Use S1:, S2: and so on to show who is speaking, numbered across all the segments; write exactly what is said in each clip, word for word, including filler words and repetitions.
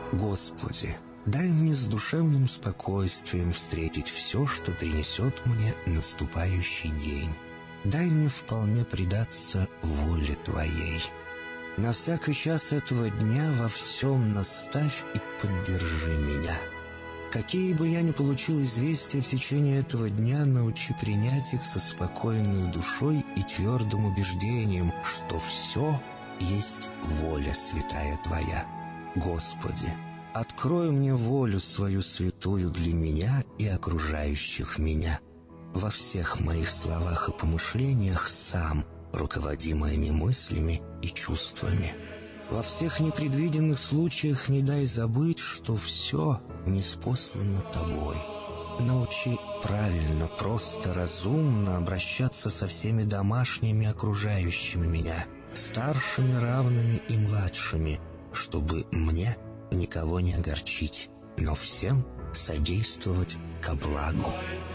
S1: Господи, дай мне с душевным спокойствием встретить все, что принесет мне наступающий день. Дай мне вполне предаться воле Твоей. На всякий час этого дня во всем наставь и поддержи меня. Какие бы я ни получил известия в течение этого дня, научи принять их со спокойной душой и твердым убеждением, что все есть воля святая Твоя. Господи, открой мне волю свою святую для меня и окружающих меня. Во всех моих словах и помышлениях сам руководи моими мыслями и чувствами. Во всех непредвиденных случаях не дай забыть, что все ниспослано Тобой. Научи правильно, просто, разумно обращаться со всеми домашними окружающими меня, старшими, равными и младшими, чтобы мне никого не огорчить, но всем содействовать ко благу.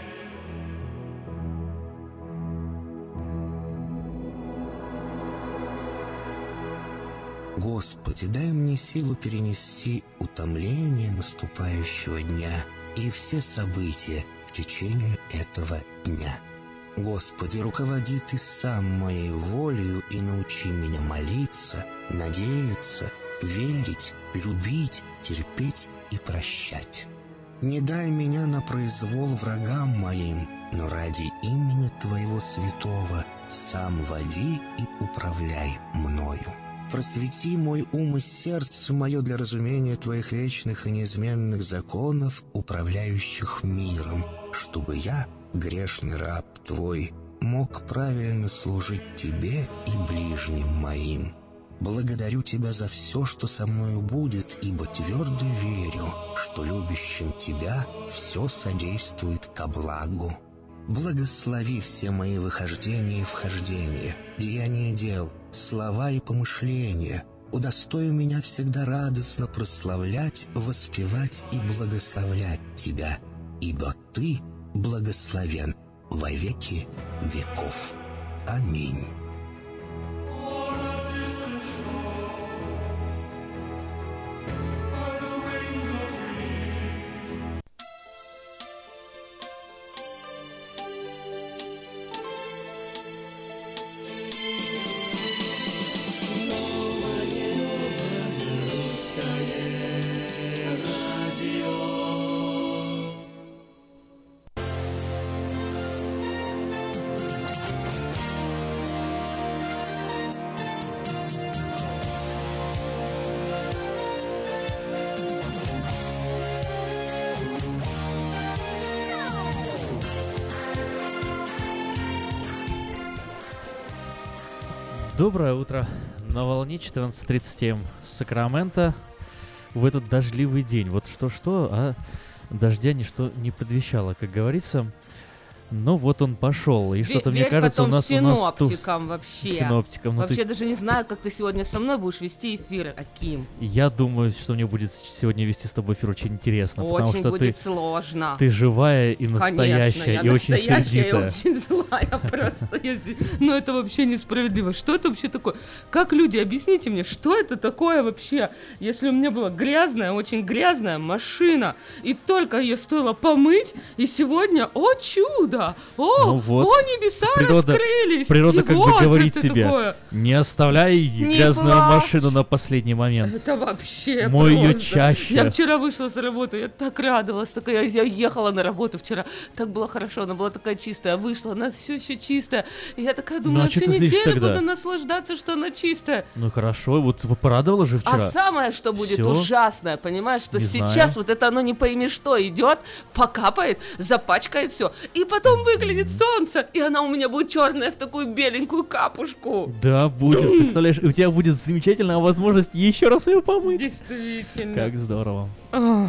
S1: Господи, дай мне силу перенести утомление наступающего дня и все события в течение этого дня. Господи, руководи Ты сам моей волею и научи меня молиться, надеяться, верить, любить, терпеть и прощать. Не дай меня на произвол врагам моим, но ради имени Твоего святого сам води и управляй мною. Просвети мой ум и сердце мое для разумения Твоих вечных и неизменных законов, управляющих миром, чтобы я, грешный раб Твой, мог правильно служить Тебе и ближним моим. Благодарю Тебя за все, что со мною будет, ибо твердо верю, что любящим Тебя все содействует ко благу. Благослови все мои выхождения и вхождения, деяния дел, слова и помышления. Удостой меня всегда радостно прославлять, воспевать и благословлять Тебя, ибо Ты благословен во веки веков. Аминь.
S2: Доброе утро. На волне четырнадцать тридцать эм Сакраменто в этот дождливый день. Вот что-что, а дождя ничто не предвещало, как говорится. Но вот он пошел, и что-то, мне кажется, у нас...
S3: синоптикам вообще.
S2: Синоптикам.
S3: Вообще
S2: ты...
S3: даже не знаю, как ты сегодня со мной будешь вести эфир, Аким.
S2: Я думаю, что мне будет сегодня вести с тобой эфир очень интересно.
S3: Очень
S2: потому что
S3: будет
S2: ты,
S3: сложно.
S2: Ты живая и настоящая,
S3: Конечно,
S2: и очень сердитая.
S3: Я очень злая просто. Но это вообще несправедливо. Что это вообще такое? Как люди, объясните мне, что это такое вообще? Если у меня была грязная, очень грязная машина, и только ее стоило помыть, и сегодня, о чудо! О,
S2: ну вот.
S3: О, небеса
S2: природа,
S3: раскрылись!
S2: Природа
S3: и
S2: как
S3: вот
S2: бы говорит
S3: это
S2: тебе,
S3: такое.
S2: не оставляй
S3: Не
S2: грязную
S3: плачь.
S2: машину на последний момент.
S3: Это вообще
S2: Мой
S3: просто.
S2: ее чаще.
S3: Я вчера вышла с работы, я так радовалась, такая, я ехала на работу вчера, так было хорошо, она была такая чистая, вышла, она все еще чистая. И я такая думаю,
S2: ну, а
S3: я всю неделю
S2: тогда?
S3: буду наслаждаться, что она чистая.
S2: Ну хорошо, вот порадовала же вчера.
S3: А самое, что будет
S2: Всё?
S3: ужасное, понимаешь, что
S2: Не
S3: сейчас
S2: знаю.
S3: вот это оно не пойми что идет, покапает, запачкает все, и потом выглянет солнце, и она у меня будет черная в такую беленькую капушку.
S2: Да, будет, представляешь, и у тебя будет замечательная возможность еще раз ее помыть.
S3: Действительно.
S2: Как здорово.
S3: Ох.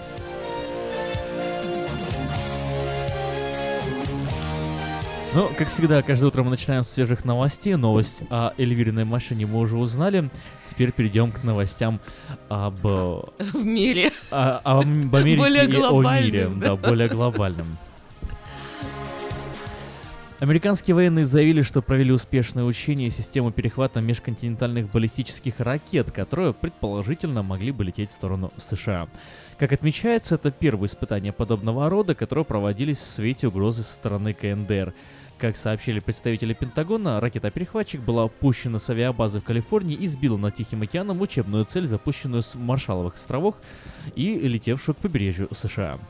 S2: Ну, как всегда, каждое утро мы начинаем с свежих новостей. Новость о Эльвириной машине мы уже узнали. Теперь перейдем к новостям об...
S3: В мире.
S2: О, об Америке
S3: более
S2: и о мире.
S3: глобальным,
S2: Да,
S3: да.
S2: более глобальным. Американские военные заявили, что провели успешное учение системы перехвата межконтинентальных баллистических ракет, которые предположительно могли бы лететь в сторону США. Как отмечается, это первые испытания подобного рода, которые проводились в свете угрозы со стороны КНДР. Как сообщили представители Пентагона, ракета-перехватчик была пущена с авиабазы в Калифорнии и сбила над Тихим океаном учебную цель, запущенную с Маршалловых островов и летевшую к побережью США.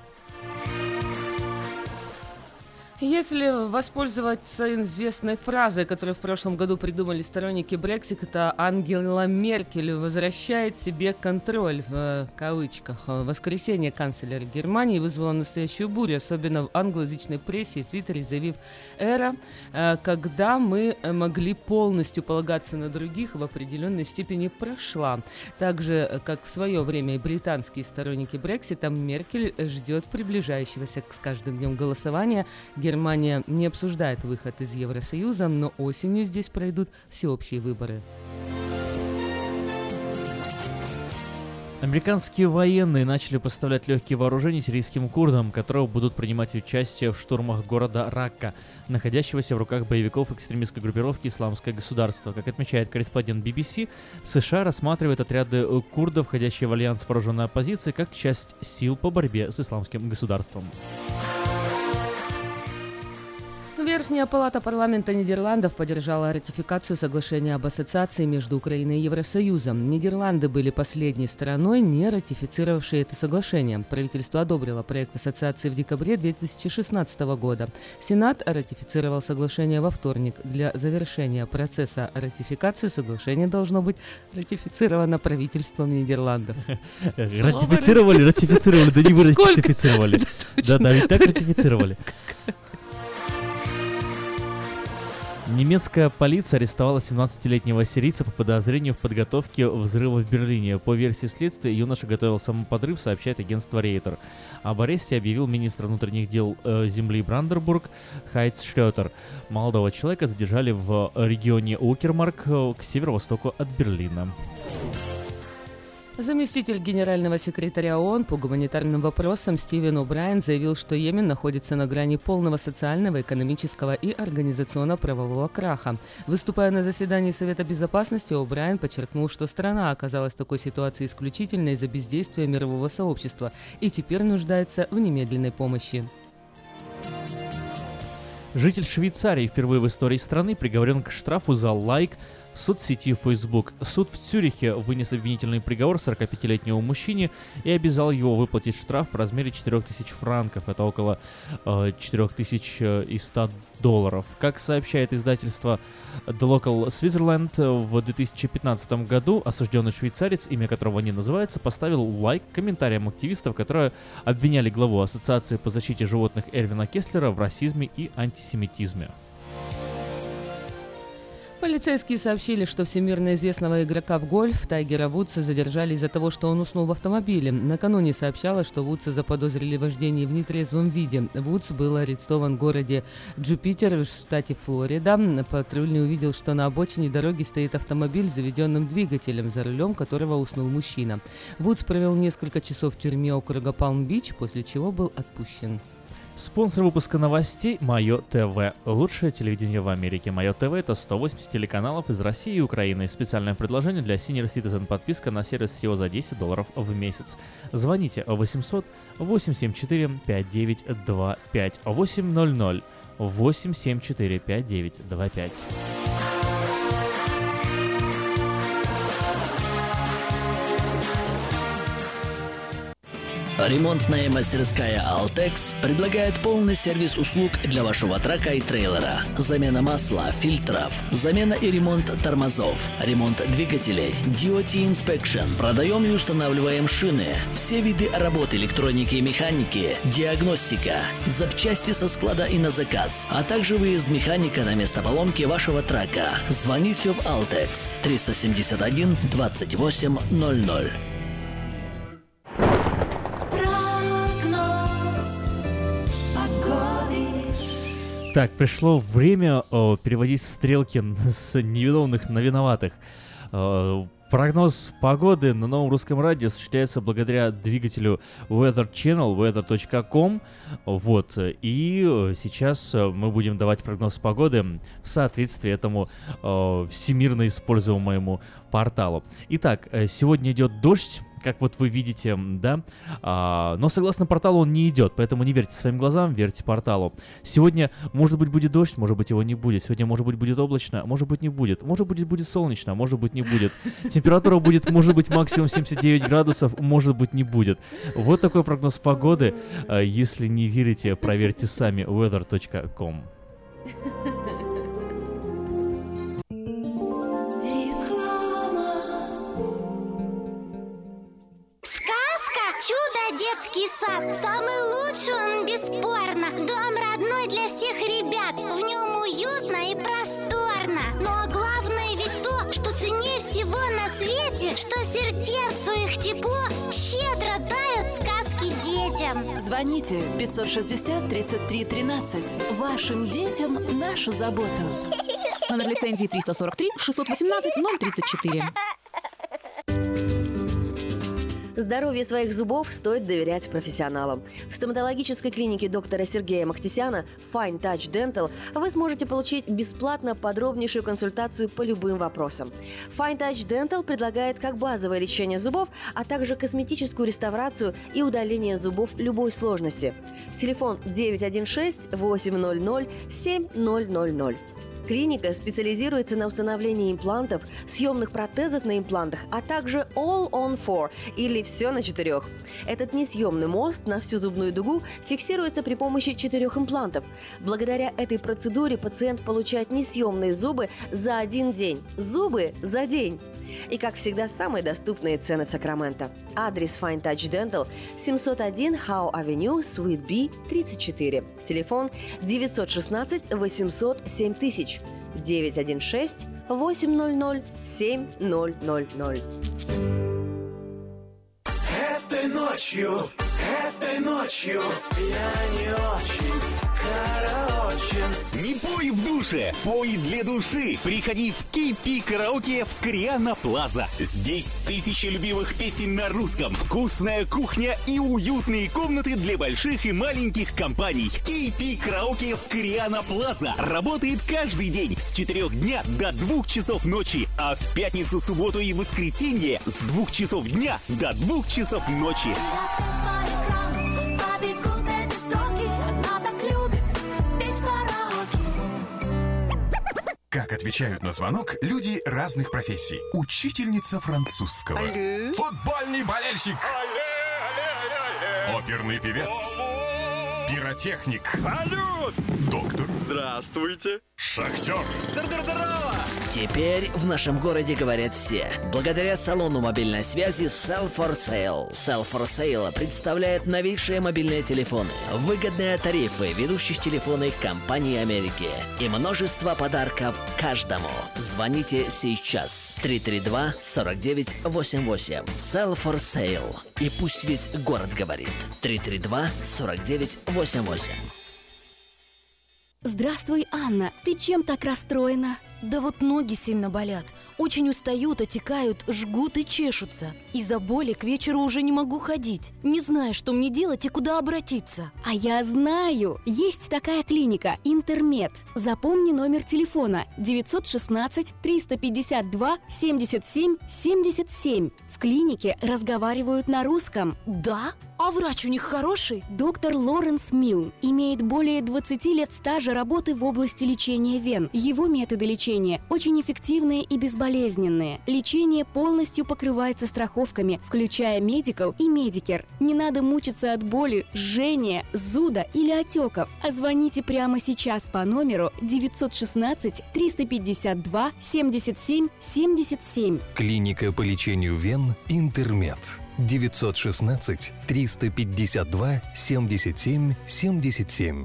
S3: Если воспользоваться известной фразой, которую в прошлом году придумали сторонники Брексита, Ангела Меркель возвращает себе контроль, в кавычках. В воскресенье канцлер Германии вызвала настоящую бурю, особенно в англоязычной прессе и Твиттере, заявив: «Эра, когда мы могли полностью полагаться на других, в определенной степени прошла». Так же, как в свое время и британские сторонники Брексита, Меркель ждет приближающегося с каждым днем голосования. Германия не обсуждает выход из Евросоюза, но осенью здесь пройдут всеобщие выборы.
S2: Американские военные начали поставлять легкие вооружения сирийским курдам, которые будут принимать участие в штурмах города Ракка, находящегося в руках боевиков экстремистской группировки «Исламское государство». Как отмечает корреспондент би би си, США рассматривают отряды курдов, входящие в альянс вооруженной оппозиции, как часть сил по борьбе с Исламским государством.
S3: Верхняя палата парламента Нидерландов поддержала ратификацию соглашения об ассоциации между Украиной и Евросоюзом. Нидерланды были последней страной, не ратифицировавшей это соглашение. Правительство одобрило проект ассоциации в декабре две тысячи шестнадцатого года. Сенат ратифицировал соглашение во вторник. Для завершения процесса ратификации соглашение должно быть ратифицировано правительством Нидерландов.
S2: Ратифицировали, ратифицировали, да не вы ратифицировали. Да-да, ведь так ратифицировали. Немецкая полиция арестовала семнадцатилетнего сирийца по подозрению в подготовке взрыва в Берлине. По версии следствия, юноша готовил самоподрыв, сообщает агентство Рейтер. Об аресте объявил министр внутренних дел э, земли Бранденбург Хайц Шрётер. Молодого человека задержали в регионе Укермарк э, к северо-востоку от Берлина.
S3: Заместитель генерального секретаря ООН по гуманитарным вопросам Стивен О'Брайен заявил, что Йемен находится на грани полного социального, экономического и организационно-правового краха. Выступая на заседании Совета Безопасности, О'Брайен подчеркнул, что страна оказалась в такой ситуации исключительно из-за бездействия мирового сообщества и теперь нуждается в немедленной помощи.
S2: Житель Швейцарии впервые в истории страны приговорен к штрафу за лайк в соцсети Facebook. Суд в Цюрихе вынес обвинительный приговор сорокапятилетнему мужчине и обязал его выплатить штраф в размере четыре тысячи франков. Это около э, четыре тысячи ста долларов. Как сообщает издательство The Local Switzerland, в две тысячи пятнадцатом году осужденный швейцарец, имя которого не называется, поставил лайк комментариям активистов, которые обвиняли главу Ассоциации по защите животных Эрвина Кесслера в расизме и антисемитизме.
S3: Полицейские сообщили, что всемирно известного игрока в гольф Тайгера Вудса задержали из-за того, что он уснул в автомобиле. Накануне сообщалось, что Вудса заподозрили в вождении в нетрезвом виде. Вудс был арестован в городе Джупитер в штате Флорида. Патрульный увидел, что на обочине дороги стоит автомобиль с заведенным двигателем, за рулем которого уснул мужчина. Вудс провел несколько часов в тюрьме округа Палм-Бич, после чего был отпущен.
S2: Спонсор выпуска новостей – Майо ТВ. Лучшее телевидение в Америке. Майо ТВ – это сто восемьдесят телеканалов из России и Украины. Специальное предложение для Senior Citizen. Подписка на сервис всего за десять долларов в месяц. Звоните восемьсот восемь семь четыре пять девять два пять восемьсот восемь семь четыре пять девять два пять.
S4: Ремонтная мастерская «Алтекс» предлагает полный сервис услуг для вашего трака и трейлера. Замена масла, фильтров, замена и ремонт тормозов, ремонт двигателей, ди о ти Inspection. Продаем и устанавливаем шины, все виды работы электроники и механики, диагностика, запчасти со склада и на заказ, а также выезд механика на место поломки вашего трака. Звоните в «Алтекс» триста семьдесят один двадцать восемь ноль ноль.
S2: Так, пришло время о, переводить стрелки с невиновных на виноватых. О, Прогноз погоды на новом русском радио осуществляется благодаря двигателю Weather Channel, weather точка com. Вот. И сейчас мы будем давать прогноз погоды в соответствии этому э, всемирно используемому порталу. Итак, сегодня идет дождь, как вот вы видите, да, а, но согласно порталу он не идет, поэтому не верьте своим глазам, верьте порталу. Сегодня, может быть, будет дождь, может быть, его не будет. Сегодня, может быть, будет облачно, может быть, не будет. Может быть, будет солнечно, может быть, не будет. Температура будет, может быть, максимум семьдесят девять градусов, может быть, не будет. Вот такой прогноз погоды. Если не верите, проверьте сами weather точка com.
S5: Детский сад. Самый лучший он, бесспорно. Дом родной для всех ребят. В нем уютно и просторно. Но главное ведь то, что ценнее всего на свете, что сердцу их тепло щедро дарят сказки детям.
S6: Звоните пятьсот шестьдесят тридцать три тринадцать. Вашим детям нашу заботу.
S7: Номер лицензии триста сорок три шестьсот восемнадцать ноль тридцать четыре.
S8: Здоровью своих зубов стоит доверять профессионалам. В стоматологической клинике доктора Сергея Махтисяна Fine Touch Dental вы сможете получить бесплатно подробнейшую консультацию по любым вопросам. Fine Touch Dental предлагает как базовое лечение зубов, а также косметическую реставрацию и удаление зубов любой сложности. Телефон девять один шесть восемь ноль ноль семь ноль ноль ноль. Клиника специализируется на установлении имплантов, съемных протезов на имплантах, а также All on Four или все на четырех. Этот несъемный мост на всю зубную дугу фиксируется при помощи четырех имплантов. Благодаря этой процедуре пациент получает несъемные зубы за один день. Зубы за день. И, как всегда, самые доступные цены в Сакраменто. Адрес Fine Touch Dental семьсот один Howe Avenue, Suite B, тридцать четыре. Телефон девятьсот шестнадцать восемьсот семь тысяч. девять один шесть восемь ноль ноль семь ноль ноль ноль.
S9: Этой ночью, этой ночью я не очень караочен.
S10: Не пой в душе, пой для души. Приходи в кей пи Караоке в Криана Плаза. Здесь тысячи любимых песен на русском, вкусная кухня и уютные комнаты для больших и маленьких компаний. кей пи Караоке в Криана Плаза работает каждый день с четырёх дня до двух часов ночи, а в пятницу, субботу и воскресенье с двух часов дня до двух часов ночи.
S11: Как отвечают на звонок люди разных профессий. Учительница французского.
S12: Алле.
S11: Футбольный болельщик.
S12: Алле, алле, алле.
S11: Оперный певец.
S12: Мама.
S11: Пиротехник.
S12: Салют.
S11: Доктор.
S12: Здравствуйте.
S11: Шахтер.
S12: Здорово.
S4: Теперь в нашем городе говорят все. Благодаря салону мобильной связи Cell for Sale. Cell for Sale представляет новейшие мобильные телефоны, выгодные тарифы ведущих телефонных компаний Америки и множество подарков каждому. Звоните сейчас. три три два сорок девять восемьдесят восемь. Cell for Sale. И пусть весь город говорит. три три два сорок девять восемьдесят восемь.
S13: Здравствуй, Анна. Ты чем так расстроена?
S14: Да вот ноги сильно болят. Очень устают, отекают, жгут и чешутся. Из-за боли к вечеру уже не могу ходить. Не знаю, что мне делать и куда обратиться.
S13: А я знаю! Есть такая клиника «Интермед». Запомни номер телефона девятьсот шестнадцать триста пятьдесят два семьдесят семь семьдесят семь. В клинике разговаривают на русском.
S14: Да? А врач у них хороший?
S13: Доктор Лоренс Милн имеет более двадцати лет стажа работы в области лечения вен. Его методы лечения очень эффективные и безболезненные. Лечение полностью покрывается страховками, включая Medical и Medicare. Не надо мучиться от боли, жжения, зуда или отеков. А звоните прямо сейчас по номеру девятьсот шестнадцать триста пятьдесят два семьдесят семь семьдесят семь.
S15: Клиника по лечению вен «Интермед». девятьсот шестнадцать триста пятьдесят два семьдесят семь семьдесят семь.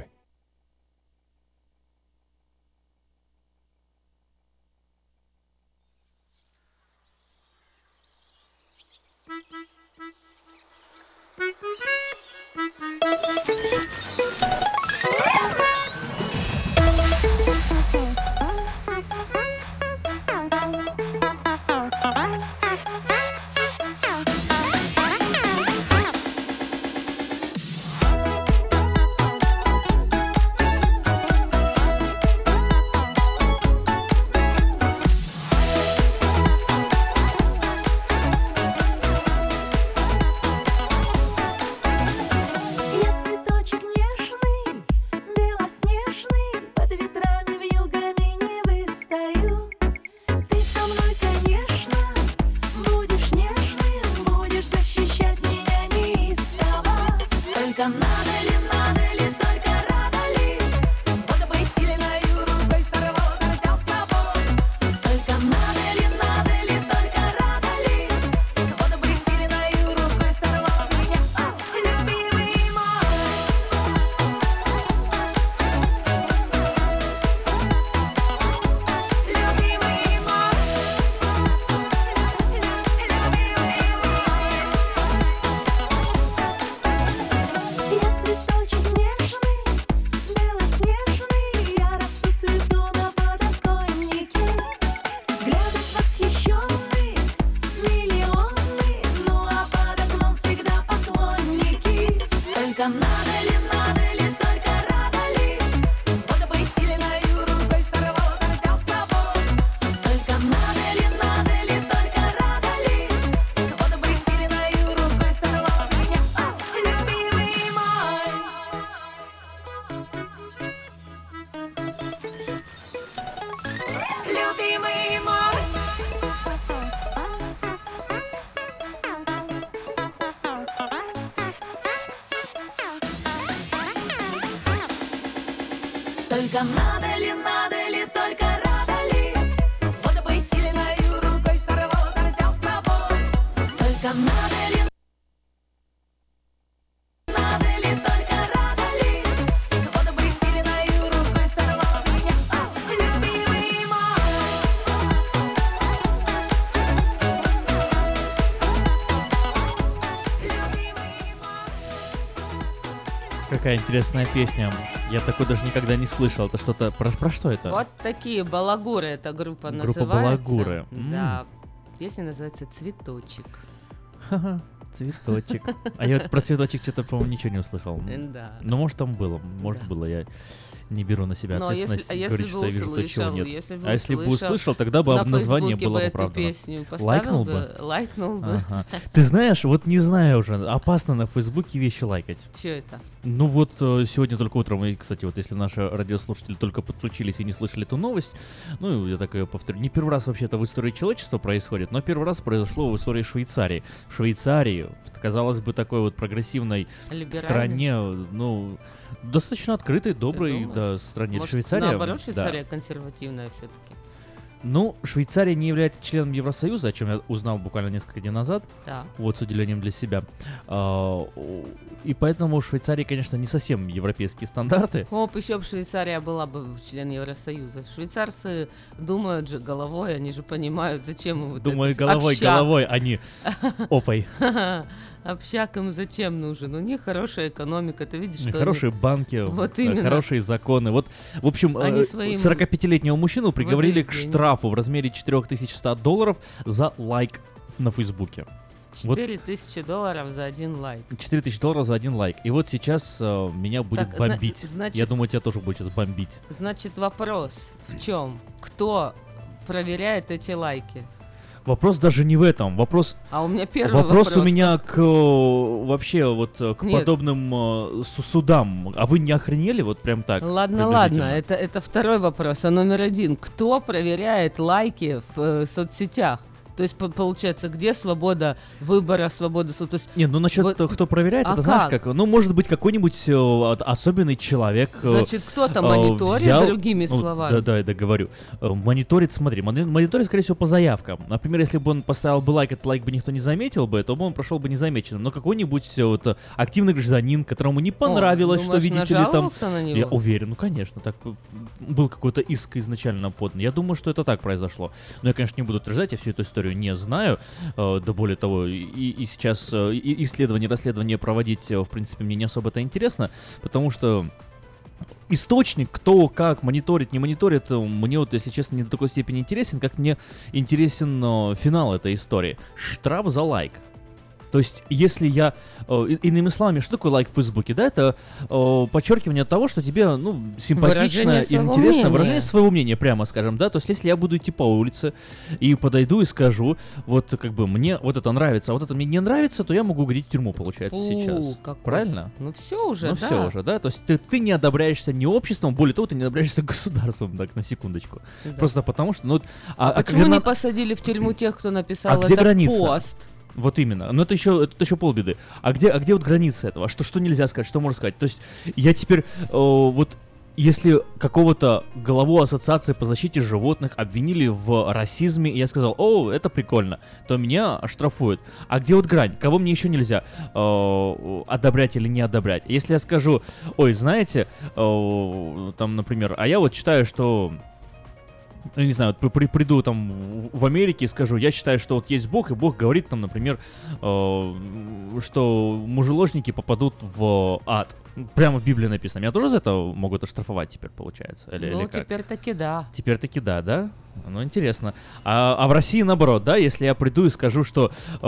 S6: Только надо ли, надо ли, только рада ли? Вот бы сильною рукой сорвал, да взял с собой. Только надо ли, надо ли, только рада ли? Вот бы сильною рукой сорвал меня, о, любимый мой.
S2: Какая интересная песня. Я такой даже никогда не слышал. Это что-то... Про, про что это?
S3: Вот такие балагуры эта группа,
S2: Группа
S3: называется.
S2: «Балагуры».
S3: Да. Песня называется «Цветочек».
S2: Ха-ха, цветочек. А я вот про цветочек что-то, по-моему, ничего не услышал.
S3: Да.
S2: Ну, может, там было. Может,
S3: Да.
S2: было. Я не беру на себя
S3: Но
S2: ответственность.
S3: если- а
S2: говорить,
S3: если
S2: что
S3: бы
S2: я вижу то, чего
S3: услышал,
S2: нет.
S3: если бы
S2: а если бы
S3: услышал,
S2: услышал, тогда бы
S3: на
S2: название
S3: Фейсбуке
S2: было
S3: бы
S2: бы
S3: эту
S2: оправдано.
S3: песню поставил
S2: Лайкнул
S3: бы,
S2: бы?
S3: лайкнул бы.
S2: Ага. Ты знаешь, вот не знаю уже, опасно на Фейсбуке вещи лайкать.
S3: Чё это?
S2: Ну вот э, сегодня только утром, и, кстати, вот если наши радиослушатели только подключились и не слышали эту новость, ну, я так ее повторю, не первый раз вообще-то в истории человечества происходит, но первый раз произошло в истории Швейцарии. В Швейцарии, в, казалось бы, такой вот прогрессивной
S3: Либеральной?
S2: стране, ну, достаточно открытой, доброй,
S3: думаешь?
S2: да, стране.
S3: Может,
S2: Швейцария,
S3: наоборот,
S2: да.
S3: Швейцария консервативная все-таки.
S2: Ну, Швейцария не является членом Евросоюза, о чем я узнал буквально несколько дней назад.
S3: Да.
S2: Вот, с удивлением для себя. А, и поэтому в Швейцарии, конечно, не совсем европейские стандарты.
S3: Оп, еще бы Швейцария была бы член Евросоюза. Швейцарцы думают же головой, они же понимают, зачем им вот
S2: Думаю,
S3: это
S2: головой,
S3: общак.
S2: головой, а не опой.
S3: Общак им зачем нужен? У них хорошая экономика, ты видишь, что
S2: Хорошие
S3: они...
S2: банки,
S3: Вот
S2: э,
S3: именно.
S2: хорошие законы. Вот, в общем,
S3: Они
S2: э,
S3: своим
S2: сорокапятилетнего мужчину приговорили к
S3: выдают деньги.
S2: штрафу в размере четыре тысячи сто долларов за лайк на Фейсбуке. Вот
S3: четыре тысячи долларов за один лайк.
S2: четыре тысячи долларов за один лайк. И вот сейчас э, меня будет
S3: Так, зна-
S2: бомбить.
S3: значит-
S2: Я думаю, тебя тоже будет сейчас бомбить.
S3: Значит, вопрос в чем? Кто проверяет эти лайки?
S2: Вопрос даже не в этом. Вопрос,
S3: А у меня первый
S2: вопрос,
S3: вопрос.
S2: у меня к э, вообще вот э, к
S3: Нет.
S2: подобным э, су- судам. А вы не охренели вот прям так?
S3: Ладно, ладно,
S2: приблизительно?
S3: это, это второй вопрос. А номер один. Кто проверяет лайки в э, соцсетях? То есть, по- получается, где свобода выбора, свобода... су- То есть,
S2: Не, ну насчет
S3: вот-
S2: того, кто проверяет,
S3: А
S2: это знаешь
S3: как?
S2: как? Ну, может быть, какой-нибудь э, от- особенный человек. э,
S3: Значит, кто-то
S2: э,
S3: мониторит,
S2: взял-
S3: другими
S2: ну,
S3: словами.
S2: Да, да, я договорю. Э, Мониторит, смотри, мони- мониторит, скорее всего, по заявкам. Например, если бы он поставил бы лайк, этот лайк бы никто не заметил бы, то бы он прошел бы незамеченным. Но какой-нибудь э, вот э, активный гражданин, которому не понравилось, что,
S3: думаешь,
S2: видите ли, там...
S3: нажаловался на него?
S2: Я уверен, ну, конечно, так э, был какой-то иск изначально подан. Я думаю, что это так произошло. Но я, конечно, не буду утверждать, я всю эту историю не знаю. Э, Да более того, и, и сейчас э, и исследования, расследования проводить, э, в принципе, мне не особо-то интересно, потому что источник, кто как мониторит, не мониторит, э, мне вот, если честно, не до такой степени интересен, как мне интересен э, финал этой истории. Штраф за лайк. То есть, если я, э, и- иными словами, что такое лайк в Фейсбуке, да, это э, подчеркивание того, что тебе, ну, симпатично
S3: Выражение
S2: и
S3: своего
S2: интересно,
S3: мнения.
S2: выражение своего мнения, прямо скажем, да, то есть, если я буду идти по улице и подойду и скажу, вот, как бы, мне вот это нравится, а вот это мне не нравится, то я могу угодить в тюрьму, получается,
S3: Фу,
S2: сейчас.
S3: какой-
S2: Правильно?
S3: Ну все уже,
S2: Ну
S3: да.
S2: все уже, да, то есть ты, ты не одобряешься ни обществом, более того, ты не одобряешься государством, так, на секундочку.
S3: Да.
S2: Просто потому что, ну, а,
S3: А
S2: а
S3: почему
S2: когда-
S3: не посадили в тюрьму тех, кто написал
S2: а где
S3: этот
S2: граница?
S3: пост?
S2: Вот именно. Но это еще, это еще полбеды. А где, а где вот граница этого? Что, что нельзя сказать, что можно сказать? То есть я теперь э, вот если какого-то главу ассоциации по защите животных обвинили в расизме, и я сказал, о, это прикольно, то меня оштрафуют. А где вот грань? Кого мне еще нельзя э, одобрять или не одобрять? Если я скажу, ой, знаете, э, там, например, а я вот считаю, что... Я не знаю, вот при- приду там в, в Америке и скажу, я считаю, что вот есть Бог, и Бог говорит там, например, э, что мужеложники попадут в ад. Прямо в Библии написано. Меня тоже за это могут оштрафовать теперь, получается? Или,
S3: Ну,
S2: или как?
S3: теперь таки да.
S2: Теперь таки да, да? Ну, интересно. А, а в России наоборот, да? Если я приду и скажу, что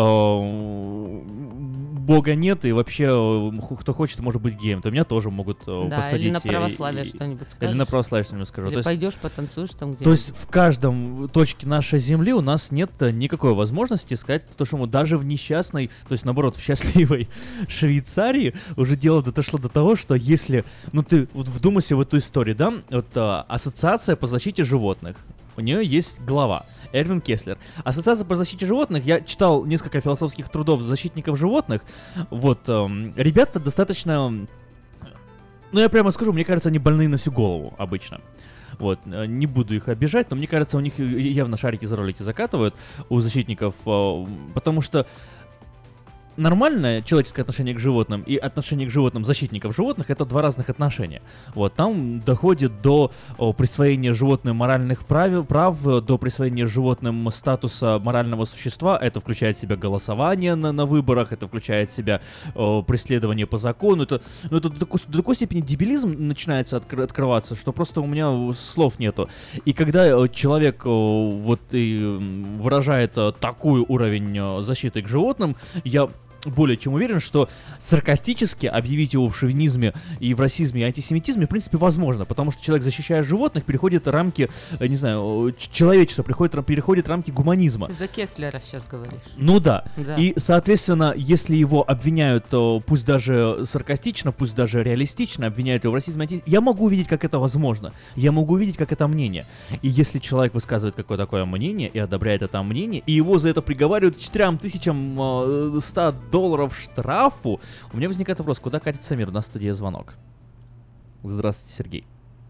S2: э, Бога нет, и вообще э, ху- кто хочет, может быть геем, то меня тоже могут э,
S3: Да,
S2: посадить.
S3: или на
S2: и-
S3: православие
S2: и-
S3: что-нибудь
S2: Или
S3: скажешь.
S2: на православие что-нибудь скажу.
S3: Или
S2: То есть-
S3: пойдешь, потанцуешь там где-нибудь.
S2: то есть в каждом точке нашей земли у нас нет э, никакой возможности сказать, то, что мы даже в несчастной, то есть наоборот, в счастливой Швейцарии уже дело дошло до того, что если, ну ты вот вдумайся в эту историю, да, вот а, ассоциация по защите животных, у нее есть глава. Эрвин Кеслер. Ассоциация по защите животных, я читал несколько философских трудов защитников животных, вот, эм, ребята достаточно Ну, я прямо скажу, мне кажется, они больные на всю голову обычно. Вот, не буду их обижать, но мне кажется, у них явно шарики за ролики закатывают у защитников, потому что нормальное человеческое отношение к животным и отношение к животным защитников животных — это два разных отношения. Вот, там доходит до о, присвоения животным моральных правил, прав, до присвоения животным статуса морального существа. Это включает в себя голосование на, на выборах, это включает в себя о, преследование по закону. Это, ну, это до, такой, до такой степени дебилизм начинается откр- открываться, что просто у меня слов нету. И когда человек о, вот и выражает о, такой уровень о, защиты к животным, я более чем уверен, что саркастически объявить его в шовинизме и в расизме и антисемитизме в принципе возможно, потому что человек, защищая животных, переходит рамки, не знаю, человечества, переходит, переходит рамки гуманизма.
S3: Ты за Кеслера сейчас говоришь.
S2: Ну да.
S3: да.
S2: И, соответственно, если его обвиняют, то пусть даже саркастично, пусть даже реалистично, обвиняют его в расизме, антисемитизме, я могу увидеть, как это возможно. Я могу увидеть, как это мнение. И если человек высказывает какое-то такое мнение и одобряет это мнение, и его за это приговаривают к четырем тысячам ста долларов штрафу, у меня возникает вопрос, куда катится мир? У нас в студии звонок. Здравствуйте, Сергей.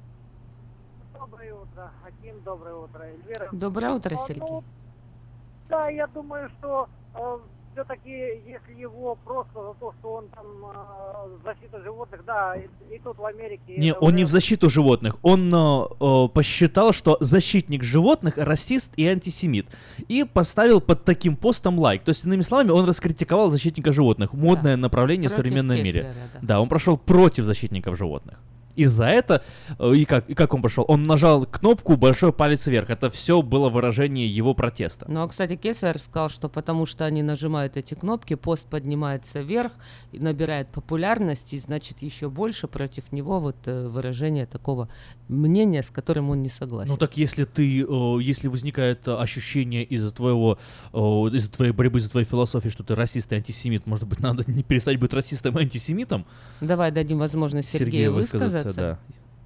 S16: Доброе утро, Аким, доброе утро, Эльвира.
S3: Доброе утро, Сергей.
S16: Ну, да, я думаю, что э, все-таки, если его просто за то, что он там э, защита животных, да, и, и тут в Америке...
S2: Не, он
S16: уже...
S2: не в защиту животных, он э, э, посчитал, что защитник животных расист и антисемит, и поставил под таким постом лайк. То есть, иными словами, он раскритиковал защитника животных, модное да. направление
S3: против
S2: в современном
S3: Кеслера,
S2: мире.
S3: Да.
S2: да, он прошел против защитников животных. И за это, и как, и как он прошел? Он нажал кнопку «большой палец вверх». Это все было выражение его протеста.
S3: Ну, а, кстати, Кеслер сказал, что потому что они нажимают эти кнопки, пост поднимается вверх, и набирает популярность, и, значит, еще больше против него вот выражение такого мнения, с которым он не согласен.
S2: Ну, так если ты, если возникает ощущение из-за твоего, из-за твоей борьбы, из-за твоей философии, что ты расист и антисемит, может быть, надо не перестать быть расистом и антисемитом?
S3: Давай дадим возможность Сергею, Сергею высказаться.
S2: Да.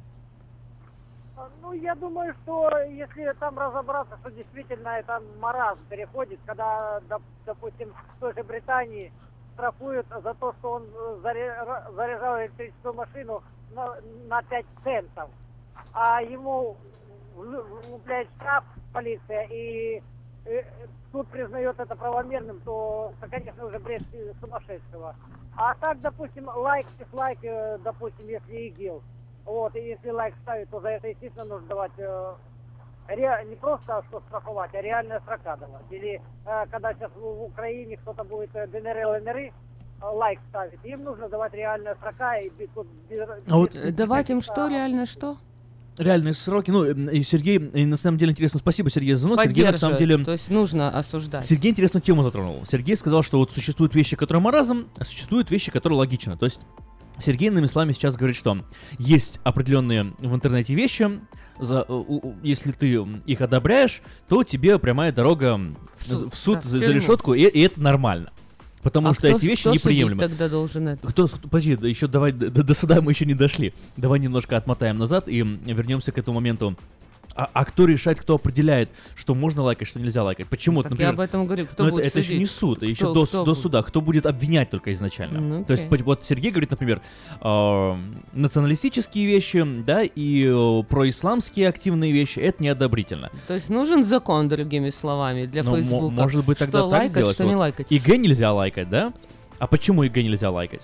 S16: Ну, я думаю, что если там разобраться, что действительно это маразм переходит, когда, допустим, в той же Британии штрафуют за то, что он заряжал электрическую машину на, на пять центов, а ему влупляет штраф полиция, и, и суд признает это правомерным, то, то конечно, уже бред сумасшедшего. А так, допустим, лайк, дизлайк, допустим, если ИГИЛ, вот, и если лайк ставит, то за это, естественно, нужно давать э, ре, не просто что штрафовать, а реальная срока давать. Или э, когда сейчас в, в Украине кто-то будет э, ДНР, ЛНР, э, лайк ставит, им нужно давать реальная срока. И, тут, без,
S2: а вот
S16: без,
S3: давать
S16: без,
S3: им что, реально что?
S2: Реальные сроки. Ну, и Сергей, и на самом деле интересно, спасибо, Сергей, за звонок. Сергей, на самом деле,
S3: то есть нужно осуждать.
S2: Сергей интересную тему затронул. Сергей сказал, что вот существуют вещи, которые маразм, а существуют вещи, которые логичны. То есть Сергей, иными словами, сейчас говорит, что есть определенные в интернете вещи, за, если ты их одобряешь, то тебе прямая дорога в суд, в суд да, за, за решетку, и, и это нормально. Потому
S3: а
S2: что
S3: кто,
S2: эти вещи
S3: кто
S2: неприемлемы.
S3: Тогда должен это?
S2: Кто, подожди, еще давай, до, до суда мы еще не дошли. Давай немножко отмотаем назад и вернемся к этому моменту. А, а кто решает, кто определяет, что можно лайкать, что нельзя лайкать? Почему?
S3: Так
S2: например,
S3: я об этом говорю. Кто
S2: но
S3: будет
S2: это, это еще не суд,
S3: кто,
S2: еще
S3: кто,
S2: до,
S3: кто
S2: до суда. Кто будет обвинять только изначально?
S3: Ну,
S2: то есть вот Сергей говорит, например, э, националистические вещи, да, и э, происламские активные вещи, это неодобрительно.
S3: То есть нужен закон, другими словами, для
S2: ну,
S3: Фейсбука.
S2: М- может быть, тогда
S3: что
S2: так
S3: лайкать,
S2: сделать?
S3: Что
S2: вот.
S3: не лайкать.
S2: ИГ нельзя лайкать, да? А почему ИГ нельзя лайкать?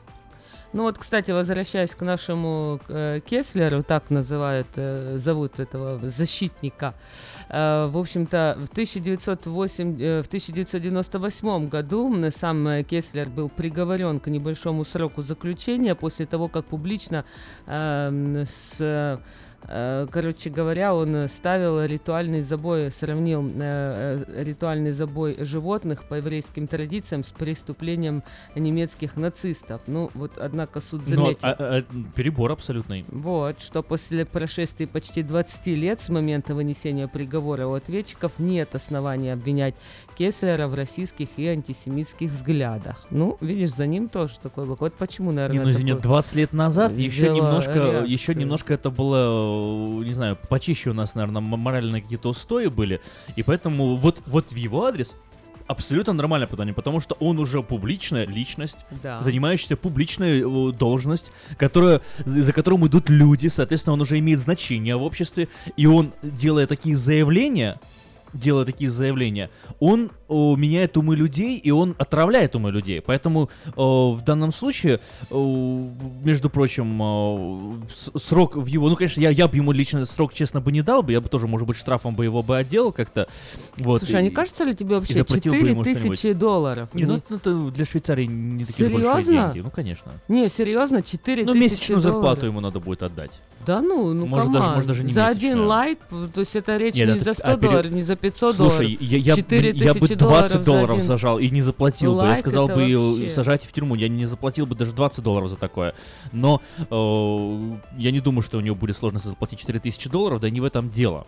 S3: Ну вот, кстати, возвращаясь к нашему э, Кеслеру, так называют, э, зовут этого защитника. Э, в общем-то, в тысяча девятьсот восемь, э, в тысяча девятьсот девяносто восьмом году сам э, Кеслер был приговорен к небольшому сроку заключения после того, как публично э, с... Короче говоря, он ставил ритуальный забой, сравнил э, ритуальный забой животных по еврейским традициям с преступлением немецких нацистов. Ну, вот, однако, суд заметил...
S2: Но, а, а, перебор абсолютный.
S3: Вот, что после прошествия почти двадцати лет с момента вынесения приговора у ответчиков нет оснований обвинять Кеслера в российских и антисемитских взглядах. Ну, видишь, за ним тоже такой бок. Вот почему, наверное,
S2: не, ну, извини, двадцать лет назад еще немножко,
S3: реакцию.
S2: еще немножко это было... не знаю, почище у нас, наверное, моральные какие-то устои были, и поэтому вот, вот в его адрес абсолютно нормальное оправдание, потому что он уже публичная личность,
S3: Да.
S2: занимающаяся публичную э, должность, которая, за за которым идут люди, соответственно, он уже имеет значение в обществе, и он, делая такие заявления, делая такие заявления, он о, меняет умы людей, и он отравляет умы людей. Поэтому о, в данном случае, о, между прочим, о, с- срок в его... Ну, конечно, я, я бы ему лично срок, честно, бы не дал бы, я бы тоже, может быть, штрафом бы его бы отделал как-то. Вот,
S3: Слушай, а не
S2: и-
S3: кажется ли тебе
S2: и
S3: вообще
S2: заплатил бы
S3: четыре
S2: ему
S3: тысячи
S2: что-нибудь.
S3: долларов?
S2: Не, ну, ну, это для Швейцарии не такие большие
S3: Серьезно?
S2: деньги. Ну, конечно.
S3: Не, серьезно, четыре
S2: Ну,
S3: тысячи
S2: месячную
S3: долларов.
S2: зарплату ему надо будет отдать.
S3: Да ну, ну
S2: Может,
S3: камон.
S2: даже- может, даже не
S3: за
S2: месячную.
S3: один лайк, то есть это речь
S2: Нет,
S3: не
S2: это-
S3: за сто
S2: а пере-
S3: долларов, не за пятьсот
S2: Слушай,
S3: долларов.
S2: я, я,
S3: четыре
S2: я бы
S3: тысячи
S2: двадцать долларов
S3: за один
S2: зажал и не заплатил бы. Я
S3: лайк,
S2: сказал
S3: это
S2: бы, э,
S3: вообще.
S2: сажать в тюрьму. Я не заплатил бы даже двадцать долларов за такое. Но э, я не думаю, что у него будет сложно заплатить четыре тысячи долларов, да не в этом дело.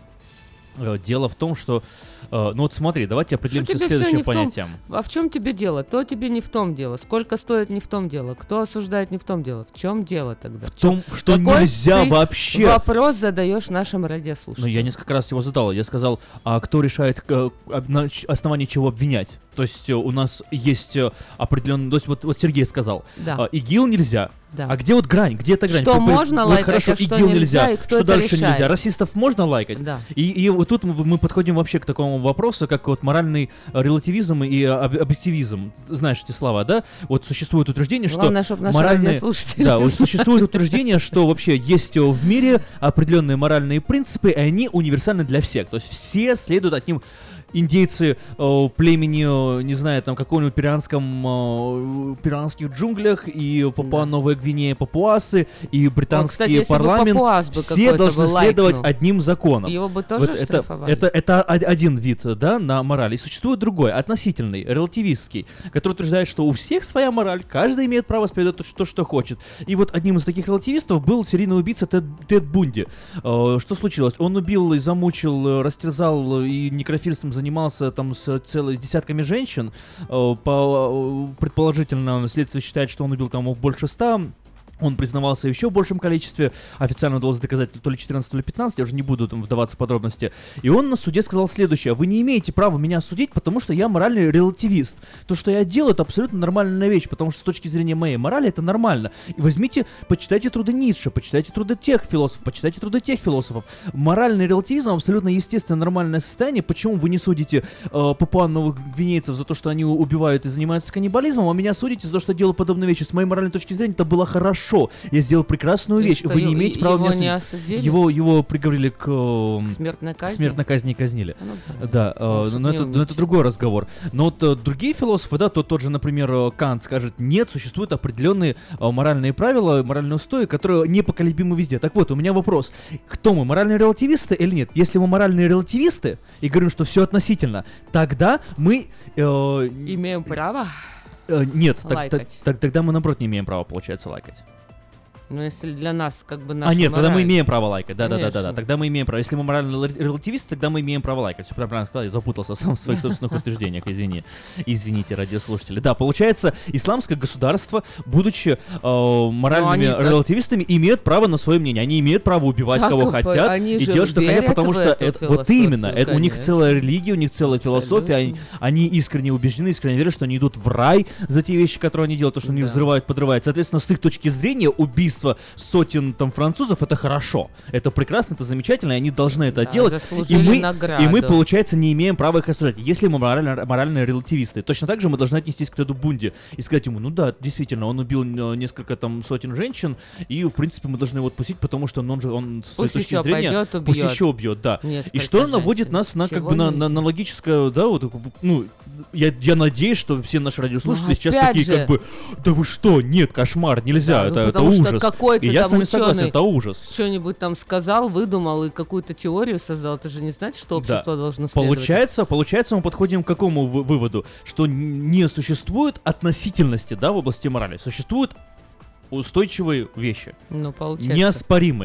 S2: Э, Дело в том, что... э, Ну вот смотри, давайте определимся с
S3: тебе всё
S2: следующим
S3: не в том?
S2: понятием.
S3: А в чем тебе дело? То тебе не в том дело. Сколько стоит не в том дело. Кто осуждает не в том дело. В чем дело тогда?
S2: В том, что
S3: Какой
S2: нельзя
S3: ты
S2: вообще...
S3: вопрос задаешь нашим радиослушателям?
S2: Ну, я несколько раз его задал. Я сказал, а кто решает, э, об- на ч- основании чего обвинять? То есть э, у нас есть э, определенный... То есть вот, вот Сергей сказал,
S3: Да.
S2: а, ИГИЛ нельзя.
S3: Да.
S2: А где вот грань? Где эта грань?
S3: Что
S2: П- п-
S3: можно
S2: вот
S3: лайкать,
S2: хорошо,
S3: а что
S2: ИГИЛ
S3: нельзя, и кто
S2: что
S3: это
S2: дальше
S3: решает?
S2: нельзя? Расистов можно лайкать?
S3: Да.
S2: И, и вот тут мы мы подходим вообще к такому вопросу, как вот моральный э, релятивизм и э, об- объективизм. Знаешь эти слова, да? Вот существует утверждение,
S3: Главное,
S2: что
S3: чтоб наши
S2: моральные...
S3: радиослушатели
S2: Да, вот
S3: слушали.
S2: существует утверждение, что вообще есть э, в мире определенные моральные принципы, и они универсальны для всех. То есть все следуют от них. Индейцы э, племени, э, не знаю, там какого-нибудь пиранском, э, пиранских джунглях, и Папуа Новая Гвинея, папуасы, и британский
S3: кстати, если бы
S2: парламент,
S3: папуас бы
S2: все
S3: какой-то
S2: должны
S3: бы
S2: следовать
S3: лайкнул,
S2: одним законам.
S3: его бы тоже
S2: это,
S3: штрафовали?
S2: это, это о- один вид, да, на морали. И существует другой, относительный, релативистский, который утверждает, что у всех своя мораль, каждый имеет право исповедовать то, что, что хочет. И вот одним из таких релативистов был серийный убийца Тед, Тед Бунди. Э, что случилось? Он убил и замучил, э, растерзал э, и некрофильством занимался там с целыми десятками женщин. Э, по, э, предположительно, следствие считает, что он убил там больше ста. Он признавался в еще большем количестве, официально удалось доказать то ли четырнадцать, то ли пятнадцать, я уже не буду там вдаваться в подробности. И он на суде сказал следующее: вы не имеете права меня судить, потому что я моральный релативист. То, что я делаю, это абсолютно нормальная вещь, потому что с точки зрения моей морали это нормально. И возьмите, почитайте труды Ницше, почитайте труды тех философов, почитайте труды тех философов. Моральный релативизм абсолютно естественное нормальное состояние. Почему вы не судите э, папуановых гвинейцев за то, что они убивают и занимаются каннибализмом, а меня судите за то, что я делаю подобные вещи? С моей моральной точки зрения это было хорошо. Я сделал прекрасную
S3: И
S2: вещь.
S3: что,
S2: Вы не
S3: его-
S2: имеете
S3: и-
S2: права
S3: его
S2: меня
S3: не
S2: судить.
S3: осудили?
S2: Его, его приговорили к, э,
S3: К смертной казни?
S2: к смертной казни и казнили.
S3: Ну да.
S2: Да, э,
S3: Ну, чтоб
S2: но,
S3: не
S2: это, но это
S3: умничать.
S2: другой разговор. Но вот э, другие философы, да, тот, тот же, например, э, Кант скажет, нет, существуют определенные э, моральные правила, моральные устои, которые непоколебимы везде. Так вот, у меня вопрос. Кто мы, моральные релативисты или нет? Если мы моральные релативисты и говорим, что все относительно, тогда мы... э,
S3: Имеем право?
S2: э, нет, так- так-
S3: лайкать.
S2: так- тогда мы, наоборот, не имеем права, получается, лайкать.
S3: Ну, если для нас как бы наша
S2: А нет, тогда мы
S3: мораль-
S2: имеем право лайкать. Да, да, да, да, да.
S3: Конечно.
S2: Тогда мы имеем право. Если мы моральный релативист, тогда мы имеем право лайкать. Все правильно сказал, я запутался сам в своих собственных утверждениях. Извини. Извините, радиослушатели. Да, получается, исламское государство, будучи э, моральными
S3: Но они-
S2: релативистами, имеют право на свое мнение. Они имеют право убивать
S3: Так,
S2: кого
S3: а по-
S2: хотят
S3: они
S2: и
S3: же
S2: делать, что хотят,
S3: верят
S2: потому
S3: в
S2: что
S3: эту
S2: это вот именно.
S3: философию,
S2: Это, у них
S3: конечно.
S2: целая религия, у них целая философия. Они, они искренне убеждены, искренне верят, что они идут в рай за те вещи, которые они делают, то, что они
S3: Да.
S2: взрывают, подрывают. Соответственно, с их точки зрения, убийство сотен там французов — это хорошо, это прекрасно, это замечательно, и они должны это
S3: Да,
S2: делать. И
S3: заслужили
S2: мы,
S3: награду.
S2: и мы, получается, не имеем права их осуждать, если мы морально, моральные релативисты. Точно так же мы должны отнестись к Теду Бунди и сказать ему, ну да, действительно, он убил э, несколько там сотен женщин, и, в принципе, мы должны его отпустить, потому что он же, он с своей
S3: Пусть
S2: точки
S3: еще
S2: зрения...
S3: пойдет,
S2: Пусть
S3: убьет
S2: еще убьет, да.
S3: несколько
S2: И что
S3: женщин.
S2: наводит нас на, как
S3: Чего
S2: бы, на, на,
S3: нельзя?
S2: на логическое, да, вот, ну, я, я надеюсь, что все наши радиослушатели
S3: Ну,
S2: сейчас
S3: опять
S2: такие,
S3: же.
S2: как бы, да вы что, нет, кошмар, нельзя,
S3: Да, ну,
S2: это, это
S3: потому что
S2: ужас.
S3: какой-то
S2: И я
S3: там
S2: с вами согласен,
S3: ученый
S2: это ужас.
S3: Что-нибудь там сказал, выдумал и какую-то теорию создал. Это же не значит, что общество
S2: Да.
S3: должно следовать.
S2: Получается, получается, мы подходим к какому вы- выводу? Что н- не существует относительности, да, в области морали. Существуют устойчивые вещи.
S3: Ну, получается.
S2: Неоспоримые.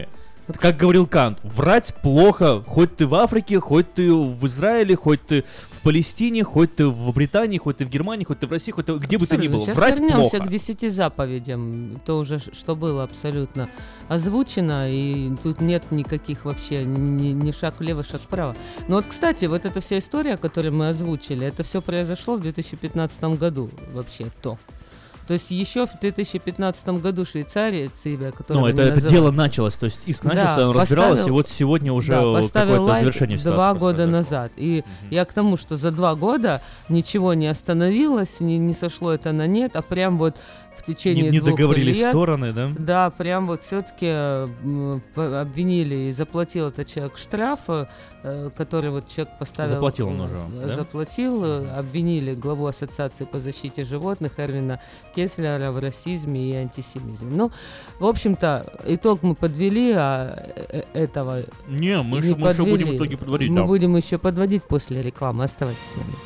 S2: Как говорил Кант, врать плохо, хоть ты в Африке, хоть ты в Израиле, хоть ты в Палестине, хоть ты в Британии, хоть ты в Германии, хоть ты в России, хоть ты где бы ты ни был.
S3: Сейчас
S2: Врать
S3: вернемся
S2: плохо.
S3: к десяти заповедям. То уже, что было абсолютно озвучено, и тут нет никаких вообще ни, ни шаг влево, шаг вправо. Но вот, кстати, вот эта вся история, которую мы озвучили, это все произошло в две тысячи пятнадцатом году вообще-то. То есть еще в две тысячи пятнадцатом году Швейцария, Цивия, которая...
S2: Ну, это, это дело началось, то есть иск начался,
S3: да,
S2: он разбиралось,
S3: поставил,
S2: и вот сегодня уже
S3: да,
S2: какое-то завершение ситуации.
S3: Два года назад. И угу. я к тому, что за два года ничего не остановилось, не, не сошло это на нет, а прям вот в течение
S2: не,
S3: двух
S2: не договорились
S3: лет,
S2: стороны, да?
S3: Да, прям вот все-таки обвинили и заплатил этот человек штраф, который вот человек поставил...
S2: Заплатил он уже, да?
S3: Заплатил, обвинили главу Ассоциации по защите животных Эрвина Кеслера в расизме и антисемизме. Ну, в общем-то, итог мы подвели, а этого
S2: не, мы,
S3: не
S2: еще, мы еще будем итоги подводить.
S3: Мы
S2: да.
S3: будем еще подводить после рекламы. Оставайтесь с нами.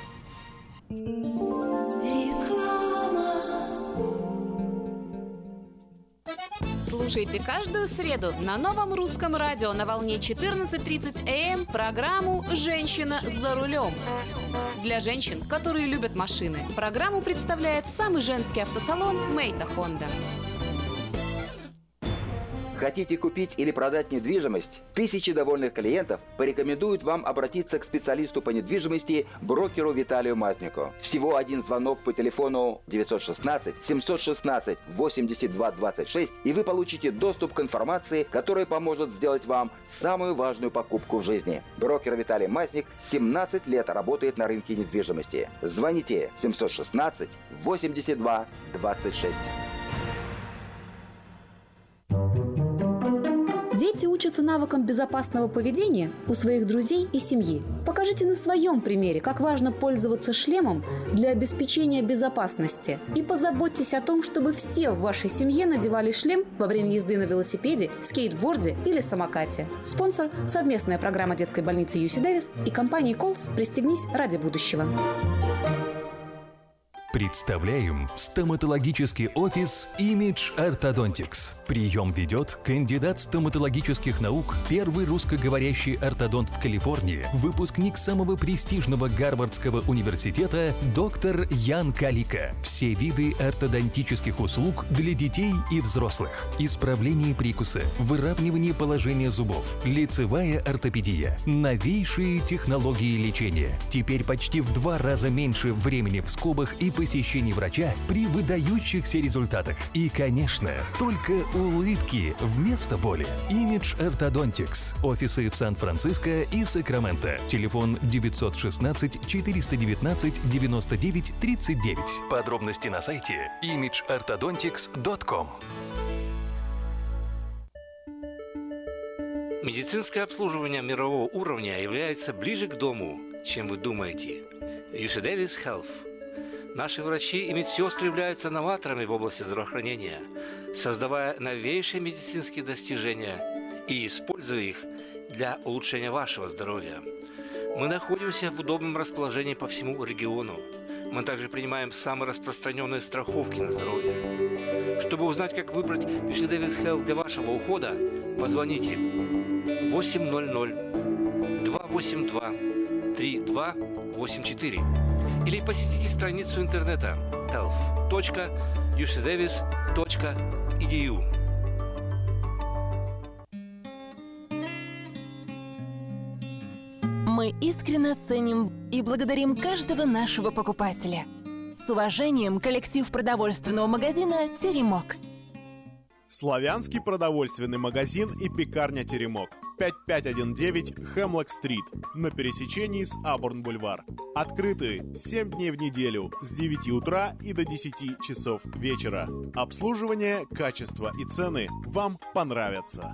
S7: Слушайте каждую среду на Новом русском радио на волне четырнадцать тридцать эй эм программу «Женщина за рулем». Для женщин, которые любят машины, программу представляет самый женский автосалон «Мейта Хонда».
S17: Хотите купить или продать недвижимость? Тысячи довольных клиентов порекомендуют вам обратиться к специалисту по недвижимости, брокеру Виталию Мазнику. Всего один звонок по телефону девятьсот шестнадцать семьсот шестнадцать восемьдесят два двадцать шесть, и вы получите доступ к информации, которая поможет сделать вам самую важную покупку в жизни. Брокер Виталий Мазник семнадцать лет работает на рынке недвижимости. Звоните семьсот шестнадцать восемьдесят два двадцать шесть.
S18: Дети учатся навыкам безопасного поведения у своих друзей и семьи. Покажите на своем примере, как важно пользоваться шлемом для обеспечения безопасности. И позаботьтесь о том, чтобы все в вашей семье надевали шлем во время езды на велосипеде, скейтборде или самокате. Спонсор – совместная программа детской больницы ю си Дэвис и компании Колс «Пристегнись ради будущего».
S15: Представляем стоматологический офис Image Orthodontics. Прием ведет кандидат стоматологических наук, первый русскоговорящий ортодонт в Калифорнии, выпускник самого престижного Гарвардского университета доктор Ян Калика. Все виды ортодонтических услуг для детей и взрослых. Исправление прикуса, выравнивание положения зубов, лицевая ортопедия, новейшие технологии лечения. Теперь почти в два раза меньше времени в скобах и посещений врача при выдающихся результатах. И, конечно, только улыбки вместо боли. Image Orthodontics. Офисы в Сан-Франциско и Сакраменто. Телефон девятьсот шестнадцать четыреста девятнадцать девяносто девять тридцать девять. Подробности на сайте имидж ортодонтикс точка ком.
S19: Медицинское обслуживание мирового уровня является ближе к дому, чем вы думаете. ю си Davis Health. Наши врачи и медсестры являются новаторами в области здравоохранения, создавая новейшие медицинские достижения и используя их для улучшения вашего здоровья. Мы находимся в удобном расположении по всему региону. Мы также принимаем самые распространенные страховки на здоровье. Чтобы узнать, как выбрать ю си Davis Health для вашего ухода, позвоните восемь ноль ноль два восемь два три два восемь четыре или посетите страницу интернета health точка ю си davis точка и ди ю.
S20: Мы искренне ценим и благодарим каждого нашего покупателя. С уважением, коллектив продовольственного магазина «Теремок».
S21: Славянский продовольственный магазин и пекарня «Теремок». пять пять один девять Хемлок-стрит на пересечении с Абурн-бульвар. Открыты семь дней в неделю с девяти утра и до десяти часов вечера. Обслуживание, качество и цены вам понравятся.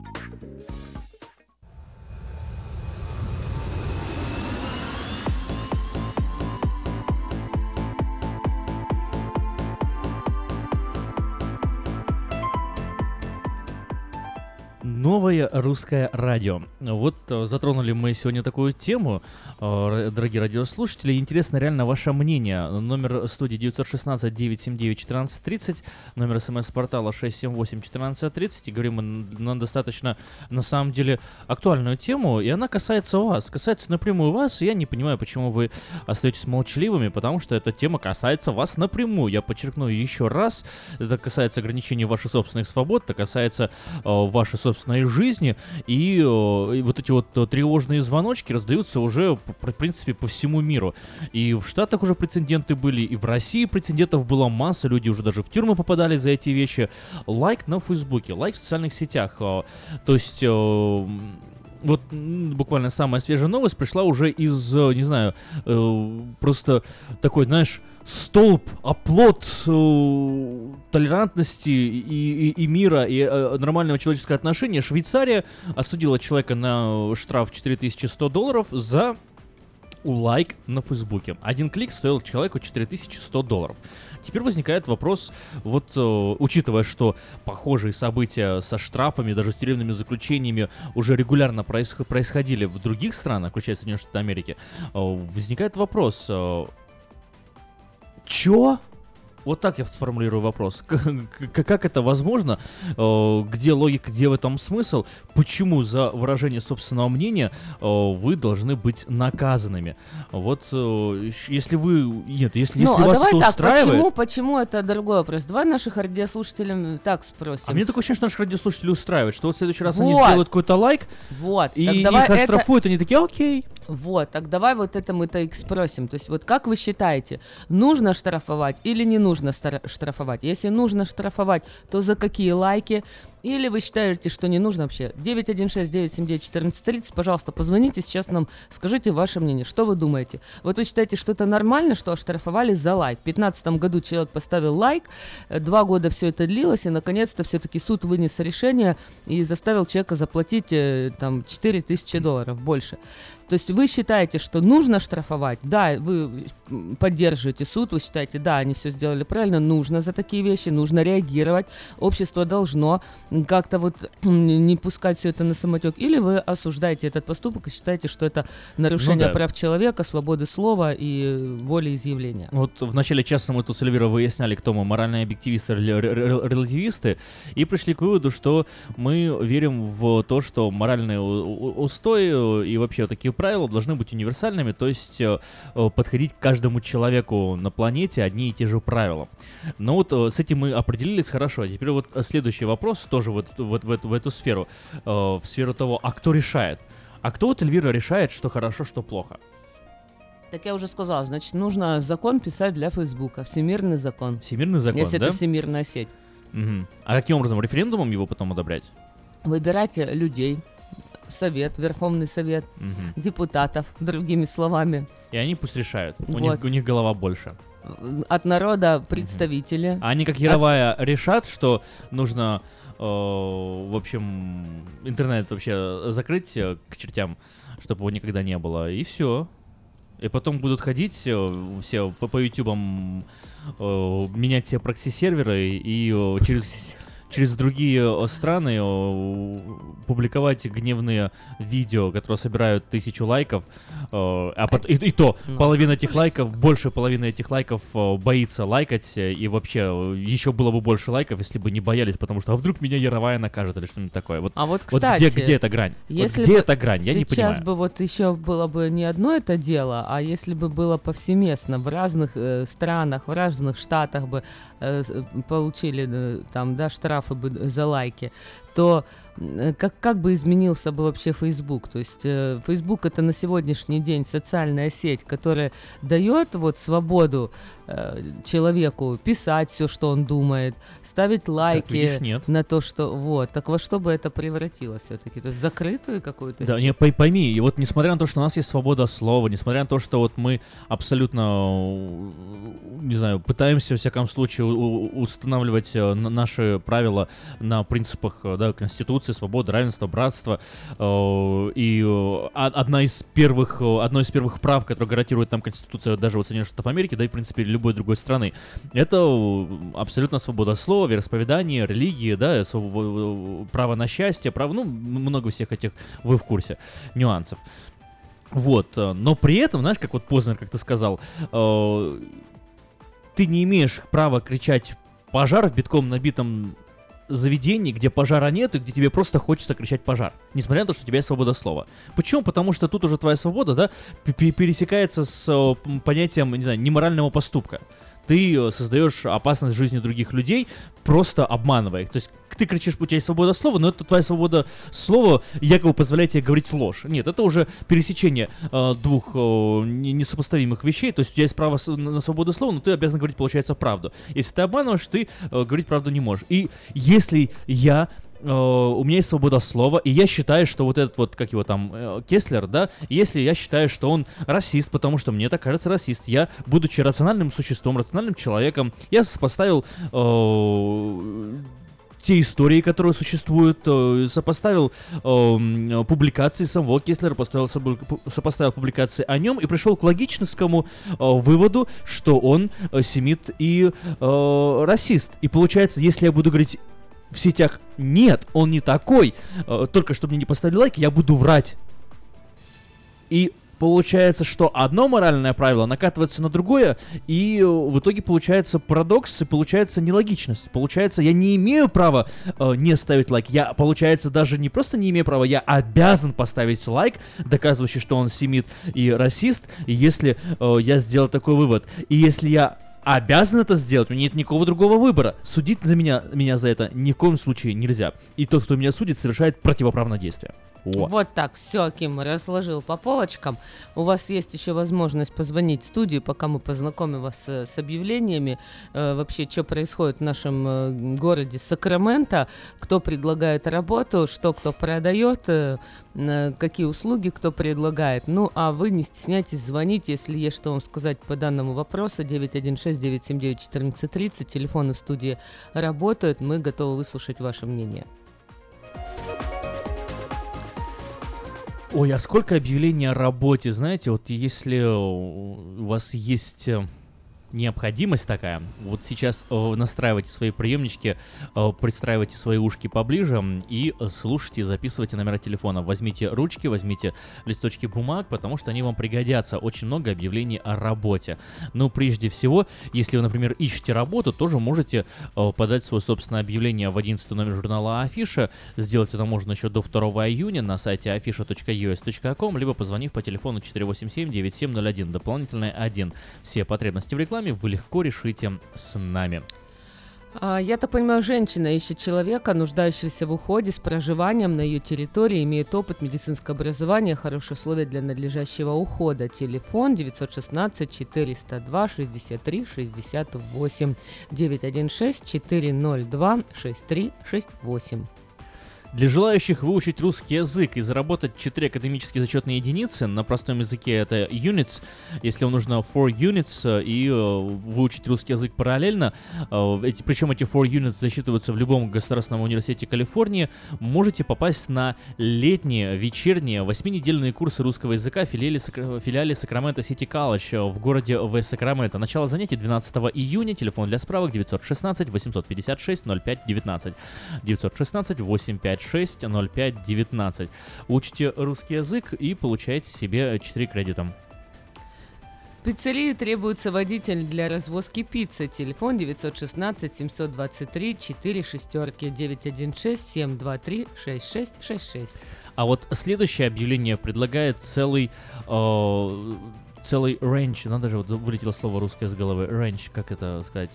S2: Новое русское радио. Вот э, затронули мы сегодня такую тему, э, дорогие радиослушатели. Интересно реально ваше мнение. Номер студии девять один шесть девять семь девять четырнадцать тридцать, номер смс-портала шесть семь восемь четырнадцать тридцать. И говорим мы на достаточно, на самом деле, актуальную тему, и она касается вас, касается напрямую вас, и я не понимаю, почему вы остаетесь молчаливыми, потому что эта тема касается вас напрямую. Я подчеркну еще раз, это касается ограничения ваших собственных свобод, это касается э, вашей собственной жизни, и, э, и вот эти вот э, тревожные звоночки раздаются уже, в принципе, по всему миру. И в Штатах уже прецеденты были, и в России прецедентов была масса, люди уже даже в тюрьмы попадали за эти вещи. Лайк на Фейсбуке, лайк в социальных сетях, э, то есть... Э, Вот буквально самая свежая новость пришла уже из, не знаю, э, просто такой, знаешь, столб, оплот э, толерантности и, и, и мира, и э, нормального человеческого отношения. Швейцария осудила человека на штраф четыре тысячи сто долларов за лайк на Фейсбуке. Один клик стоил человеку четыре тысячи сто долларов. Теперь возникает вопрос, вот э, учитывая, что похожие события со штрафами, даже с тюремными заключениями уже регулярно проис- происходили в других странах, включая Соединенные Штаты Америки, э, возникает вопрос, э, чё? Вот так я сформулирую вопрос. Как это возможно? Где логика, где в этом смысл? Почему за выражение собственного мнения вы должны быть наказанными? Вот если вы... Нет, если,
S3: ну,
S2: если
S3: а
S2: вас
S3: давай
S2: это
S3: так,
S2: устраивает...
S3: Почему, почему это другой вопрос? Давай наших радиослушателям так спросим.
S2: А мне такое ощущение, что наших радиослушателей устраивает, что вот в следующий раз
S3: вот.
S2: они сделают какой-то лайк,
S3: вот.
S2: и
S3: так давай
S2: их оштрафуют, это... они такие, окей.
S3: Вот, так давай вот это мы-то и спросим. То есть вот как вы считаете, нужно штрафовать или не нужно штрафовать? Если нужно штрафовать, то за какие лайки? Или вы считаете, что не нужно вообще? девять один шесть девять семь девять четырнадцать тридцать, пожалуйста, позвоните, сейчас нам скажите ваше мнение, что вы думаете? Вот вы считаете, что это нормально, что оштрафовали за лайк? В две тысячи пятнадцатом году человек поставил лайк, два года все это длилось, и наконец-то все-таки суд вынес решение и заставил человека заплатить там четыре тысячи долларов больше. То есть вы считаете, что нужно штрафовать? Да, вы поддерживаете суд, вы считаете, да, они все сделали правильно, нужно за такие вещи, нужно реагировать, общество должно как-то вот не пускать все это на самотек. Или вы осуждаете этот поступок и считаете, что это нарушение ну, да. прав человека, свободы слова и воли изъявления?
S2: Вот в начале часа мы тут с Эльвирой выясняли, кто мы, моральные объективисты или релятивисты, и пришли к выводу, что мы верим в то, что моральные устои и вообще такие правила должны быть универсальными, то есть э, подходить к каждому человеку на планете одни и те же правила. Но вот э, с этим мы определились хорошо. А теперь вот следующий вопрос тоже вот, вот в, эту, в эту сферу, э, в сферу того, а кто решает? А кто вот, Эльвира, решает, что хорошо, что плохо?
S3: Так я уже сказала, значит, нужно закон писать для Фейсбука, всемирный закон.
S2: Всемирный закон,
S3: если
S2: да?
S3: это всемирная сеть.
S2: Угу. А каким образом? Референдумом его потом одобрять?
S3: Выбирать людей. Совет, Верховный Совет, угу. депутатов, другими словами.
S2: И они пусть решают.
S3: Вот.
S2: У них, у них голова больше.
S3: От народа представители.
S2: Угу. А они как Яровая От... решат, что нужно, э, в общем, интернет вообще закрыть э, к чертям, чтобы его никогда не было, и все. И потом будут ходить э, все по, по ютубам, э, менять все прокси-серверы и э, через... через другие страны публиковать гневные видео, которые собирают тысячу лайков, а потом, и, и то ну, половина этих лайков, больше половины этих лайков боится лайкать, и вообще еще было бы больше лайков, если бы не боялись, потому что а вдруг меня Яровая накажет или что-нибудь такое. Вот,
S3: а вот, кстати,
S2: вот где, где эта грань?
S3: Если
S2: вот где
S3: бы
S2: эта грань? Я не понимаю.
S3: Сейчас бы вот еще было бы не одно это дело, а если бы было повсеместно в разных э, странах, в разных штатах бы э, получили э, там, да, штрафы бы за лайки, то как, как бы изменился бы вообще Facebook? То есть э, Facebook это на сегодняшний день социальная сеть, которая дает вот свободу э, человеку писать все, что он думает, ставить лайки
S2: видишь, нет.
S3: на то, что вот. Так во что бы это превратилось все-таки? То есть закрытую какую-то
S2: да,
S3: сеть?
S2: Не, пойми, и вот несмотря на то, что у нас есть свобода слова, несмотря на то, что вот мы абсолютно, не знаю, пытаемся, во всяком случае, у- устанавливать наши правила на принципах, да, да, Конституция, свобода, равенство, братство. Э, и э, одна из первых, э, одно из первых прав, которое гарантирует нам Конституция даже вот Соединенных Штатов Америки, да и, в принципе, любой другой страны, это абсолютно свобода слова, вероисповедания, религии, да, право на счастье, право, ну, много всех этих, вы в курсе, нюансов. Вот, но при этом, знаешь, как вот Познер как-то сказал, э, ты не имеешь права кричать «пожар» в битком набитом заведении, где пожара нет и где тебе просто хочется кричать «пожар», несмотря на то, что у тебя есть свобода слова. Почему? Потому что тут уже твоя свобода, да, пересекается с понятием, не знаю, неморального поступка. Ты создаешь опасность жизни других людей, просто обманывая их. То есть ты кричишь, у тебя есть свобода слова, но это твоя свобода слова якобы позволяет тебе говорить ложь. Нет, это уже пересечение э, двух э, несопоставимых вещей. То есть у тебя есть право на свободу слова, но ты обязан говорить, получается, правду. Если ты обманываешь, ты э, говорить правду не можешь. И если я... Uh, у меня есть свобода слова, и я считаю, что вот этот вот, как его там, uh, Кеслер, да, если я считаю, что он расист, потому что мне так кажется расист, я, будучи рациональным существом, рациональным человеком, я сопоставил uh, те истории, которые существуют, uh, сопоставил uh, публикации самого Кеслера, поставил, сопоставил публикации о нем и пришел к логическому uh, выводу, что он uh, семит и uh, расист. И получается, если я буду говорить в сетях «нет, он не такой», э, только чтобы мне не поставили лайк, я буду врать. И получается, что одно моральное правило накатывается на другое, и в итоге получается парадокс, и получается нелогичность. Получается, я не имею права э, не ставить лайк. Я, получается, даже не просто не имею права, я обязан поставить лайк, доказывающий, что он семит и расист, если э, я сделал такой вывод. И если я обязан это сделать, у меня нет никакого другого выбора. Судить за меня, меня за это ни в коем случае нельзя. И тот, кто меня судит, совершает противоправное действие. О.
S3: Вот так, все, Ким, разложил по полочкам. У вас есть еще возможность позвонить в студию, пока мы познакомим вас с, с объявлениями. Э, вообще, что происходит в нашем э, городе Сакраменто, кто предлагает работу, что кто продает, э, э, какие услуги кто предлагает. Ну, а вы не стесняйтесь звонить, если есть что вам сказать по данному вопросу. девять один шесть девять семь девять четырнадцать тридцать, телефоны в студии работают, мы готовы выслушать ваше мнение.
S2: Ой, а сколько объявлений о работе, знаете, вот если у вас есть необходимость такая, вот сейчас э, настраивайте свои приемнички, э, пристраивайте свои ушки поближе и слушайте, записывайте номера телефона. Возьмите ручки, возьмите листочки бумаг, потому что они вам пригодятся. Очень много объявлений о работе. Но прежде всего, если вы, например, ищете работу, тоже можете э, подать свое собственное объявление в одиннадцатый номер журнала Афиша. Сделать это можно еще до второго июня на сайте афиша точка ю эс точка ком, либо позвонив по телефону четыре восемь семь девять семь ноль один, дополнительное один. Все потребности в рекламе вы легко решите с нами.
S3: А, я так понимаю, женщина ищет человека, нуждающегося в уходе с проживанием на ее территории, имеет опыт, медицинское образование, хорошие условия для надлежащего ухода. Телефон девять один шесть четыреста два шестьдесят три шестьдесят восемь, девять один шесть четыреста два шесть три шесть восемь.
S2: Для желающих выучить русский язык и заработать четыре академические зачетные единицы, на простом языке это units, если вам нужно four units и э, выучить русский язык параллельно, э, эти, причем эти four units засчитываются в любом государственном университете Калифорнии, можете попасть на летние, вечерние, восьминедельные курсы русского языка в филиале, филиале Сакраменто Сити Колледж в городе Вест Сакраменто. Начало занятий двенадцатого июня, телефон для справок девять один шесть восемь пять шесть ноль пять один девять, девять один шесть восемь пять шесть ноль пять девятнадцать. Учите русский язык и получаете себе четыре кредита.
S3: В пиццерии требуется водитель для развозки пиццы. Телефон девять один шесть семь два три четыре шестерки, девять один шесть семь два три шесть шесть шесть шесть.
S2: А вот следующее объявление предлагает целый э, целый рейндж. Надо же, вот вылетело слово русское с головы. Рейндж, как это сказать?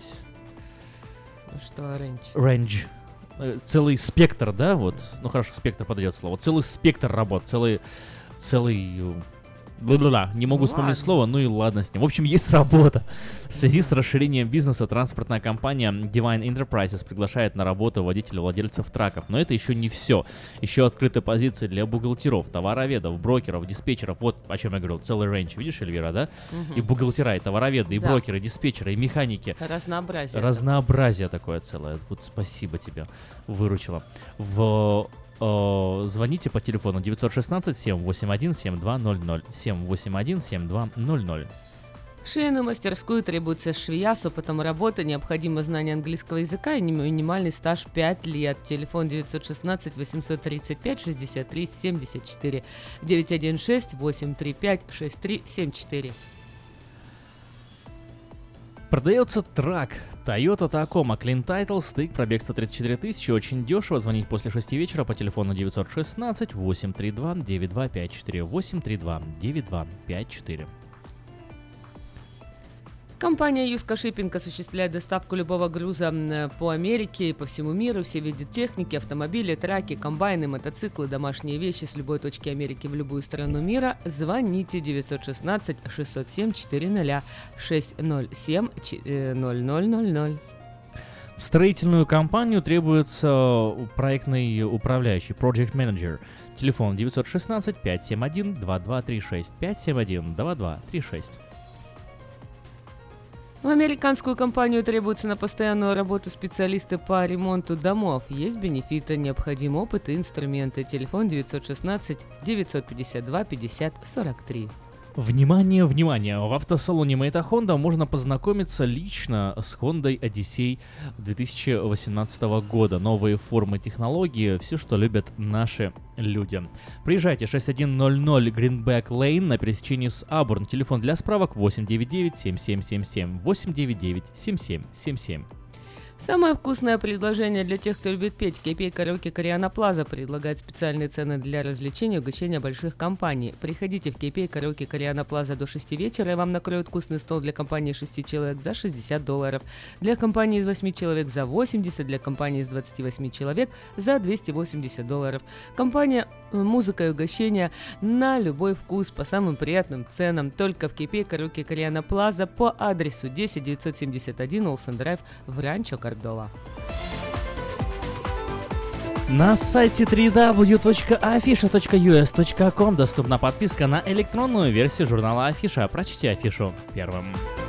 S3: Что рейндж?
S2: Рейндж. Целый спектр, да, вот, ну хорошо, спектр подойдет слово, целый спектр работ, целый, целый, Бла-бла-бла. Не могу вспомнить слово, ну и ладно с ним. В общем, есть работа. В связи с расширением бизнеса транспортная компания Divine Enterprises приглашает на работу водителей владельцев траков. Но это еще не все. Еще открыты позиции для бухгалтеров, товароведов, брокеров, диспетчеров. Вот о чем я говорил, целый рейндж. Видишь, Эльвира, да?
S3: Угу.
S2: И бухгалтера, и товароведы, и
S3: да.
S2: брокеры, и диспетчеры, и механики.
S3: Разнообразие.
S2: Разнообразие такое целое. Вот спасибо тебе, выручила. В... Звоните по телефону девять один шесть семь восемь один семь два ноль ноль. семь восемь один семь два ноль ноль.
S3: В швейную мастерскую требуется швея с опытом работы, необходимо знание английского языка и минимальный стаж пять лет. Телефон девять один шесть восемь три пять шесть три семь четыре, девять один шесть восемь три пять шесть три семь четыре.
S2: Продается трак Toyota Tacoma Clean Title, стык, пробег сто тридцать четыре тысячи, очень дешево. Звонить после шести вечера по телефону девять один шесть восемь три два девять два пять четыре, восемь три два девять два пять четыре.
S3: Компания Юска Шиппинг осуществляет доставку любого груза по Америке и по всему миру. Все виды техники, автомобили, траки, комбайны, мотоциклы, домашние вещи с любой точки Америки в любую страну мира. Звоните девять один шесть шестьсот семь четыреста шесть ноль семь ноль ноль ноль ноль.
S2: В строительную компанию требуется проектный управляющий, Project Manager. Телефон девять один шесть пять семь один два два три шесть, пять семь один два два три шесть.
S3: В американскую компанию требуются на постоянную работу специалисты по ремонту домов. Есть бенефиты, необходим опыт и инструменты. Телефон девять один шесть девять пять два пятьдесят сорок три.
S2: Внимание, внимание! В автосалоне Мэйта Honda можно познакомиться лично с Honda Odyssey две тысячи восемнадцатого года. Новые формы, технологии, все, что любят наши люди. Приезжайте, шесть тысяч сто Greenback Lane на пересечении с Абурн. Телефон для справок восемь девять девять семь семь семь семь, восемь девять девять семь семь семь семь.
S3: Самое вкусное предложение для тех, кто любит петь. кей пи эй Караоке Кориана Плаза предлагает специальные цены для развлечений и угощения больших компаний. Приходите в кей пи эй Караоке Кориана Плаза до шести вечера, и вам накроют вкусный стол для компании шести человек за шестьдесят долларов, для компании из восьми человек за восемьдесят, для компании из двадцати восьми человек за двести восемьдесят долларов. Компания музыка и угощения на любой вкус по самым приятным ценам. Только в кей пи эй Караоке Кориана Плаза по адресу десять девятьсот семьдесят один Олсен Драйв в Ранчо Кордова.
S2: На сайте дабл ю дабл ю дабл ю точка афиша точка ю эс точка ком доступна подписка на электронную версию журнала Афиша. Прочти афишу первым.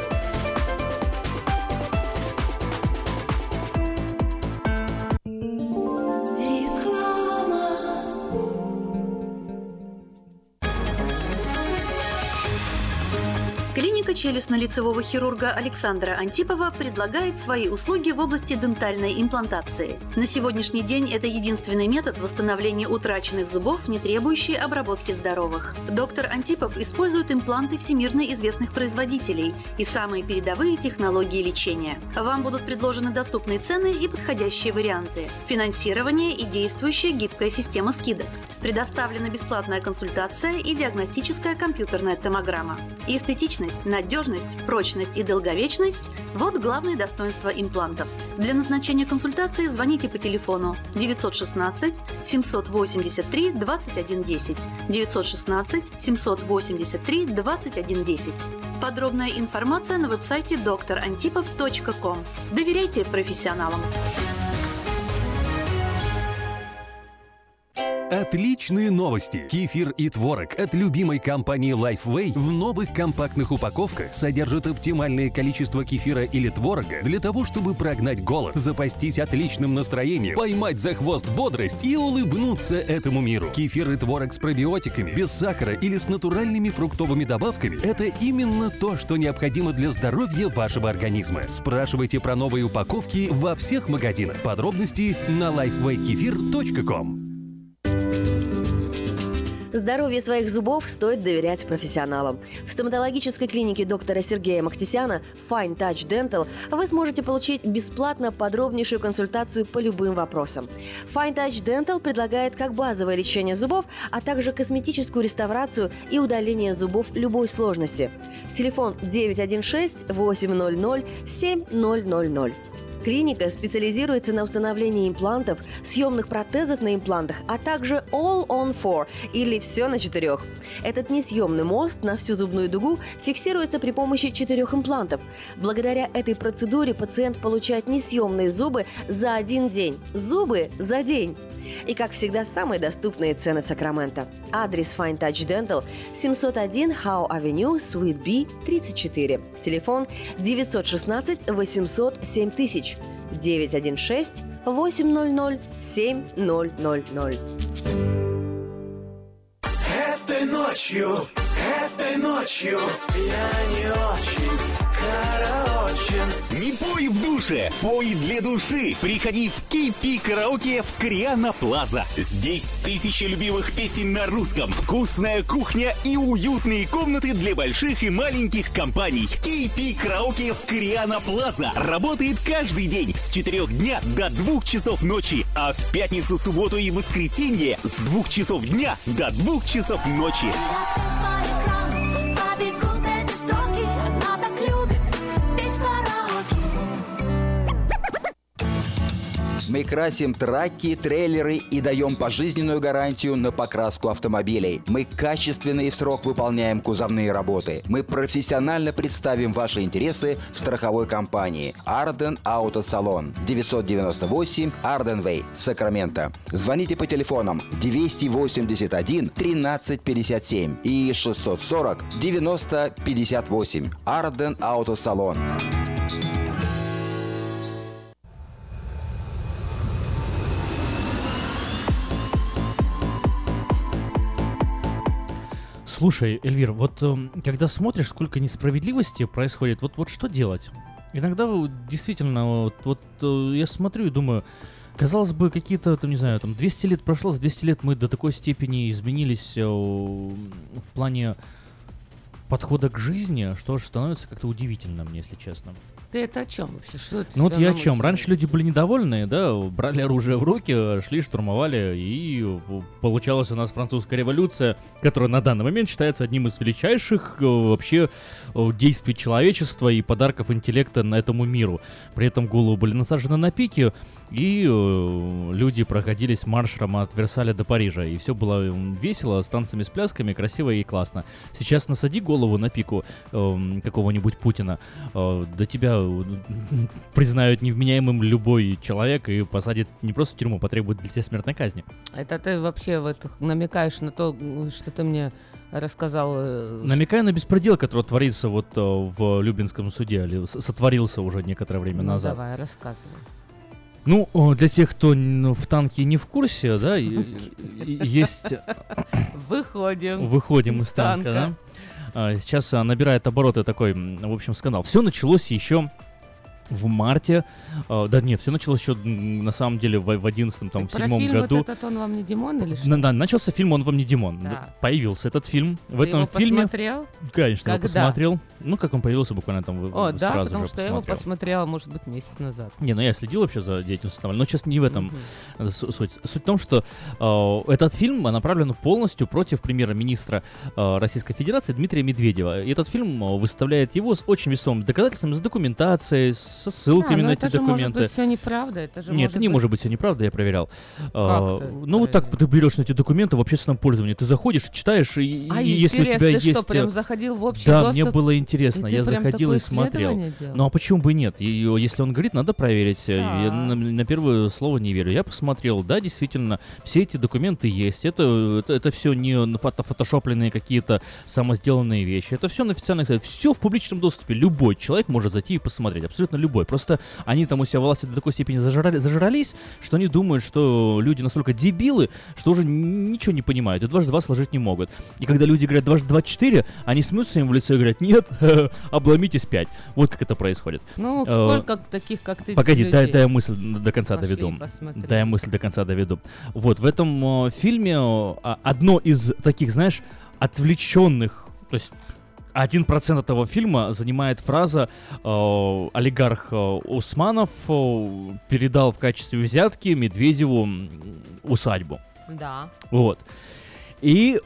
S1: Клиника челюстно-лицевого хирурга Александра Антипова предлагает свои услуги в области дентальной имплантации. На сегодняшний день это единственный метод восстановления утраченных зубов, не требующий обработки здоровых. Доктор Антипов использует импланты всемирно известных производителей и самые передовые технологии лечения. Вам будут предложены доступные цены и подходящие варианты. Финансирование и действующая гибкая система скидок. Предоставлена бесплатная консультация и диагностическая компьютерная томограмма. Эстетичность, надежность, прочность и долговечность – вот главные достоинства имплантов. Для назначения консультации звоните по телефону девять один шесть семь восемь три двадцать один десять, девять один шесть семь восемь три двадцать один десять. Подробная информация на веб-сайте доктор антипов точка ком. Доверяйте профессионалам.
S15: Отличные новости! Кефир и творог от любимой компании Lifeway в новых компактных упаковках содержат оптимальное количество кефира или творога для того, чтобы прогнать голод, запастись отличным настроением, поймать за хвост бодрость и улыбнуться этому миру. Кефир и творог с пробиотиками, без сахара или с натуральными фруктовыми добавками – это именно то, что необходимо для здоровья вашего организма. Спрашивайте про новые упаковки во всех магазинах. Подробности на лайфвей кефир точка ком.
S8: Здоровье своих зубов стоит доверять профессионалам. В стоматологической клинике доктора Сергея Махтисяна Fine Touch Dental вы сможете получить бесплатно подробнейшую консультацию по любым вопросам. Fine Touch Dental предлагает как базовое лечение зубов, а также косметическую реставрацию и удаление зубов любой сложности. Телефон девять один шесть восемь ноль ноль семь ноль ноль ноль. Клиника специализируется на установлении имплантов, съемных протезов на имплантах, а также All on Four или все на четырех. Этот несъемный мост на всю зубную дугу фиксируется при помощи четырех имплантов. Благодаря этой процедуре пациент получает несъемные зубы за один день. Зубы за день! И, как всегда, самые доступные цены в Сакраменто. Адрес Fine Touch Dental, семьсот один Howe Avenue, Suite B, тридцать четыре. Телефон девятьсот шестнадцать восемьсот семь тысяч, девятьсот шестнадцать восемьсот семь ноль ноль ноль.
S9: Этой ночью, этой ночью я не очень караочен.
S10: Не пой в душе, пой для души. Приходи в кей пи Караоке в Криана Плаза. Здесь тысячи любимых песен на русском, вкусная кухня и уютные комнаты для больших и маленьких компаний. кей пи Караоке в Криана Плаза работает каждый день с четырёх дня до двух часов ночи, а в пятницу, субботу и воскресенье с двух часов дня до двух часов ночи.
S17: Мы красим траки, трейлеры и даем пожизненную гарантию на покраску автомобилей. Мы качественно и в срок выполняем кузовные работы. Мы профессионально представим ваши интересы в страховой компании Арден Auto Salon, девятьсот девяносто восемь Арден Way, Сакраменто. Звоните по телефонам двести восемьдесят один тринадцать пятьдесят семь и шестьсот сорок девяносто пятьдесят восемь. Арден Auto Salon.
S2: Слушай, Эльвир, вот э, когда смотришь, сколько несправедливости происходит, вот, вот что делать? Иногда действительно, вот, вот э, я смотрю и думаю, казалось бы, какие-то, там, не знаю, там двести лет прошло, за двести лет мы до такой степени изменились э, в плане подхода к жизни, что аж становится как-то удивительно мне, если честно.
S3: Ты это о чем вообще? Что это
S2: Ну вот я о чем?
S3: мысли?
S2: Раньше люди были недовольны, да, брали оружие в руки, шли, штурмовали, и получалась у нас французская революция, которая на данный момент считается одним из величайших вообще действий человечества и подарков интеллекта на этому миру. При этом головы были насажены на пике, и люди проходились маршем от Версаля до Парижа, и все было весело, с танцами, с плясками, красиво и классно. Сейчас насади голову на пику э, какого-нибудь Путина, э, до тебя признают невменяемым любой человек и посадят не просто в тюрьму, потребуют для тебя смертной казни.
S3: Это ты вообще в это намекаешь на то, что ты мне рассказал?
S2: Намекаю на беспредел, который творится вот в Люблинском суде, или сотворился уже некоторое время
S3: ну,
S2: назад.
S3: Давай, рассказывай.
S2: Ну, для тех, кто в танке не в курсе, да, есть...
S3: Выходим.
S2: Выходим из танка, да. Сейчас набирает обороты такой, в общем, скандал. Все началось еще в марте. Да нет, все началось еще на самом деле в одиннадцатом, там, в седьмом
S3: фильм
S2: году.
S3: Вот этот «Он вам не Димон» или что?
S2: Да, начался фильм «Он вам не Димон».
S3: Да.
S2: Появился этот фильм.
S3: Ты
S2: в этом
S3: его
S2: фильме...
S3: посмотрел?
S2: Конечно,
S3: Когда?
S2: я посмотрел. Ну, как он появился, буквально там
S3: О,
S2: сразу
S3: да,
S2: же
S3: потому что
S2: посмотрел.
S3: я его посмотрела, может быть, месяц назад.
S2: Не, ну я следил вообще за деятельностью Навального, но сейчас не в этом
S3: Мгм.
S2: суть. Суть в том, что э, этот фильм направлен полностью против премьер-министра э, Российской Федерации Дмитрия Медведева. И этот фильм э, выставляет его с очень весомыми доказательствами, с документацией, со ссылками
S3: А,
S2: на
S3: но
S2: эти
S3: это же
S2: документы.
S3: может быть все неправда, это же
S2: Нет,
S3: может
S2: это не
S3: быть...
S2: может быть все неправда, я проверял.
S3: Как
S2: А,
S3: ты
S2: ну вот так ты берешь эти документы в общественном пользовании, ты заходишь, читаешь, и,
S3: А
S2: и
S3: и
S2: если
S3: серьез,
S2: у тебя
S3: ты
S2: есть...
S3: что, прям заходил в общий
S2: Да,
S3: доступ?
S2: мне было интересно,
S3: И ты
S2: я
S3: прям
S2: заходил
S3: такое
S2: и смотрел.
S3: исследование делал?
S2: Ну а почему бы и нет? И, если он говорит, надо проверить.
S3: Да.
S2: Я на, на первое слово не верю. Я посмотрел, да, действительно, все эти документы есть. Это, это, это все не фото фотошопленные какие-то самосделанные вещи. Это все на официальных сайтах. Все в публичном доступе. Любой человек может зайти и посмотреть. Абсолютно любой. Просто они там у себя власти до такой степени зажрали, зажрались, что они думают, что люди настолько дебилы, что уже ничего не понимают. И дважды два сложить не могут. И когда люди говорят дважды два четыре, они смеются им в лицо и говорят, нет, обломитесь пять. Вот как это происходит.
S3: Ну,
S2: Э,
S3: сколько таких, как ты,
S2: Погоди, дай,
S3: людей?
S2: дай я мысль до конца
S3: Пошли,
S2: доведу.
S3: посмотрим.
S2: Дай я мысль до конца доведу. Вот, в этом э, фильме э, одно из таких, знаешь, отвлеченных, то есть один процент этого фильма занимает фраза э, олигарх э, Усманов э, передал в качестве взятки Медведеву м, усадьбу.
S3: Да.
S2: Вот. И э,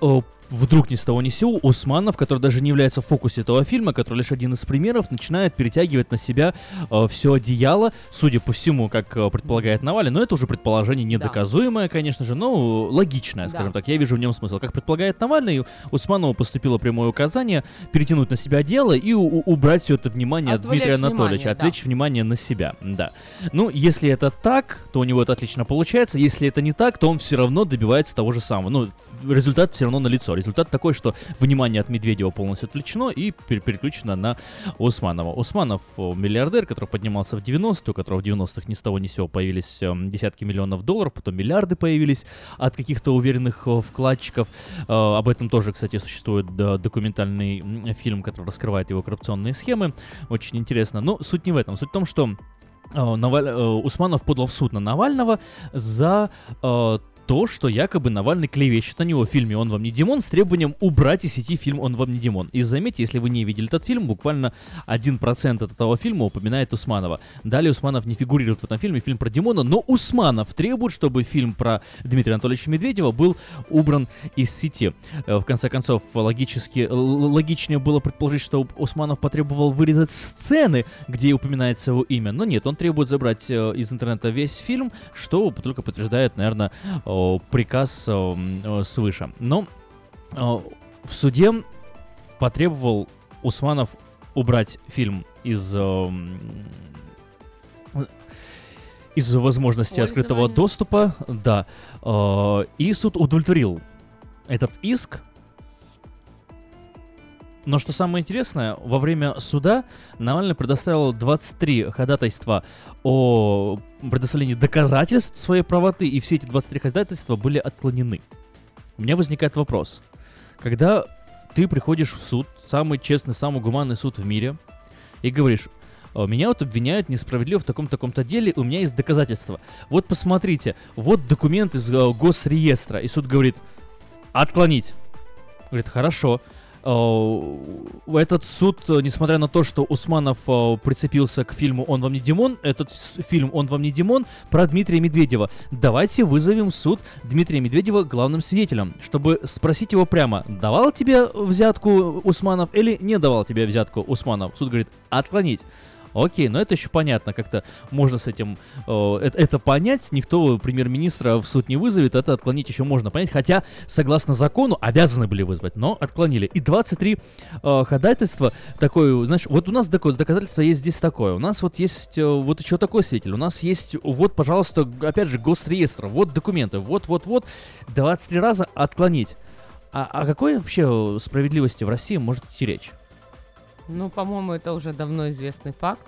S2: вдруг ни с того ни с сего Усманов, который даже не является в фокусе этого фильма, который лишь один из примеров, начинает перетягивать на себя э, все одеяло, судя по всему, как э, предполагает Навальный, но это уже предположение недоказуемое, конечно же, но логичное, скажем
S3: Да.
S2: так, я вижу в нем смысл. Как предполагает Навальный, Усманову поступило прямое указание перетянуть на себя одеяло и у- убрать все это внимание от
S3: Отвлечь
S2: Дмитрия Анатольевича,
S3: внимание, да.
S2: отвлечь внимание на себя, да. Ну, если это так, то у него это отлично получается, если это не так, то он все равно добивается того же самого, ну, результат все равно налицо. Результат такой, что внимание от Медведева полностью отвлечено и пер- переключено на Усманова. Усманов о, миллиардер, который поднимался в девяностые, у которого в девяностых ни с того ни с сего появились э, десятки миллионов долларов, потом миллиарды появились от каких-то уверенных э, вкладчиков. Э, об этом тоже, кстати, существует да, документальный м, фильм, который раскрывает его коррупционные схемы. Очень интересно. Но суть не в этом. Суть в том, что э, Наваль- э, Усманов подал в суд на Навального за э, то, что якобы Навальный клевещет на него в фильме «Он вам не Димон» с требованием убрать из сети фильм «Он вам не Димон». И заметьте, если вы не видели этот фильм, буквально один процент от этого фильма упоминает Усманова. Далее Усманов не фигурирует в этом фильме, фильм про Димона, но Усманов требует, чтобы фильм про Дмитрия Анатольевича Медведева был убран из сети. Э, В конце концов, логически, л- логичнее было предположить, что Усманов потребовал вырезать сцены, где упоминается его имя, но нет, он требует забрать э, из интернета весь фильм, что только подтверждает, наверное, приказ э, э, свыше. Но э, в суде потребовал Усманов убрать фильм из э, из возможности открытого доступа, да, э, и суд удовлетворил этот иск. Но что самое интересное, во время суда Навальный предоставил двадцать три ходатайства о предоставлении доказательств своей правоты, и все эти двадцать три ходатайства были отклонены. У меня возникает вопрос. Когда ты приходишь в суд, самый честный, самый гуманный суд в мире, и говоришь: меня вот обвиняют несправедливо в таком-таком-то деле, у меня есть доказательства. Вот посмотрите, вот документ из э, госреестра. И суд говорит: отклонить. Говорит: хорошо. Этот суд, несмотря на то, что Усманов э, прицепился к фильму «Он вам не Димон», этот с- фильм «Он вам не Димон» про Дмитрия Медведева. Давайте вызовем в суд Дмитрия Медведева главным свидетелем, чтобы спросить его прямо: давал тебе взятку Усманов или не давал тебе взятку Усманов? Суд говорит: отклонить. Окей, но это еще понятно, как-то можно с этим э, это, это понять, никто премьер-министра в суд не вызовет, это отклонить еще можно понять, хотя, согласно закону, обязаны были вызвать, но отклонили. И двадцать три э, ходатайства, такое, знаешь, вот у нас такое доказательство есть здесь такое, у нас вот есть э, вот еще такой свидетель, у нас есть, вот, пожалуйста, опять же, госреестр, вот документы, вот-вот-вот, двадцать три раза отклонить. А о какой вообще справедливости в России может идти речь?
S3: Ну, по-моему, это уже давно известный факт.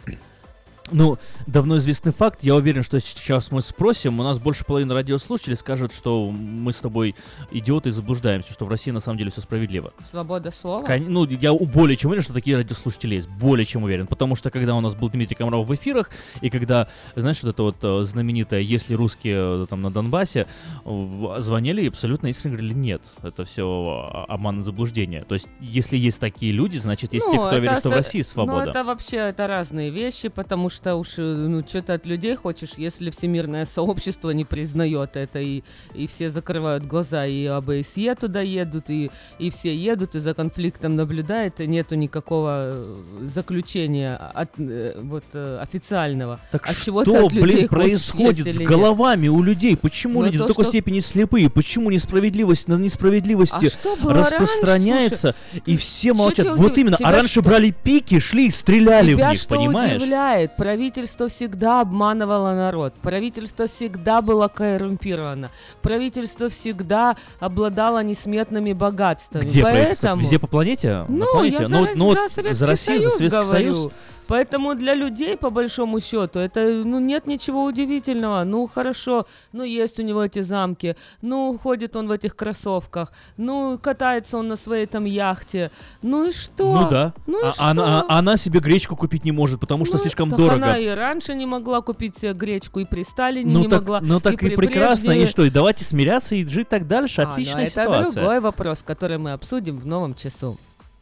S2: Ну, давно известный факт. Я уверен, что сейчас мы спросим, у нас больше половины радиослушателей скажут, что мы с тобой идиоты и заблуждаемся, что в России на самом деле все справедливо.
S3: Свобода слова?
S2: Кон- Ну, я у- более чем уверен, что такие радиослушатели есть. Более чем уверен. Потому что, когда у нас был Дмитрий Комаров в эфирах, и когда, знаешь, вот это вот э, знаменитое «Если русские э, там на Донбассе», э, звонили и абсолютно искренне говорили: нет, это все обман и заблуждение. То есть, если есть такие люди, значит, есть
S3: Ну,
S2: те, кто
S3: это
S2: верит, что в
S3: со-
S2: России свобода.
S3: Ну, это вообще это разные вещи, потому что уж, ну, что ты от людей хочешь, если всемирное сообщество не признает это, и, и все закрывают глаза, и ОБСЕ туда едут, и, и все едут, и за конфликтом наблюдают, и нету никакого э, заключения от, э, вот, э, официального.
S2: Так
S3: от
S2: что,
S3: чего ты от людей
S2: блин,
S3: хочешь,
S2: происходит
S3: есть
S2: с
S3: или нет?
S2: головами у людей? Почему
S3: Но
S2: люди
S3: то,
S2: до такой
S3: что-
S2: степени слепые? Почему несправедливость на несправедливости
S3: А что было
S2: распространяется,
S3: раньше?
S2: и все молчат?
S3: тебя
S2: Вот
S3: удив-
S2: именно,
S3: тебя
S2: а раньше
S3: что-
S2: брали пики, шли и стреляли
S3: Тебя
S2: в них,
S3: что
S2: понимаешь?
S3: удивляет? Правительство всегда обманывало народ. Правительство всегда было коррумпировано. Правительство всегда обладало несметными богатствами.
S2: Где правительство?
S3: Поэтому...
S2: Везде по планете? На
S3: Ну,
S2: планете?
S3: я за,
S2: Ну, ну,
S3: за
S2: вот
S3: Советский
S2: за Россию,
S3: Союз
S2: за Советский
S3: говорю.
S2: Союз?
S3: Поэтому для людей, по большому счету, это, ну, нет ничего удивительного. Ну, хорошо, ну, есть у него эти замки, ну, ходит он в этих кроссовках, ну, катается он на своей там яхте, ну и что?
S2: Ну да.
S3: Ну и
S2: а,
S3: что?
S2: она, а она себе гречку купить не может, потому что
S3: Ну,
S2: слишком
S3: так
S2: дорого.
S3: она и раньше не могла купить себе гречку, и при Сталине
S2: Ну
S3: не
S2: так,
S3: могла.
S2: ну так и,
S3: при
S2: прекрасно,
S3: Брежневе.
S2: и что, и давайте смиряться и жить так дальше,
S3: А, ну,
S2: отличная
S3: это
S2: ситуация.
S3: другой вопрос, который мы обсудим в новом часу.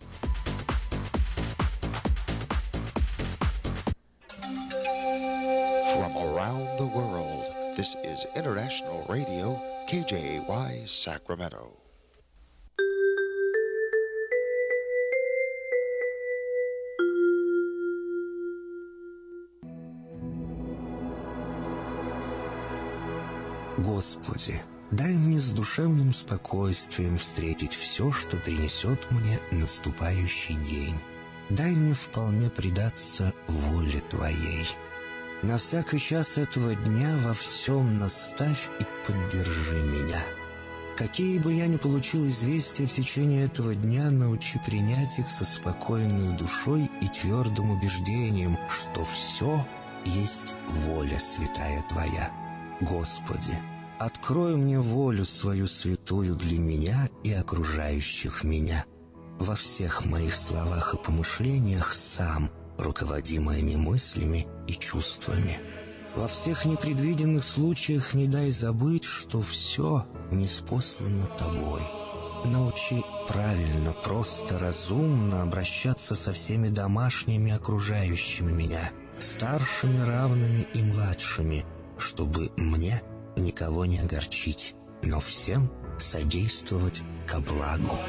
S5: From around the world, this is International Radio, K J A Y Sacramento.
S11: Господи, дай мне с душевным спокойствием встретить все, что принесет мне наступающий день. Дай мне вполне предаться воле Твоей. На всякий час этого дня во всем наставь и поддержи меня. Какие бы я ни получил известия в течение этого дня, научи принять их со спокойной душой и твердым убеждением, что все есть воля святая Твоя. Господи, открой мне волю свою святую для меня и окружающих меня. Во всех моих словах и помышлениях сам, руководи моими мыслями и чувствами. Во всех непредвиденных случаях не дай забыть, что все ниспослано Тобой. Научи правильно, просто, разумно обращаться со всеми домашними, окружающими меня, старшими, равными и младшими, чтобы мне никого не огорчить, но всем содействовать ко благу.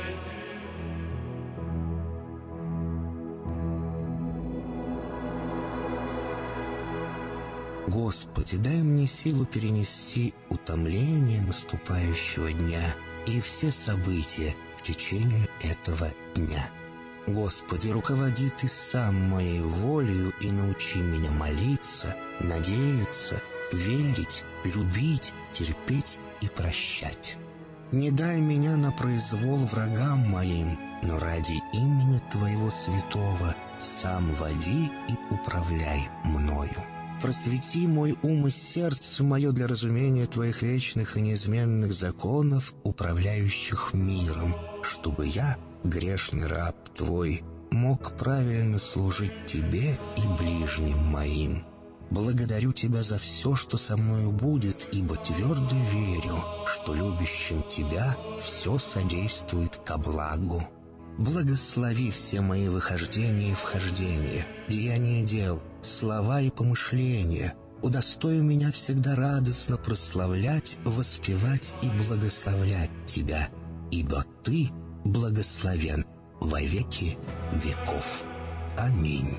S11: Господи, дай мне силу перенести утомление наступающего дня и все события в течение этого дня. Господи, руководи Ты сам моей волею и научи меня молиться, надеяться, верить, любить, терпеть и прощать. Не дай меня на произвол врагам моим, но ради имени Твоего святого сам води и управляй мною. Просвети мой ум и сердце мое для разумения Твоих вечных и неизменных законов, управляющих миром, чтобы я, грешный раб Твой, мог правильно служить Тебе и ближним моим. Благодарю Тебя за все, что со мною будет, ибо твердо верю, что любящим Тебя все содействует ко благу. Благослови все мои выхождения и вхождения, деяния дел, слова и помышления. Удостой меня всегда радостно прославлять, воспевать и благословлять Тебя, ибо Ты благословен во веки веков. Аминь.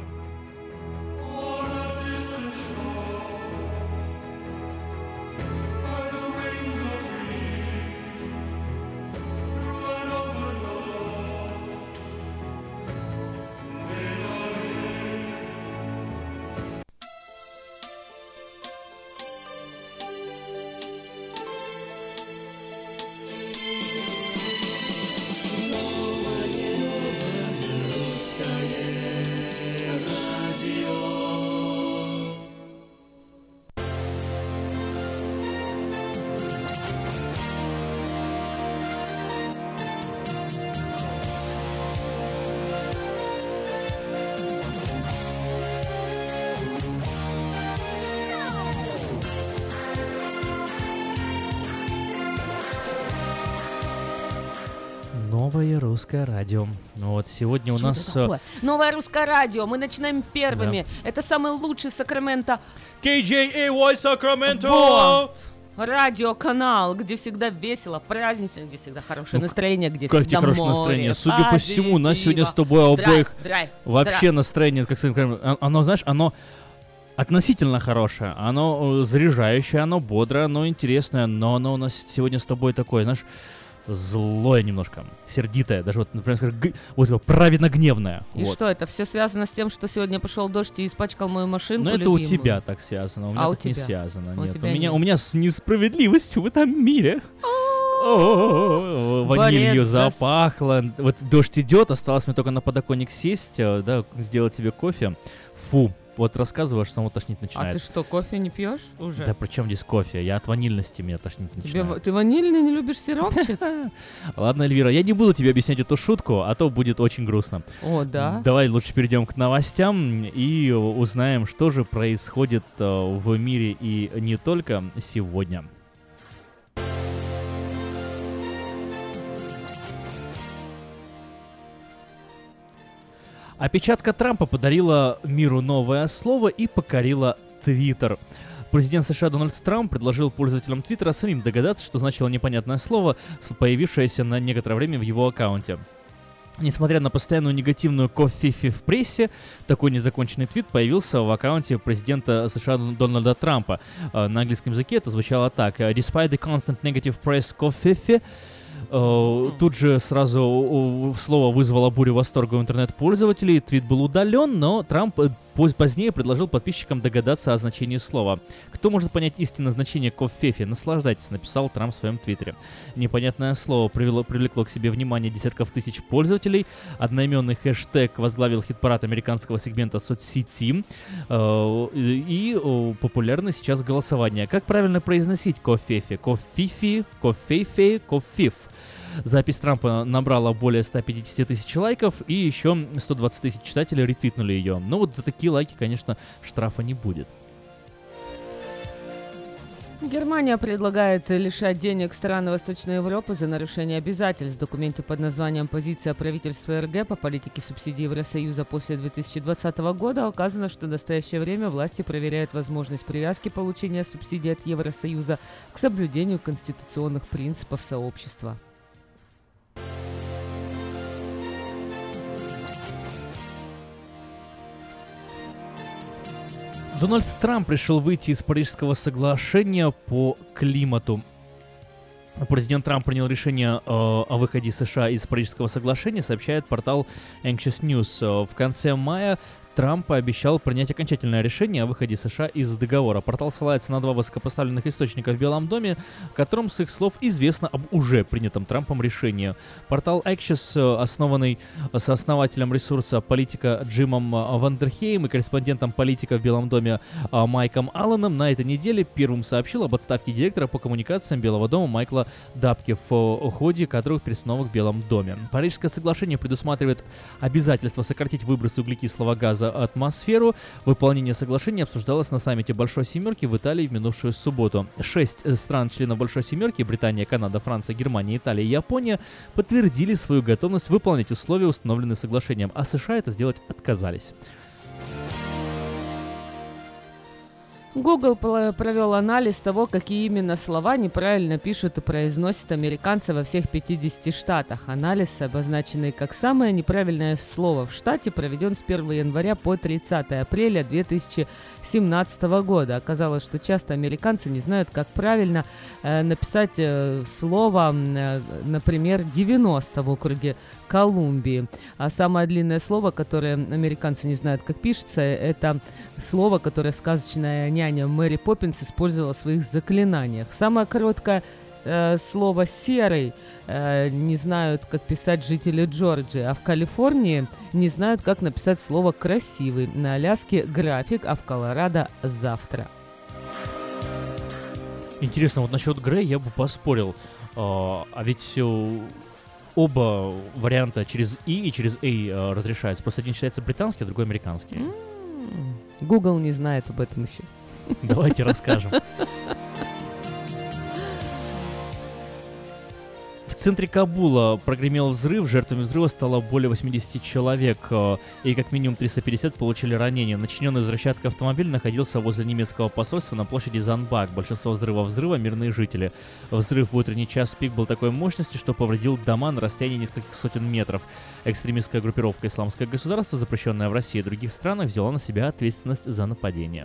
S2: Новое русское радио. Вот сегодня у
S3: Что
S2: нас...
S3: это такое? Новое русское радио. Мы начинаем первыми. Да. Это самый лучший Сакраменто.
S2: кей джей эй уай Сакраменто!
S3: Вот. Радиоканал, где всегда весело, празднично, где всегда хорошее ну, настроение, где
S2: как
S3: всегда
S2: хорошее
S3: море,
S2: настроение. Судя
S3: позитива.
S2: по всему, у нас сегодня с тобой обоих
S3: драйв,
S2: вообще
S3: драйв.
S2: настроение, как сказать, оно, знаешь, оно относительно хорошее, оно заряжающее, оно бодрое, оно интересное, но оно у нас сегодня с тобой такое, знаешь, злое немножко, сердитое, даже вот, например, скажем, г- вот праведно гневное.
S3: И
S2: вот.
S3: что, это все связано с тем, что сегодня пошел дождь и испачкал мою машинку
S2: Ну это
S3: любимую?
S2: у тебя так связано, у меня
S3: а
S2: так
S3: у
S2: не
S3: тебя?
S2: связано.
S3: У
S2: Нет, у
S3: тебя
S2: меня,
S3: нет.
S2: у меня с несправедливостью в этом мире. Ванилью запахло. Вот дождь идет, осталось мне только на подоконник сесть, да, сделать тебе кофе. Фу. Вот рассказываешь, само тошнить начинает.
S3: А ты что, кофе не пьешь уже?
S2: Да при чем здесь кофе? Я от ванильности меня тошнить начинает.
S3: Тебе, ты ванильный не любишь сиропчик?
S2: Ладно, Эльвира, я не буду тебе объяснять эту шутку, а то будет очень грустно.
S3: О, да?
S2: Давай лучше перейдем к новостям и узнаем, что же происходит в мире и не только сегодня. Опечатка Трампа подарила миру новое слово и покорила Твиттер. Президент США Дональд Трамп предложил пользователям Твиттера самим догадаться, что значило непонятное слово, появившееся на некоторое время в его аккаунте. Несмотря на постоянную негативную коффифи в прессе, такой незаконченный твит появился в аккаунте президента США Дональда Трампа. На английском языке это звучало так: «Despite the constant negative press коффифи», тут же сразу слово вызвало бурю восторга у интернет-пользователей. Твит был удален, но Трамп позднее предложил подписчикам догадаться о значении слова. «Кто может понять истинное значение коффифи? Наслаждайтесь», написал Трамп в своем твиттере. Непонятное слово привело, привлекло к себе внимание десятков тысяч пользователей. Одноименный хэштег возглавил хит-парад американского сегмента соцсети. И популярно сейчас голосование. Как правильно произносить коффифи? Коффифи, коффифи, коффиф. Запись Трампа набрала более ста пятидесяти тысяч лайков, и еще сто двадцать тысяч читателей ретвитнули ее. Но вот за такие лайки, конечно, штрафа не будет.
S3: Германия предлагает лишать денег страны Восточной Европы за нарушение обязательств. В документе под названием «Позиция правительства РГ по политике субсидий Евросоюза после две тысячи двадцатого года» указано, что в настоящее время власти проверяют возможность привязки получения субсидий от Евросоюза к соблюдению конституционных принципов сообщества.
S2: Дональд Трамп решил выйти из Парижского соглашения по климату. Президент Трамп принял решение э, о выходе США из Парижского соглашения, сообщает портал Anxious News. В конце мая Трамп пообещал принять окончательное решение о выходе США из договора. Портал ссылается на два высокопоставленных источника в Белом доме, которым, с их слов, известно об уже принятом Трампом решении. Портал Axios, основанный сооснователем ресурса политика Джимом Вандерхейм и корреспондентом политика в Белом доме Майком Алленом, на этой неделе первым сообщил об отставке директора по коммуникациям Белого дома Майкла Дапки, в ходе кадровых перестановок в Белом доме. Парижское соглашение предусматривает обязательство сократить выбросы углекислого газа в атмосферу. Выполнение соглашения обсуждалось на саммите Большой Семерки в Италии в минувшую субботу. Шесть стран-членов Большой Семерки — Британия, Канада, Франция, Германия, Италия и Япония — подтвердили свою готовность выполнить условия, установленные соглашением, а США это сделать отказались.
S3: Google провел анализ того, какие именно слова неправильно пишут и произносят американцы во всех пятидесяти штатах. Анализ, обозначенный как самое неправильное слово в штате, проведен с первого января по тридцатое апреля две тысячи семнадцатого года. Оказалось, что часто американцы не знают, как правильно э, написать э, слово, э, например, девяносто в округе Колумбии. А самое длинное слово, которое американцы не знают, как пишется, это слово, которое сказочная няня Мэри Поппинс использовала в своих заклинаниях. Самое короткое э, слово «серый» э, не знают, как писать жители Джорджии, а в Калифорнии не знают, как написать слово «красивый». На Аляске «график», а в Колорадо «завтра».
S2: Интересно, вот насчет Грей я бы поспорил. А, а ведь все... Оба варианта через «и» и через «эй» э, разрешаются. Просто один считается британский, а другой американский.
S3: Mm-hmm. Google не знает об этом еще.
S2: Давайте расскажем. В центре Кабула прогремел взрыв, жертвами взрыва стало более восьмидесяти человек, и как минимум триста пятьдесят получили ранения. Начиненный взрывчаткой автомобиль находился возле немецкого посольства на площади Занбак. Большинство взрывов взрыва — мирные жители. Взрыв в утренний час пик был такой мощности, что повредил дома на расстоянии нескольких сотен метров. Экстремистская группировка «Исламское государство», запрещенная в России и других странах, взяла на себя ответственность за нападение.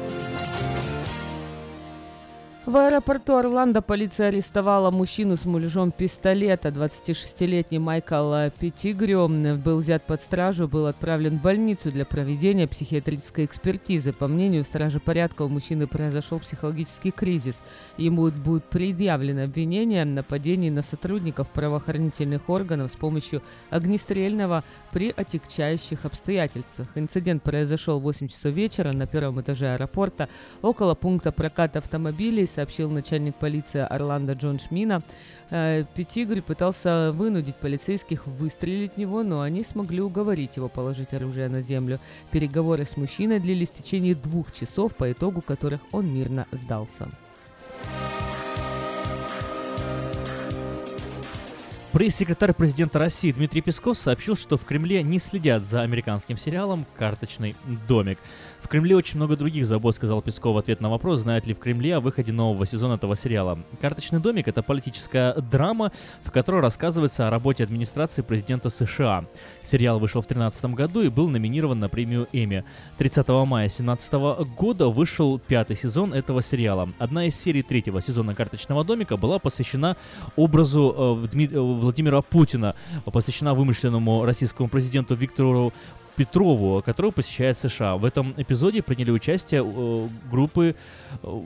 S3: В аэропорту Орландо полиция арестовала мужчину с муляжом пистолета. двадцатишестилетний Майкл Петтигрю был взят под стражу, был отправлен в больницу для проведения психиатрической экспертизы. По мнению стражи порядка, у мужчины произошел психологический кризис. Ему будет предъявлено обвинение в нападении на сотрудников правоохранительных органов с помощью огнестрельного при отягчающих обстоятельствах. Инцидент произошел в восемь часов вечера на первом этаже аэропорта около пункта проката автомобилей, сообщил начальник полиции Орландо Джон Шмина. Петтигрю пытался вынудить полицейских выстрелить в него, но они смогли уговорить его положить оружие на землю. Переговоры с мужчиной длились в течение двух часов, по итогу которых он мирно сдался.
S2: Пресс-секретарь президента России Дмитрий Песков сообщил, что в Кремле не следят за американским сериалом «Карточный домик». В Кремле очень много других забот, сказал Песков в ответ на вопрос, знают ли в Кремле о выходе нового сезона этого сериала. «Карточный домик» — это политическая драма, в которой рассказывается о работе администрации президента США. Сериал вышел в две тысячи тринадцатом году и был номинирован на премию Эмми. тридцатого мая две тысячи семнадцатого года вышел пятый сезон этого сериала. Одна из серий третьего сезона «Карточного домика» была посвящена образу э, Дми... Владимира Путина, посвящена вымышленному российскому президенту Виктору Петрову, который посещает США. В этом эпизоде приняли участие э, группы э,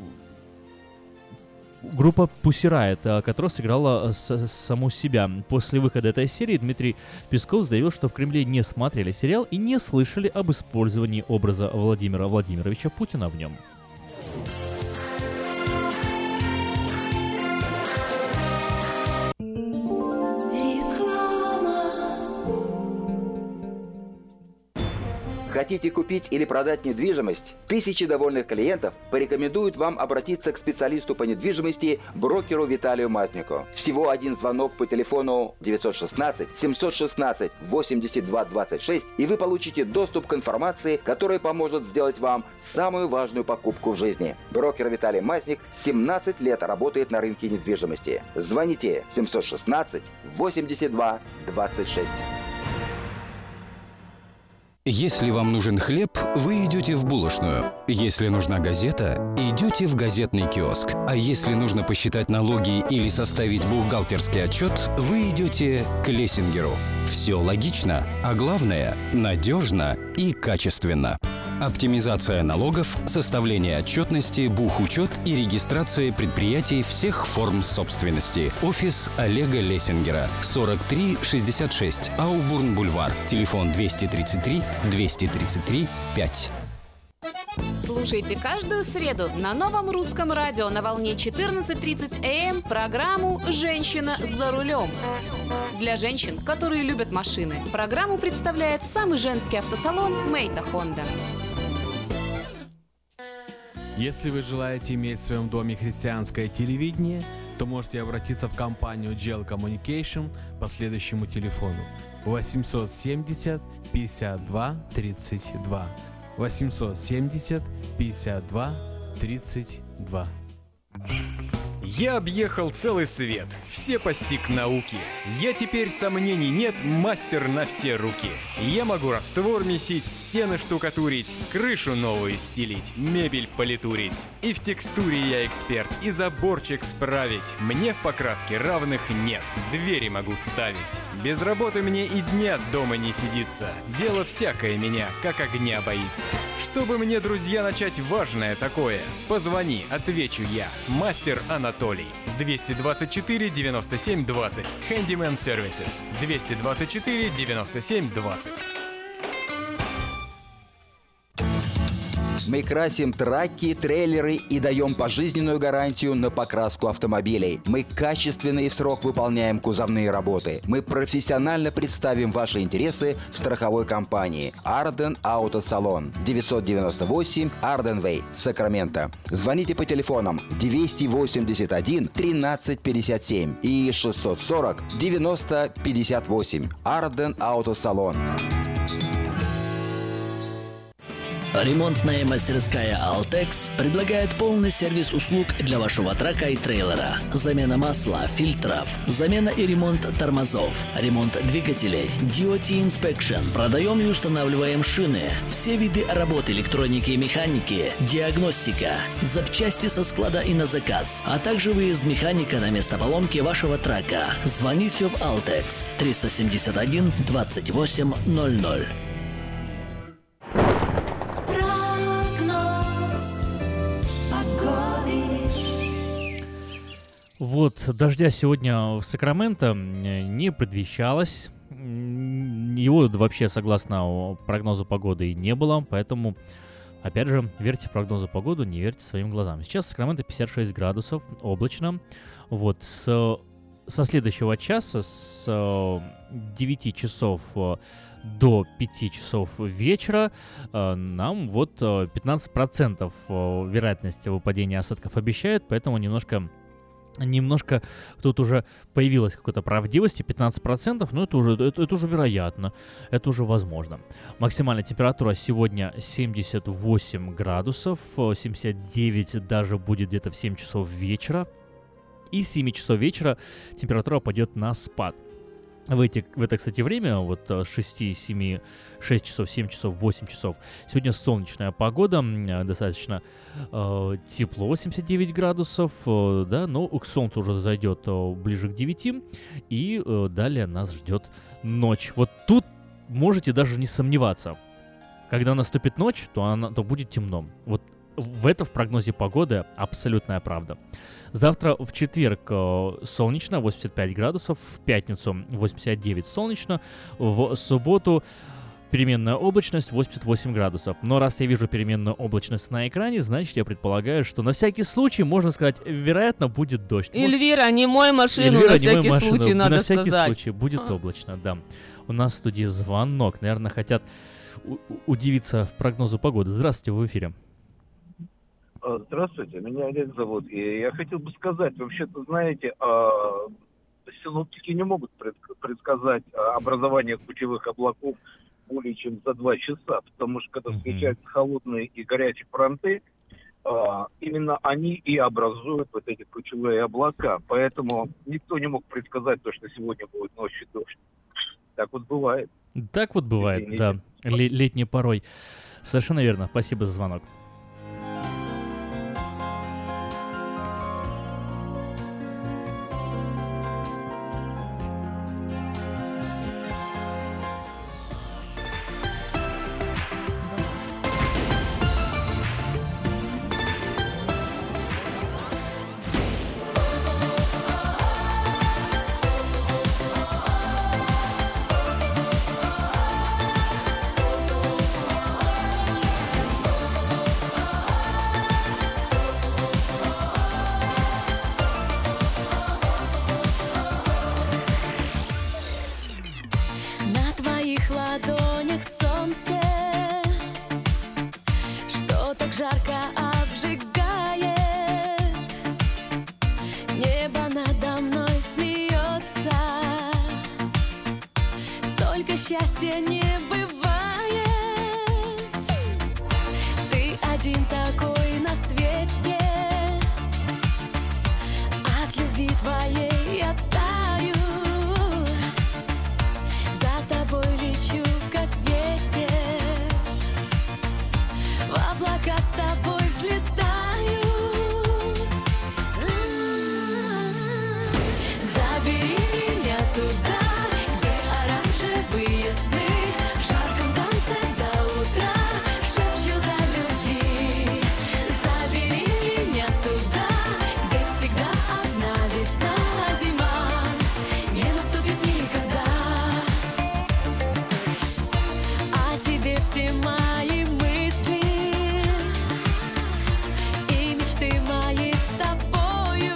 S2: группа Pussy Riot, которая сыграла с, саму себя. После выхода этой серии Дмитрий Песков заявил, что в Кремле не смотрели сериал и не слышали об использовании образа Владимира Владимировича Путина в нем.
S17: Хотите купить или продать недвижимость? Тысячи довольных клиентов порекомендуют вам обратиться к специалисту по недвижимости, брокеру Виталию Мазнику. Всего один звонок по телефону девятьсот шестнадцать семьсот шестнадцать восемьдесят два двадцать шесть, и вы получите доступ к информации, которая поможет сделать вам самую важную покупку в жизни. Брокер Виталий Мазник семнадцать лет работает на рынке недвижимости. Звоните семьсот шестнадцать восемьдесят два двадцать шесть.
S12: Если вам нужен хлеб, вы идете в булочную. Если нужна газета, идете в газетный киоск. А если нужно посчитать налоги или составить бухгалтерский отчет, вы идете к Лессингеру. Все логично, а главное – надежно и качественно. Оптимизация налогов, составление отчетности, бухучет и регистрация предприятий всех форм собственности. Офис Олега Лессингера. сорок три шестьдесят шесть. Аубурн-Бульвар. Телефон двести тридцать три двести тридцать три пять.
S7: Слушайте каждую среду на новом русском радио на волне четырнадцать тридцать эй эм программу «Женщина за рулем». Для женщин, которые любят машины, программу представляет самый женский автосалон «Мейта Хонда».
S22: Если вы желаете иметь в своем доме христианское телевидение, то можете обратиться в компанию джи эл Communication по следующему телефону восемьсот семьдесят пятьдесят два тридцать два. восемьсот семьдесят пятьдесят два тридцать два.
S23: Я объехал целый свет, все постиг науки. Я теперь, сомнений нет, мастер на все руки. Я могу раствор месить, стены штукатурить, крышу новую стелить, мебель политурить. И в текстуре я эксперт, и заборчик справить. Мне в покраске равных нет, двери могу ставить. Без работы мне и дня дома не сидится. Дело всякое меня, как огня боится. Чтобы мне, друзья, начать важное такое, позвони, отвечу я. Мастер Анатолий. двести двадцать четыре девяносто семь двадцать. Handyman Services. двести двадцать четыре девяносто семь двадцать.
S17: Мы красим траки, трейлеры и даем пожизненную гарантию на покраску автомобилей. Мы качественно и в срок выполняем кузовные работы. Мы профессионально представим ваши интересы в страховой компании Арден Автосалон. девятьсот девяносто восемь Арден Вей, Сакраменто. Звоните по телефонам двести восемьдесят один тринадцать пятьдесят семь и шестьсот сорок девяносто пятьдесят восемь. Арден Автосалон.
S4: Ремонтная мастерская «Алтекс» предлагает полный сервис услуг для вашего трака и трейлера. Замена масла, фильтров, замена и ремонт тормозов, ремонт двигателей, ди о ти Inspection. Продаем и устанавливаем шины, все виды работы электроники и механики, диагностика, запчасти со склада и на заказ, а также выезд механика на место поломки вашего трака. Звоните в «Алтекс» триста семьдесят один двадцать восемь ноль ноль.
S2: Вот, дождя сегодня в Сакраменто не предвещалось. Его вообще, согласно прогнозу погоды, и не было. Поэтому, опять же, верьте прогнозу погоды, не верьте своим глазам. Сейчас в Сакраменто пятьдесят шесть градусов, облачно. Вот, с, со следующего часа, с девяти часов до пяти часов вечера нам вот пятнадцать процентов вероятности выпадения осадков обещают, поэтому немножко немножко тут уже появилась какой-то правдивости, пятнадцать процентов, но это уже, это, это уже вероятно, это уже возможно. Максимальная температура сегодня семьдесят восемь градусов, семьдесят девять даже будет где-то в семь часов вечера, и с семи часов вечера температура пойдет на спад. В, эти, в это, кстати, время, вот с шести, семи, шесть часов, семь часов, восемь часов, сегодня солнечная погода, достаточно э, тепло, семьдесят девять градусов, э, да, но к солнцу уже зайдет э, ближе к девяти, и э, далее нас ждет ночь. Вот тут можете даже не сомневаться, когда наступит ночь, то, она, то будет темно. Вот в это в прогнозе погоды абсолютная правда. Завтра в четверг э, солнечно, восемьдесят пять градусов, в пятницу восемьдесят девять солнечно, в субботу переменная облачность восемьдесят восемь градусов. Но раз я вижу переменную облачность на экране, значит, я предполагаю, что на всякий случай, можно сказать, вероятно, будет дождь.
S3: Эльвира, не мой машину,
S2: Эльвира,
S3: на всякий
S2: машину.
S3: случай, надо
S2: на всякий
S3: сказать.
S2: случай будет а. облачно, да. У нас в студии звонок. Наверное, хотят у- удивиться прогнозу погоды. Здравствуйте, вы в эфире.
S6: Здравствуйте, меня Олег зовут. И я хотел бы сказать, вообще-то, знаете, синоптики не могут предсказать образование кучевых облаков более чем за два часа, потому что когда встречаются холодные и горячие фронты, именно они и образуют вот эти кучевые облака. Поэтому никто не мог предсказать то, что сегодня будет ночью дождь. Так вот бывает.
S2: Так вот бывает, Летний да, Л- летней порой. Совершенно верно. Спасибо за звонок.
S13: Счастья не бывает. Ты один такой на свете. От любви твоей я таю. За тобой лечу, как ветер. В облака с тобой взлетаю. Забери меня туда, сны, в жарком танце до утра шепчут о любви. Забери меня туда, где всегда одна весна, зима не наступит никогда. О тебе все мои мысли и мечты мои с тобою.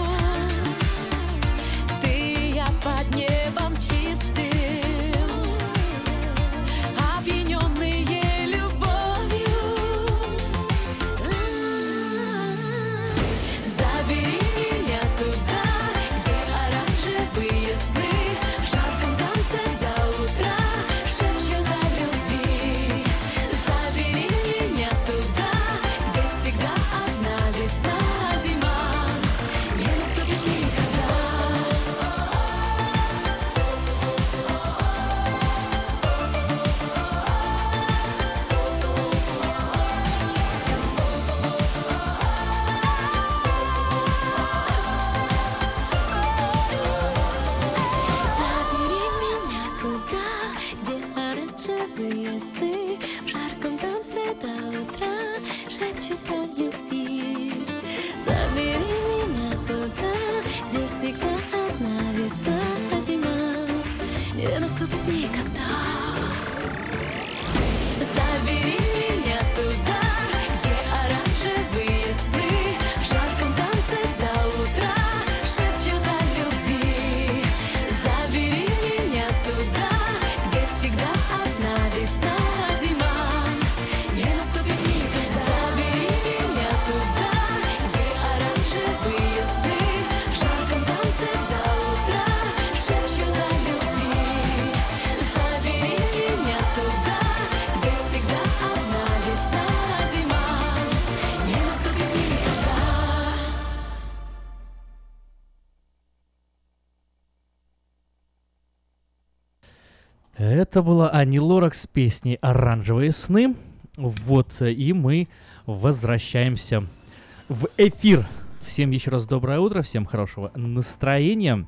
S13: Ты и я под небом чистым, не наступит никогда. Забери меня туда, где оранжевые сны, в жарком танце до утра шепчут о любви. Забери меня туда, где всегда одна весна, зима не наступит никогда. Забери меня туда, где оранжевые
S2: Это была Ани Лорак с песней «Оранжевые сны». Вот, и мы возвращаемся в эфир. Всем еще раз доброе утро, всем хорошего настроения.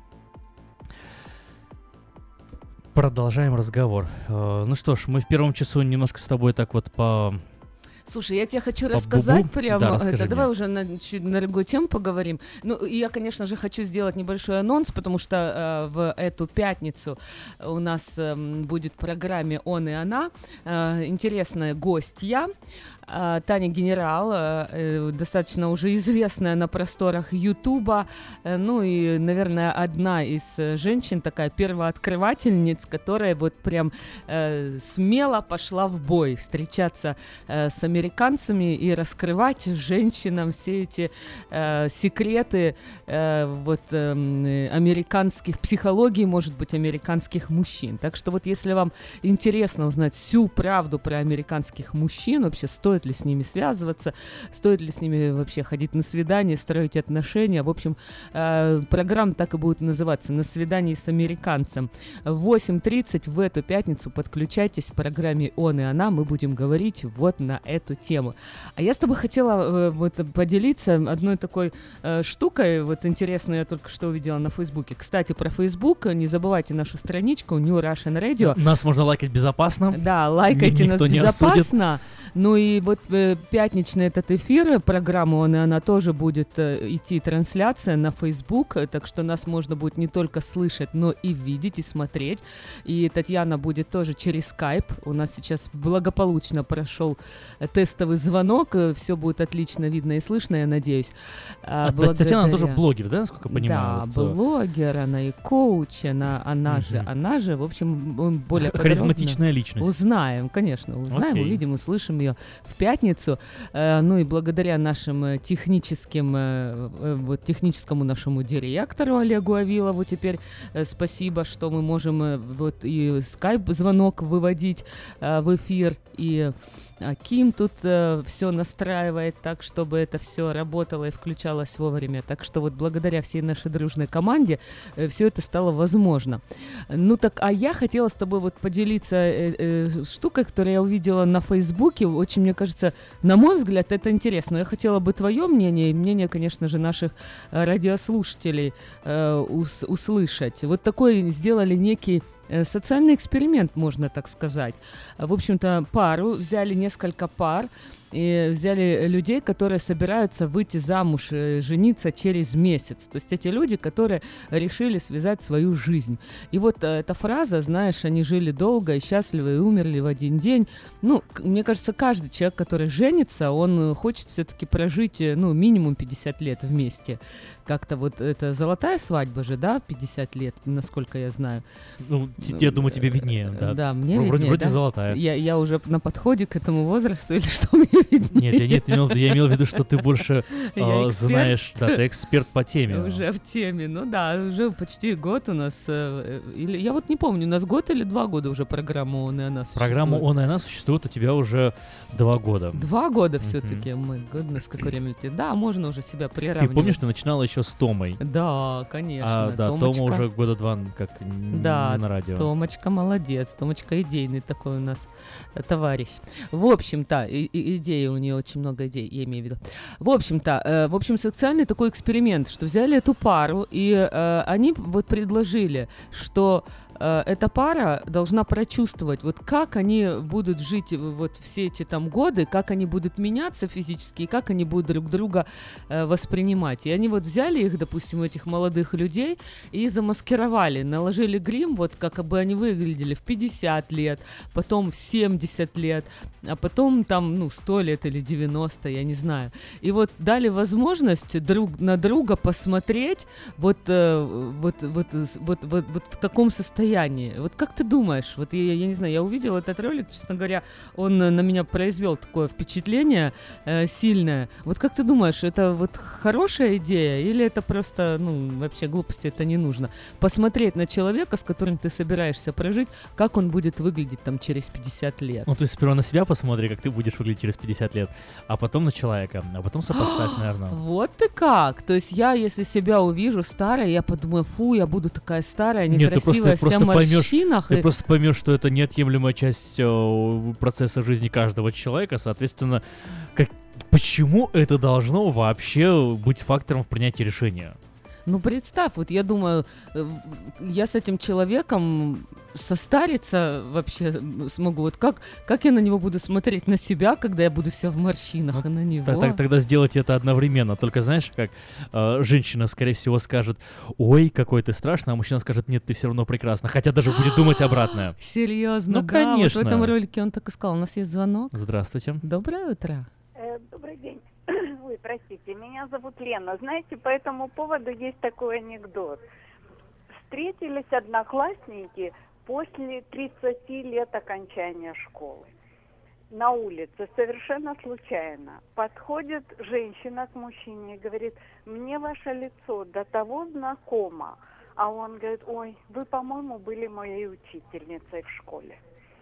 S2: Продолжаем разговор. Ну что ж, мы в первом часу немножко с тобой так вот по...
S3: Слушай, я тебе хочу
S2: По
S3: рассказать
S2: бубу?
S3: прямо.
S2: Да,
S3: это, давай
S2: мне.
S3: уже на, чуть на другую тему поговорим. Ну, и я, конечно же, хочу сделать небольшой анонс, потому что э, в эту пятницу у нас э, будет в программе «Он и она» э, интересная гостья. э, Таня Генерал, э, э, достаточно уже известная на просторах Ютуба. Э, ну и, наверное, одна из э, женщин, такая первооткрывательниц, которая вот прям э, смело пошла в бой, встречаться э, с американцами и раскрывать женщинам все эти э, секреты э, вот э, американских психологий, может быть, американских мужчин. Так что вот если вам интересно узнать всю правду про американских мужчин, вообще стоит ли с ними связываться, стоит ли с ними вообще ходить на свидание, строить отношения, в общем, э, программа так и будет называться «На свидании с американцем». В восемь тридцать в эту пятницу подключайтесь в программе «Он и она», мы будем говорить вот на эту тему. А я с тобой хотела э, вот поделиться одной такой э, штукой, вот интересную я только что увидела на Фейсбуке. Кстати, про Фейсбук, не забывайте нашу страничку New Russian Radio.
S2: Нас можно лайкать безопасно.
S3: Да, лайкайте
S2: Никто
S3: нас
S2: не
S3: безопасно. Ну и вот э, пятничный этот эфир, программа «Он и она» тоже будет э, идти трансляция на Facebook, э, так что нас можно будет не только слышать, но и видеть, и смотреть. И Татьяна будет тоже через Skype. У нас сейчас благополучно прошел э, тестовый звонок, э, все будет отлично видно и слышно, я надеюсь.
S2: А благодаря... Татьяна тоже блогер, да, насколько я понимаю?
S3: Да, вот, блогер, она и коуч, она, она же, она же, в общем, более
S2: харизматичная личность.
S3: Узнаем, конечно, узнаем,
S2: Окей.
S3: увидим, услышим ее в пятницу. Э, ну и благодаря нашим э, техническим, э, э, вот техническому нашему директору Олегу Авилову теперь э, спасибо, что мы можем э, вот и скайп-звонок выводить э, в эфир, и А Ким тут э, все настраивает так, чтобы это все работало и включалось вовремя. Так что вот благодаря всей нашей дружной команде э, все это стало возможно. Ну так, а я хотела с тобой вот поделиться э, э, штукой, которую я увидела на Фейсбуке. Очень, мне кажется, на мой взгляд, это интересно. Я хотела бы твое мнение и мнение, конечно же, наших э, радиослушателей э, ус- услышать. Вот такой сделали некий социальный эксперимент, можно так сказать. В общем-то, пару, взяли несколько пар, и взяли людей, которые собираются выйти замуж, жениться через месяц. То есть эти люди, которые решили связать свою жизнь. И вот эта фраза, знаешь, они жили долго и счастливо и умерли в один день. Ну, мне кажется, каждый человек, который женится, он хочет все-таки прожить, ну, минимум пятьдесят лет вместе. Как-то вот это золотая свадьба же, да, пятьдесят лет, насколько я знаю.
S2: Ну, я думаю, тебе виднее, да.
S3: Да, мне
S2: вроде,
S3: виднее,
S2: вроде
S3: да?
S2: золотая.
S3: Я, я уже на подходе к этому возрасту или что мне виднее?
S2: Нет, я, нет, имел, я имел в виду, что ты больше э, знаешь, да, ты эксперт по теме.
S3: Уже в теме, ну да, уже почти год у нас, э, или, я вот не помню, у нас год или два года уже программа «Он и она» существует?
S2: Программа «Он и она» существует у тебя уже два года.
S3: Два года все-таки, mm-hmm. мы, годность, какое время летит. Да, можно уже себя приравнивать.
S2: Ты помнишь, ты начинала еще с Томой?
S3: Да, конечно.
S2: А, да,
S3: Томочка...
S2: Тома уже года два как
S3: да,
S2: не на радио.
S3: Томочка молодец, Томочка идейный такой у нас товарищ. В общем-то, и, и, идеи, у нее очень много идей, я имею в виду. В общем-то, э, в общем, социальный такой эксперимент, что взяли эту пару, и э, они вот предложили, что э, эта пара должна прочувствовать, вот как они будут жить вот все эти там годы, как они будут меняться физически, и как они будут друг друга э, воспринимать. И они вот взяли их, допустим, этих молодых людей и замаскировали, наложили грим, вот как бы они выглядели в пятьдесят лет, потом в семьдесят лет, а потом там, ну, сто лет или девяносто, я не знаю. И вот дали возможность друг на друга посмотреть вот, э, вот, вот, вот, вот, вот в таком состоянии. Вот как ты думаешь? Вот я, я не знаю, я увидела этот ролик, честно говоря, он на меня произвел такое впечатление э, сильное. Вот как ты думаешь, это вот хорошая идея или это просто, ну, вообще глупости, это не нужно? Посмотреть на человека, с которым ты собираешься прожить, как он будет выглядеть там через пятьдесят лет.
S2: Ну, то есть сперва на себя посмотри, как ты будешь выглядеть через пятьдесят лет, а потом на человека, а потом сопоставь, наверное.
S3: Вот ты как! То есть я, если себя увижу старой, я подумаю, фу, я буду такая старая, некрасивая,
S2: Нет, ты просто,
S3: вся
S2: просто
S3: о
S2: поймешь,
S3: морщинах.
S2: ты
S3: и...
S2: просто поймешь, что это неотъемлемая часть э, процесса жизни каждого человека, соответственно, как, почему это должно вообще быть фактором в принятии решения?
S3: Ну, представь, вот я думаю, я с этим человеком состариться вообще смогу. Вот как, как я на него буду смотреть, на себя, когда я буду вся в морщинах, ну, и на него?
S2: Так, так, тогда сделать это одновременно. Только знаешь, как э, женщина, скорее всего, скажет: ой, какой ты страшный, а мужчина скажет: нет, ты все равно прекрасна. Хотя даже будет думать обратное.
S3: Серьезно?
S2: Ну,
S3: да,
S2: конечно.
S3: Вот в этом ролике он так и сказал. У нас есть звонок.
S2: Здравствуйте.
S3: Доброе утро.
S14: Э, добрый день. Ой, простите, меня зовут Лена. Знаете, по этому поводу есть такой анекдот. Встретились одноклассники после тридцати лет окончания школы. На улице, совершенно случайно. Подходит женщина к мужчине и говорит: мне ваше лицо до того знакомо. А он говорит: ой, вы, по-моему, были моей учительницей в школе.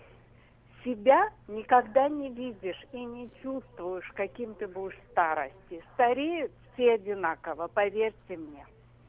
S14: Себя никогда не видишь и не чувствуешь, каким ты будешь в старости. Стареют все одинаково, поверьте мне.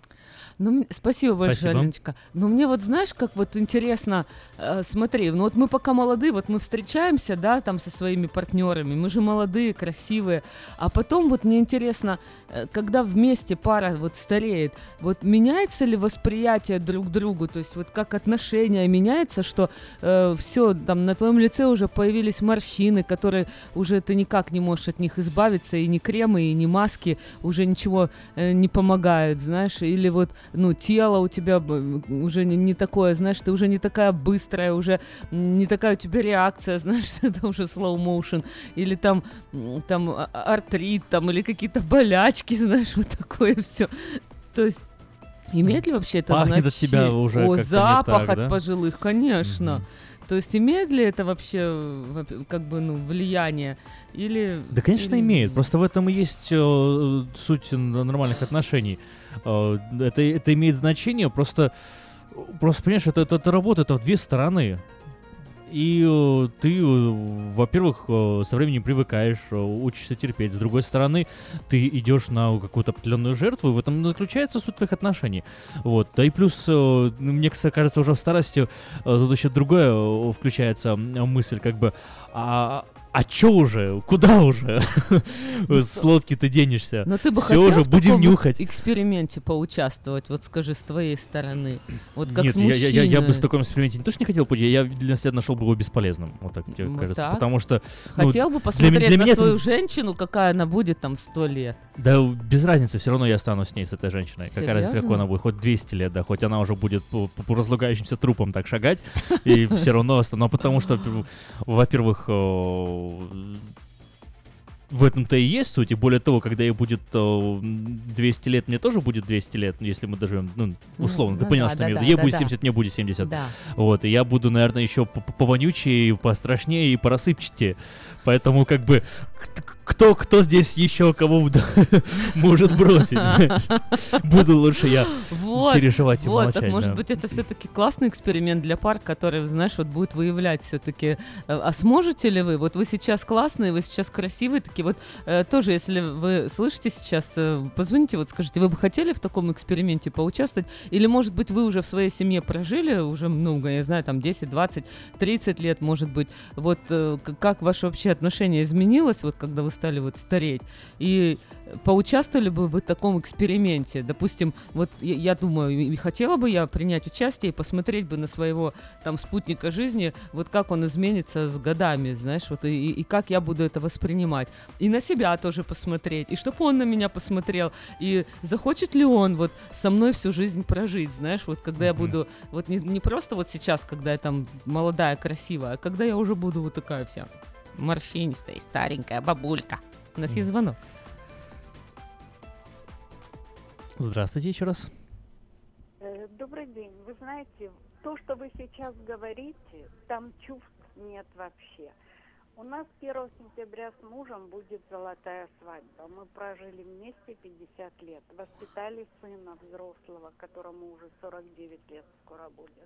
S3: Ну, спасибо большое,
S2: Спасибо.
S3: Аленочка. Но мне вот, знаешь, как вот интересно, э, смотри, ну вот мы пока молодые, вот мы встречаемся, да, там со своими партнерами, мы же молодые, красивые, а потом вот мне интересно, э, когда вместе пара вот стареет, вот меняется ли восприятие друг к другу, то есть вот как отношения меняется, что э, все, там на твоем лице уже появились морщины, которые уже ты никак не можешь от них избавиться, и ни кремы, и ни маски уже ничего э, не помогают, знаешь, или вот ну, тело у тебя уже не, не такое, знаешь, ты уже не такая быстрая, уже не такая у тебя реакция, знаешь, это уже slow motion, или там, там артрит, там, или какие-то болячки, знаешь, вот такое все. То есть имеет ли вообще это
S2: Пахнет
S3: значение?
S2: от тебя уже
S3: О, запах
S2: так,
S3: от
S2: да?
S3: пожилых, конечно.
S2: Mm-hmm.
S3: То есть имеет ли это вообще как бы ну влияние или?
S2: Да, конечно,
S3: или...
S2: имеет. Просто в этом и есть э, суть нормальных отношений. Э, это, это имеет значение. Просто, просто понимаешь, это, это, это работа, это в две стороны. И э, ты, э, во-первых, э, со временем привыкаешь, э, учишься терпеть. С другой стороны, ты идешь на какую-то определенную жертву, и в этом заключается суть твоих отношений. Вот. Да и плюс, э, мне кажется, уже в старости э, тут еще другое э, включается мысль, как бы, а, а чё уже? Куда уже? С лодки ты денешься.
S3: Но ты бы
S2: Всё
S3: хотел
S2: уже,
S3: в
S2: будем
S3: таком
S2: нюхать.
S3: эксперименте поучаствовать, вот скажи, с твоей стороны. Вот как
S2: Нет,
S3: с
S2: я,
S3: мужчиной.
S2: я, я, я бы в таком эксперименте не то, что не хотел пойти, я для себя нашел бы его бесполезным, вот так мне
S3: Вот
S2: кажется.
S3: так?
S2: Потому что... ну,
S3: Хотел бы посмотреть
S2: для, для
S3: на
S2: меня
S3: свою
S2: это...
S3: женщину, какая она будет там сто лет.
S2: Да без разницы, все равно я останусь с ней, с этой женщиной. Какая разница,
S3: Серьезно?
S2: какой она будет, хоть двести лет, да, хоть она уже будет по, по, по разлагающимся трупам так шагать, и все равно останусь. Потому что, во-первых, в этом-то и есть суть, и более того, когда ей будет двести лет, мне тоже будет двести лет, если мы доживем, ну, условно,
S3: Ну,
S2: ты понял,
S3: да,
S2: что
S3: да,
S2: я имею в
S3: да,
S2: виду. Ей
S3: да,
S2: будет
S3: да.
S2: семьдесят, мне будет семьдесят.
S3: Да.
S2: Вот, и я буду, наверное, еще повонючее, и пострашнее, и порассыпчатее. Поэтому, как бы, кто, кто здесь еще кого может бросить? Буду лучше я
S3: Вот,
S2: переживать и
S3: вот,
S2: молчать.
S3: так может
S2: да.
S3: быть это все-таки классный эксперимент для пар, который, знаешь, вот будет выявлять все-таки, а сможете ли вы, вот вы сейчас классные, вы сейчас красивые, такие вот, э, тоже, если вы слышите сейчас, э, позвоните, вот скажите, вы бы хотели в таком эксперименте поучаствовать, или, может быть, вы уже в своей семье прожили уже много, я знаю, там десять, двадцать, тридцать лет, может быть, вот э, как ваше вообще отношение изменилось, вот когда вы стали вот стареть, и поучаствовали бы вы в таком эксперименте? Допустим, вот я, я думаю, и хотела бы я принять участие и посмотреть бы на своего там спутника жизни, вот как он изменится с годами, знаешь, вот и, и как я буду это воспринимать. И на себя тоже посмотреть, и чтобы он на меня посмотрел, и захочет ли он вот со мной всю жизнь прожить, знаешь, вот когда я буду, вот не, не просто вот сейчас, когда я там молодая, красивая, а когда я уже буду вот такая вся морщинистая, старенькая бабулька. У нас есть звонок.
S2: Здравствуйте еще раз.
S14: Добрый день. Вы знаете, то, что вы сейчас говорите, там чувств нет вообще. У нас первого сентября с мужем будет золотая свадьба. Мы прожили вместе пятьдесят лет. Воспитали сына взрослого, которому уже сорок девять лет скоро будет.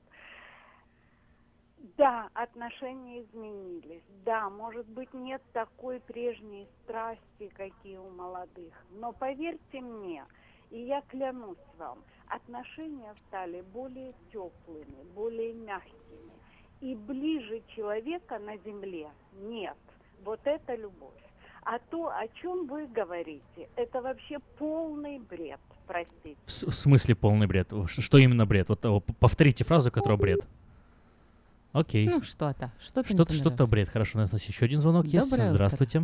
S14: Да, отношения изменились. Да, может быть, нет такой прежней страсти, какие у молодых. Но поверьте мне, И я клянусь вам, отношения стали более теплыми, более мягкими. И ближе человека на земле нет. Вот это любовь. А то, о чем вы говорите, это вообще полный бред, простите.
S2: В, с- в смысле полный бред? Ш- Что именно бред? Вот о, п- повторите фразу, которая бред. Окей.
S3: Ну, что-то. Что-то не
S2: Что-то, что-то
S3: понравилось.
S2: бред. Хорошо, у нас еще один звонок есть.
S3: Доброе утро.
S2: Здравствуйте.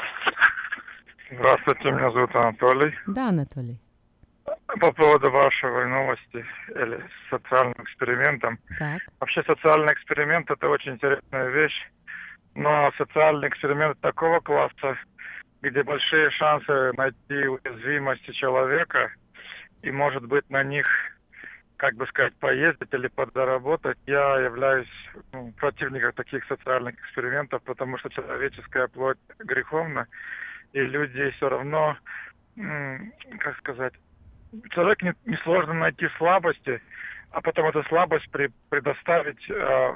S16: Здравствуйте, меня зовут Анатолий.
S3: Да, Анатолий.
S16: По поводу вашей новости или социальным экспериментом.
S3: Так.
S16: Вообще социальный эксперимент — это очень интересная вещь, но социальный эксперимент такого класса, где большие шансы найти уязвимости человека и, может быть, на них, как бы сказать, поездить или подзаработать, я являюсь ну, противником таких социальных экспериментов, потому что человеческая плоть греховна, и люди все равно, м, как сказать, человек не, не сложно найти слабости, а потом эту слабость при, предоставить э,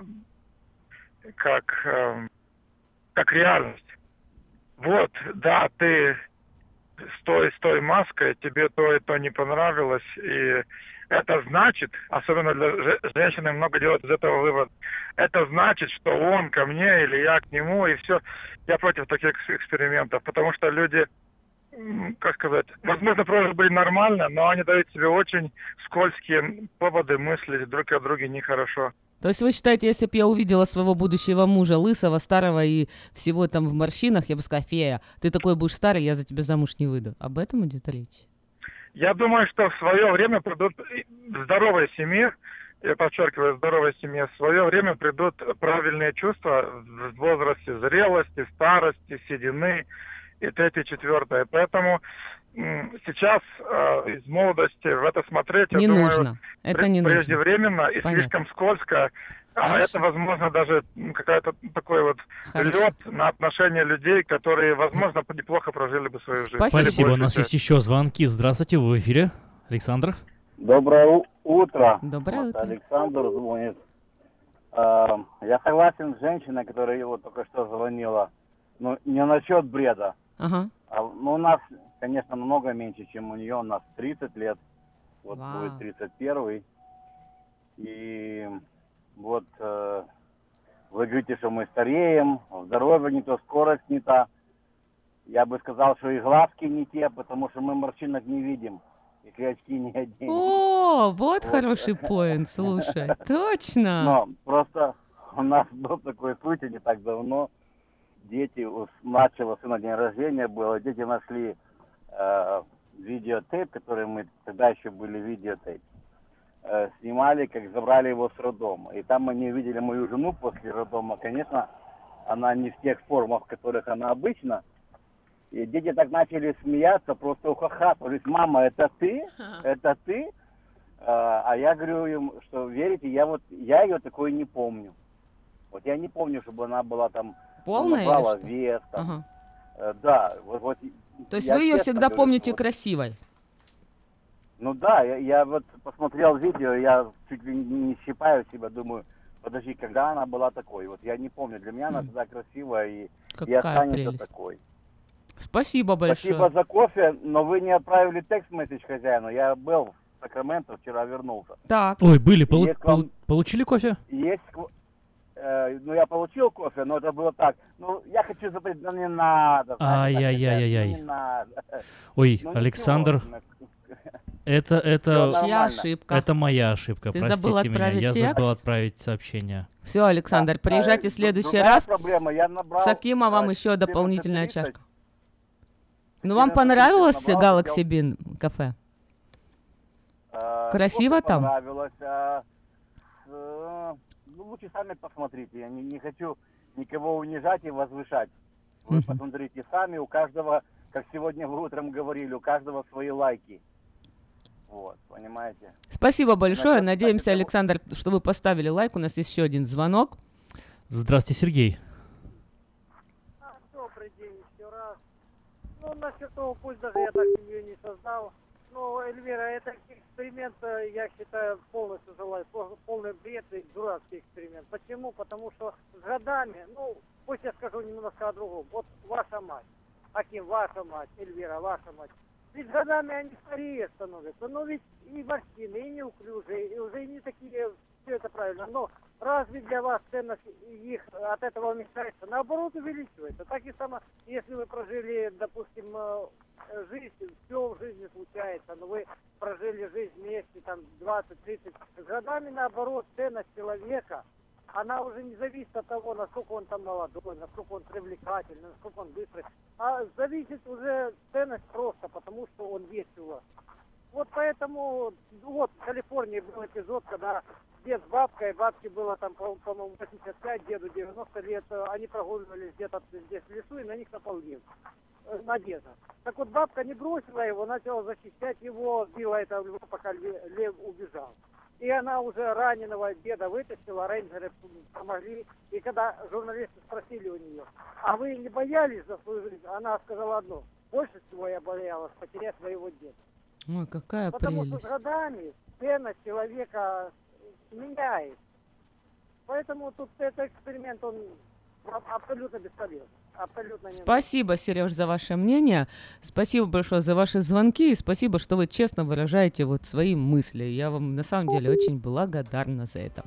S16: как, э, как реальность. Вот, да, ты с той, с той маской, тебе то и то не понравилось, и это значит, особенно для же- женщины много делают из этого вывод, это значит, что он ко мне или я к нему, и все. Я против таких экс- экспериментов, потому что люди, м, как сказать, возможно, просто были нормально, но они дают себе очень скользкие поводы мыслить друг о друге нехорошо.
S3: То есть вы считаете, если бы я увидела своего будущего мужа, лысого, старого и всего там в морщинах, я бы сказала: фея, ты такой будешь старый, я за тебя замуж не выйду. Об этом идет речь?
S16: Я думаю, что в свое время придут в здоровой семье, я подчеркиваю, в здоровой семье, в свое время придут правильные чувства в возрасте зрелости, старости, седины и третье, четвертое. Поэтому м, сейчас э, из молодости в это смотреть, я
S3: Не
S16: думаю,
S3: нужно. Это
S16: пре-
S3: не нужно.
S16: преждевременно и
S3: Понятно.
S16: слишком скользко. А
S3: Хорошо.
S16: это, возможно, даже м, какая-то такой вот
S3: Хорошо.
S16: лед на отношения людей, которые, возможно, неплохо прожили бы свою жизнь.
S2: Спасибо.
S16: Или
S2: У
S16: большую
S2: нас
S16: часть.
S2: есть еще звонки. Здравствуйте, вы в эфире. Александр.
S18: Доброе у- утро.
S3: Доброе
S18: Вот
S3: утро.
S18: Александр звонит. А, я согласен с женщиной, которая вот только что звонила. Ну, не насчет бреда.
S3: Ага.
S18: А, ну, у нас, конечно, много меньше, чем у нее. У нас тридцать лет. Вот
S3: Вау.
S18: будет тридцать первый. И вот э, вы говорите, что мы стареем, здоровье не то, скорость не та. Я бы сказал, что и глазки не те, потому что мы морщинок не видим. Если очки не оденем.
S3: О, вот хороший поинт, слушай. Точно.
S18: Но просто у нас был такой случай не так давно. Дети, у младшего сына день рождения было, дети нашли э, видеотейп, который мы тогда еще были видеотейп. Э, снимали, как забрали его с роддома. И там они увидели мою жену после роддома. Конечно, она не в тех формах, в которых она обычно. И дети так начали смеяться, просто ухахатывались. Мама, это ты? Это ты? А, а я говорю им, что верите, я вот я ее такой не помню. Вот я не помню, чтобы она была там
S3: Полная
S18: набрала
S3: или что?
S18: вес. Там.
S3: Ага.
S18: Э, да, вот, вот.
S3: То есть
S18: я
S3: вы ее
S18: честно
S3: всегда
S18: говорю,
S3: помните
S18: вот.
S3: красивой?
S18: Ну да, я, я вот посмотрел видео, я чуть ли не, не щипаю себя, думаю, подожди, когда она была такой? Вот я не помню, для меня она
S3: М.
S18: всегда красивая и, и
S3: Какая
S18: останется
S3: прелесть.
S18: такой.
S3: Спасибо большое.
S18: Спасибо за кофе, но вы не отправили текст-месседж хозяину. Я был в Сакраменто, вчера вернулся.
S3: Так.
S2: Ой, были,
S18: И
S2: полу-
S18: есть к вам-
S2: полу- получили кофе?
S18: Есть, к- э, ну я получил кофе, но это было так. Ну я хочу запретить, ну не надо. знаете, так,
S2: Ай-яй-яй-яй-яй.
S18: ну, не надо.
S2: Ой,
S18: Ну,
S2: Александр,
S18: ничего.
S2: это, это,
S18: Всё
S3: Чья ошибка?
S2: это моя ошибка,
S3: Ты
S2: простите
S3: забыл
S2: меня,
S3: отправить
S2: я
S3: текст?
S2: забыл отправить сообщение.
S3: Все, Александр, приезжайте в следующий
S18: Другая
S3: раз.
S18: проблема, я набрал,
S3: С Акима вам
S18: э,
S3: еще дополнительная
S18: четырнадцать
S3: чашка. Ну, вам
S18: четырнадцать
S3: понравилось
S18: набрал,
S3: Galaxy Bean кафе?
S18: Э,
S3: Красиво
S18: кофе
S3: там?
S18: Понравилось. а, с, ну, лучше сами посмотрите. Я не, не хочу никого унижать и возвышать. Вы
S3: Мгм.
S18: посмотрите сами. У каждого, как сегодня вы утром говорили, у каждого свои лайки. Вот, понимаете?
S3: Спасибо большое.
S18: Насчет,
S3: Надеемся,
S18: кстати, того-
S3: Александр, что вы поставили лайк. У нас есть еще один звонок.
S2: Здравствуйте, Сергей.
S19: Добрый день еще раз. Ну, насчет того, пусть даже я так семью не создал. Ну, Эльвира, это эксперимент, э, я считаю, полностью желаю, пол- полный бред и дурацкий эксперимент. Почему? Потому что с годами, ну, пусть я скажу немножко о другом. Вот ваша мать, Аким, ваша мать, Эльвира, ваша мать. Ведь годами они старее становятся. Но ведь и морщины, и неуклюжие, и уже не такие, все это правильно. Но разве для вас ценность их от этого уменьшается? Наоборот, увеличивается. Так и само, если вы прожили, допустим, жизнь, все в жизни случается, но вы прожили жизнь вместе, там, двадцать-тридцать, с годами, наоборот, ценность человека, она уже не зависит от того, насколько он там молодой, насколько он привлекательный, насколько он быстрый, а зависит уже ценность просто, потому что он есть у вас. Вот поэтому, вот в Калифорнии был эпизод, когда дед с бабкой, бабке было там, по-моему, восемьдесят пять, деду девяносто лет, они прогуливались где-то здесь в лесу, и на них напал лев. Надежда. Так вот, бабка не бросила его, начала защищать его, била этого льва, пока лев убежал. И она уже раненого деда вытащила, рейнджеры помогли. И когда журналисты спросили у нее, а вы не боялись за свою жизнь? Она сказала одно: больше всего я боялась потерять своего деда.
S3: Ой, какая
S19: Потому
S3: прелесть.
S19: что с годами ценность человека меняется. Поэтому тут этот эксперимент, он абсолютно бесполезен. Абсолютно не
S3: Спасибо, Сереж, за ваше мнение. Спасибо большое за ваши звонки. И спасибо, что вы честно выражаете вот свои мысли. Я вам на самом деле очень благодарна за это.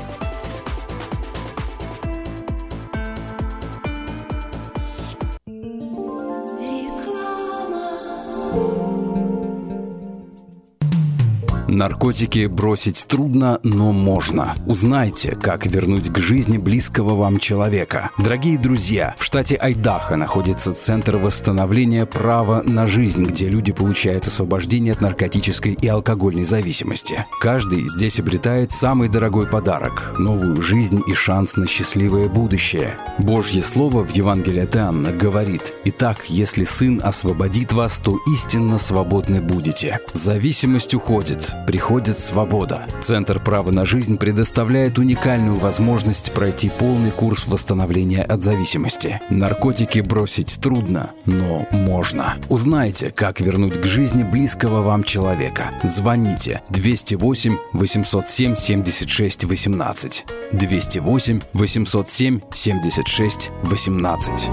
S12: Наркотики бросить трудно, но можно. Узнайте, как вернуть к жизни близкого вам человека. Дорогие друзья, в штате Айдахо находится Центр восстановления права на жизнь, где люди получают освобождение от наркотической и алкогольной зависимости. Каждый здесь обретает самый дорогой подарок – новую жизнь и шанс на счастливое будущее. Божье Слово в Евангелии от Иоанна говорит: «Итак, если Сын освободит вас, то истинно свободны будете». Зависимость уходит. Приходит свобода. Центр права на жизнь предоставляет уникальную возможность пройти полный курс восстановления от зависимости. Наркотики бросить трудно, но можно. Узнайте, как вернуть к жизни близкого вам человека. Звоните двести восемь восемьсот семь семьдесят шесть восемнадцать. двести восемь восемьсот семь семьдесят шесть восемнадцать.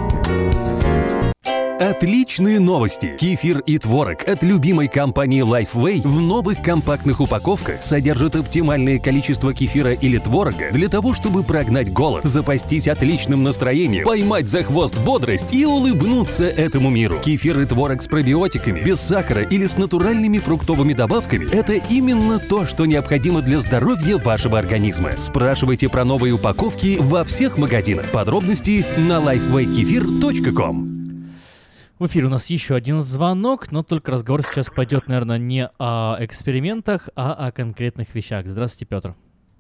S15: Отличные новости! Кефир и творог от любимой компании Lifeway в новых компактных упаковках содержат оптимальное количество кефира или творога для того, чтобы прогнать голод, запастись отличным настроением, поймать за хвост бодрость и улыбнуться этому миру. Кефир и творог с пробиотиками, без сахара или с натуральными фруктовыми добавками – это именно то, что необходимо для здоровья вашего организма. Спрашивайте про новые упаковки во всех магазинах. Подробности на лайфвей кефир точка ком.
S2: В эфире у нас еще один звонок, но только разговор сейчас пойдет, наверное, не о экспериментах, а о конкретных вещах. Здравствуйте, Петр.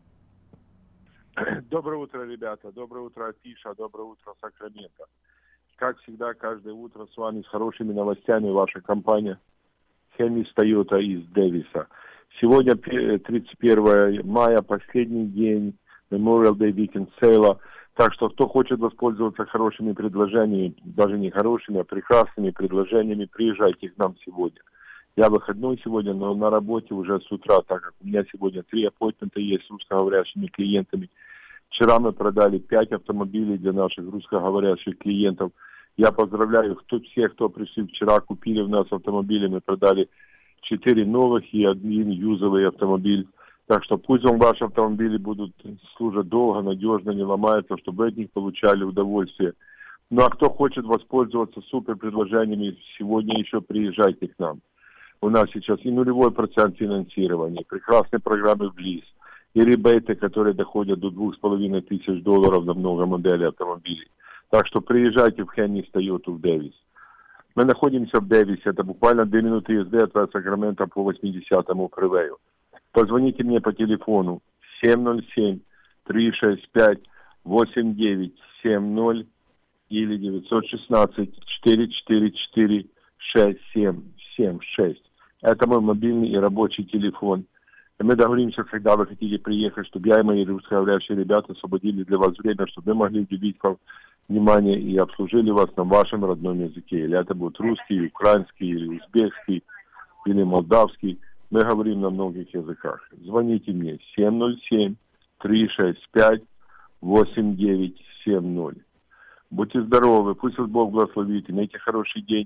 S1: Доброе утро, ребята. Доброе утро, Афиша. Доброе утро, Сакраменто. Как всегда, каждое утро с вами с хорошими новостями ваша компания Хеннис Тойота из Дэвиса. Сегодня тридцать первое мая, последний день Memorial Day Weekend Sale. Так что, кто хочет воспользоваться хорошими предложениями, даже не хорошими, а прекрасными предложениями, приезжайте к нам сегодня. Я выходной сегодня, но на работе уже с утра, так как у меня сегодня три аппоинтмента есть с русскоговорящими клиентами. Вчера мы продали пять автомобилей для наших русскоговорящих клиентов. Я поздравляю кто, всех, кто пришли вчера, купили у нас автомобили. Мы продали четыре новых и один юзовый автомобиль. Так что пусть вам ваши автомобили будут служить долго, надежно, не ломаются, чтобы от них получали удовольствие. Ну а кто хочет воспользоваться супер предложениями, сегодня еще приезжайте к нам. У нас сейчас и нулевой процент финансирования, прекрасные программы в лиз, и ребейты, которые доходят до двух с половиной тысяч долларов на много моделей автомобилей. Так что приезжайте в Хеннис Тойоту в Дэвис. Мы находимся в Дэвисе, это буквально две минуты езды от Сакрамента по восьмидесятому фривею. Позвоните мне по телефону семь ноль семь три шесть пять восемь девять семь ноль или девять один шесть четыре четыре четыре шесть семь семь шесть. Это мой мобильный и рабочий телефон. И мы договоримся, когда вы хотите приехать, чтобы я и мои русскоговорящие ребята освободили для вас время, чтобы мы могли уделить вам внимание и обслужили вас на вашем родном языке. Или это будет русский, украинский, или узбекский, или молдавский. Мы говорим на многих языках. Звоните мне семь ноль семь три шесть пять восемь девять семь ноль. Будьте здоровы, пусть вас Бог благословит, имейте хороший день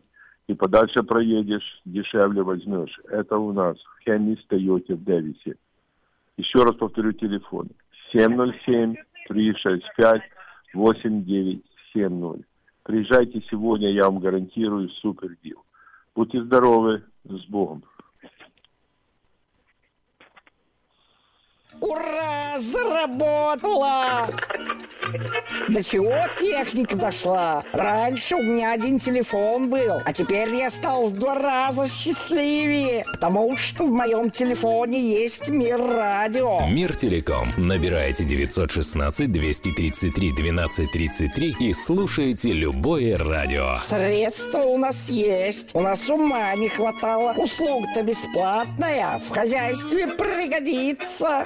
S1: и подальше проедешь, дешевле возьмешь. Это у нас в Хеннис Тойоте в Дэвисе. Еще раз повторю телефон. семь ноль семь три шесть пять восемь девять семь ноль. Приезжайте сегодня, я вам гарантирую супер дел. Будьте здоровы, с Богом.
S8: Ура! Заработала! До чего техника дошла? Раньше у меня один телефон был, а теперь я стал в два раза счастливее, потому что в моем телефоне есть Мир Радио.
S20: Мир Телеком. Набирайте девятьсот шестнадцать двести тридцать три двенадцать тридцать три и слушайте любое радио.
S8: Средства у нас есть, у нас ума не хватало. Услуга-то бесплатная, в хозяйстве пригодится.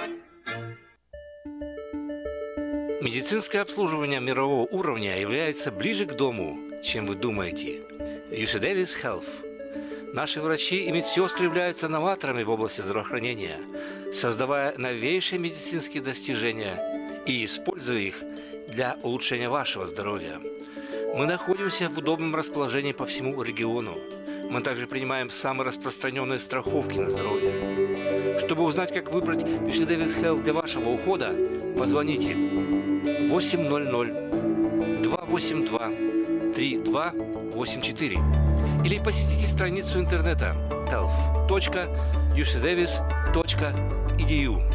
S21: Медицинское обслуживание мирового уровня является ближе к дому, чем вы думаете. ю си Davis Health. Наши врачи и медсестры являются новаторами в области здравоохранения, создавая новейшие медицинские достижения и используя их для улучшения вашего здоровья. Мы находимся в удобном расположении по всему региону. Мы также принимаем самые распространенные страховки на здоровье. Чтобы узнать, как выбрать ю си Davis Health для вашего ухода, позвоните восемь ноль ноль два восемь два три два восемь четыре или посетите страницу интернета health точка ю си davis точка и ди ю.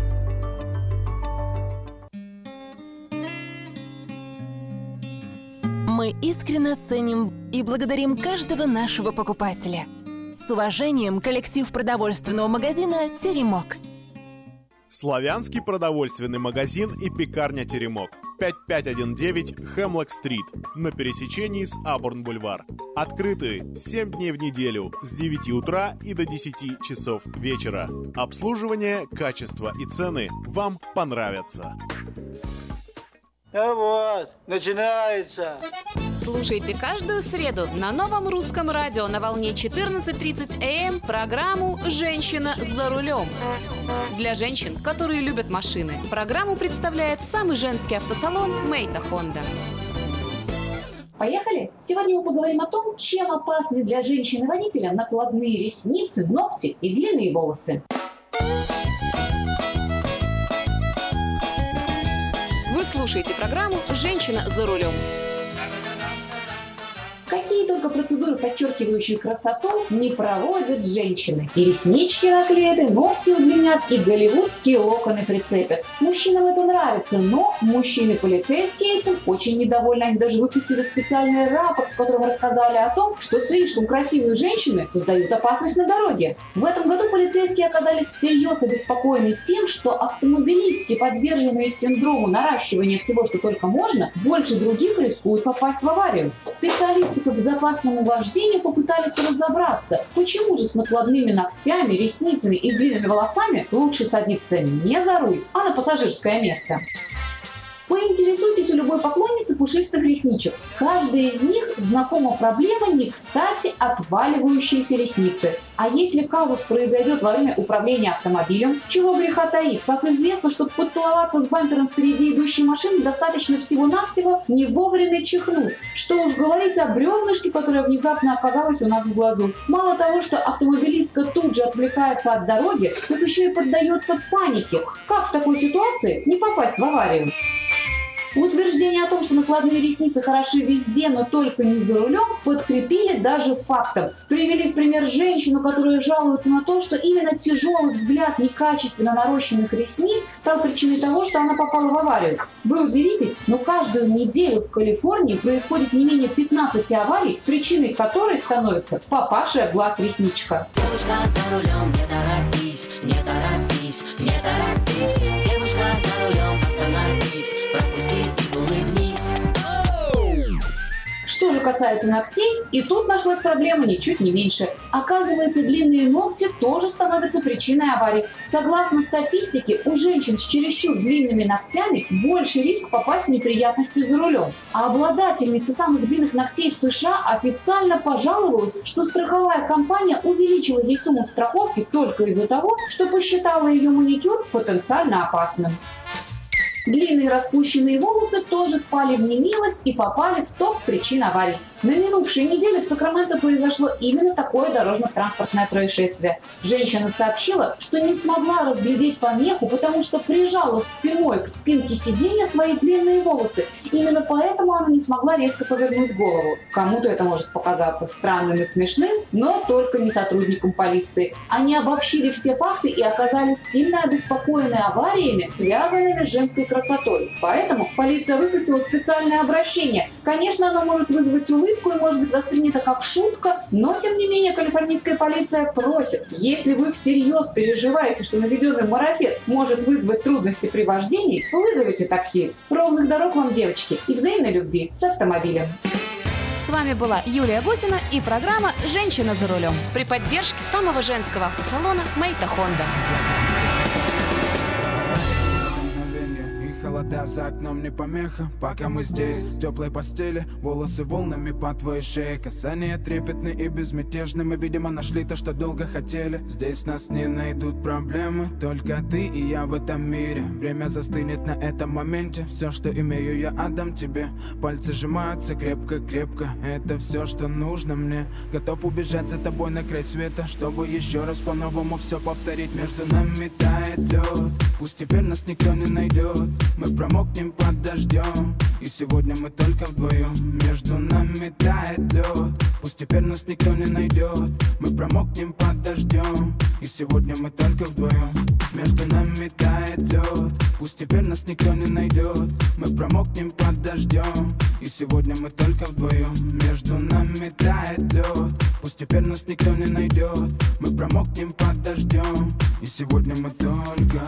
S24: Мы искренне ценим и благодарим каждого нашего покупателя. С уважением, коллектив продовольственного магазина «Теремок».
S25: Славянский продовольственный магазин и пекарня «Теремок». пять пять один девять Хемлок-стрит на пересечении с Абурн-бульвар. Открыты семь дней в неделю с девяти утра и до десяти часов вечера. Обслуживание, качество и цены вам понравятся.
S26: А вот, начинается.
S7: Слушайте каждую среду на новом русском радио на волне четырнадцать тридцать эй эм программу «Женщина за рулем». Для женщин, которые любят машины, программу представляет самый женский автосалон «Мейта Хонда».
S27: Поехали! Сегодня мы поговорим о том, чем опасны для женщины-водителя накладные ресницы, ногти и длинные волосы.
S7: Вы слушаете программу «Женщина за рулем».
S27: Какие только процедуры, подчеркивающие красоту, не проводят женщины. И реснички наклеены, ногти удлинят, и голливудские локоны прицепят. Мужчинам это нравится, но мужчины-полицейские этим очень недовольны. Они даже выпустили специальный рапорт, в котором рассказали о том, что слишком красивые женщины создают опасность на дороге. В этом году полицейские оказались всерьез обеспокоены тем, что автомобилистки, подверженные синдрому наращивания всего, что только можно, больше других рискуют попасть в аварию. Специалисты по безопасному вождению попытались разобраться, почему же с накладными ногтями, ресницами и длинными волосами лучше садиться не за руль, а на пассажирское место. Поинтересуйтесь у любой поклонницы пушистых ресничек. Каждая из них знакома проблема не кстати отваливающиеся ресницы. А если казус произойдет во время управления автомобилем, чего греха таить? Как известно, чтобы поцеловаться с бампером впереди идущей машины, достаточно всего-навсего не вовремя чихнуть. Что уж говорить о бревнышке, которое внезапно оказалось у нас в глазу. Мало того, что автомобилистка тут же отвлекается от дороги, так еще и поддается панике. Как в такой ситуации не попасть в аварию? Утверждение о том, что накладные ресницы хороши везде, но только не за рулем, подкрепили даже фактом. Привели в пример женщину, которая жалуется на то, что именно тяжелый взгляд некачественно нарощенных ресниц стал причиной того, что она попала в аварию. Вы удивитесь, но каждую неделю в Калифорнии происходит не менее пятнадцати аварий, причиной которой становится попавшая в глаз ресничка.
S13: Девушка за рулем, не торопись, не торопись, не торопись. Девушка за рулем, остановись, пропусти и улыбнись.
S27: Что же касается ногтей, и тут нашлась проблема ничуть не меньше. Оказывается, длинные ногти тоже становятся причиной аварий. Согласно статистике, у женщин с чересчур длинными ногтями больше риск попасть в неприятности за рулем. А обладательница самых длинных ногтей в США официально пожаловалась, что страховая компания увеличила ей сумму страховки только из-за того, что посчитала ее маникюр потенциально опасным. Длинные распущенные волосы тоже впали в немилость и попали в топ причин аварий. На минувшей неделе в Сакраменто произошло именно такое дорожно-транспортное происшествие. Женщина сообщила, что не смогла разглядеть помеху, потому что прижала спиной к спинке сиденья свои длинные волосы. Именно поэтому она не смогла резко повернуть голову. Кому-то это может показаться странным и смешным, но только не сотрудникам полиции. Они обобщили все факты и оказались сильно обеспокоены авариями, связанными с женской красотой. Поэтому полиция выпустила специальное обращение. Конечно, оно может вызвать улыбку и может быть воспринято как шутка, но тем не менее калифорнийская полиция просит, если вы всерьез переживаете, что наведенный марафет может вызвать трудности при вождении, вызовите такси. Ровных дорог вам, девочки, и взаимной любви с автомобилем.
S7: С вами была Юлия Гусина и программа «Женщина за рулем» при поддержке самого женского автосалона «Мэйта Хонда».
S5: Холода за окном не помеха, пока мы здесь в теплой постели, волосы волнами по твоей шее, касания трепетны и безмятежны. Мы, видимо, нашли то, что долго хотели. Здесь нас не найдут проблемы, только ты и я в этом мире. Время застынет на этом моменте, все, что имею, я отдам тебе. Пальцы сжимаются крепко-крепко, это все, что нужно мне. Готов убежать за тобой на край света, чтобы еще раз по-новому все повторить. Между нами тает лед, пусть теперь нас никто не найдет. Мы промокнем под дождем, и сегодня мы только вдвоем. Между нами тает лед, пусть теперь нас никто не найдет. Мы промокнем под дождем, и сегодня мы только вдвоем. Между нами тает лед, пусть теперь нас никто не найдет. Мы промокнем под дождем, и сегодня мы только вдвоем. Между нами тает лед, пусть теперь нас никто не найдет. Мы промокнем под дождем, и сегодня мы только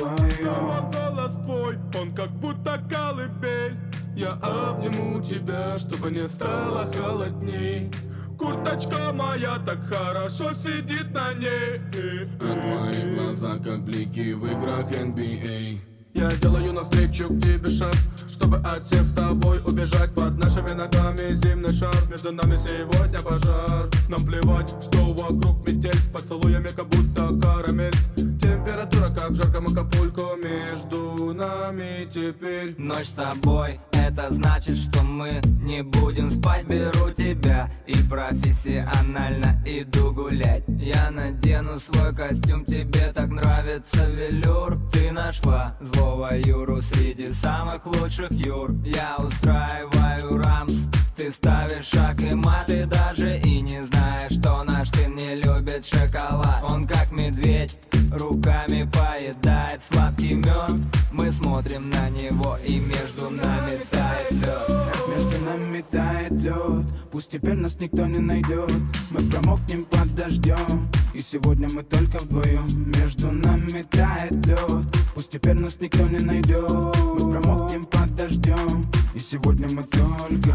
S5: вдвоем.
S9: Голос твой, он как будто колыбель. Я обниму тебя, чтобы не стало холодней. Курточка моя так хорошо сидит на ней. А твои глаза как блики в играх эн би эй. Я делаю навстречу к тебе шаг, чтобы от всех с тобой убежать. Под нашими ногами зимний шар, между нами сегодня пожар. Нам плевать, что вокруг метель, с поцелуями как будто карамель. Температура как в жарком Акапулько, между нами теперь
S10: ночь с тобой. Это значит, что мы не будем спать. Беру тебя и профессионально иду гулять. Я надену свой костюм, тебе так нравится велюр. Ты нашла злого Юру среди самых лучших Юр. Я устраиваю рамс, ты ставишь шаг и мат. Ты даже и не знаешь, что наш сын не любит шоколад. Он как медведь, руками поедает сладкий мед. Мы смотрим на него, и между нами тает лед.
S5: Между нами тает лед, пусть теперь нас никто не найдет. Мы промокнем под дождем, и сегодня мы только вдвоем. Между нами тает лед, пусть теперь нас никто не найдет. Мы промокнем под дождем, и сегодня мы только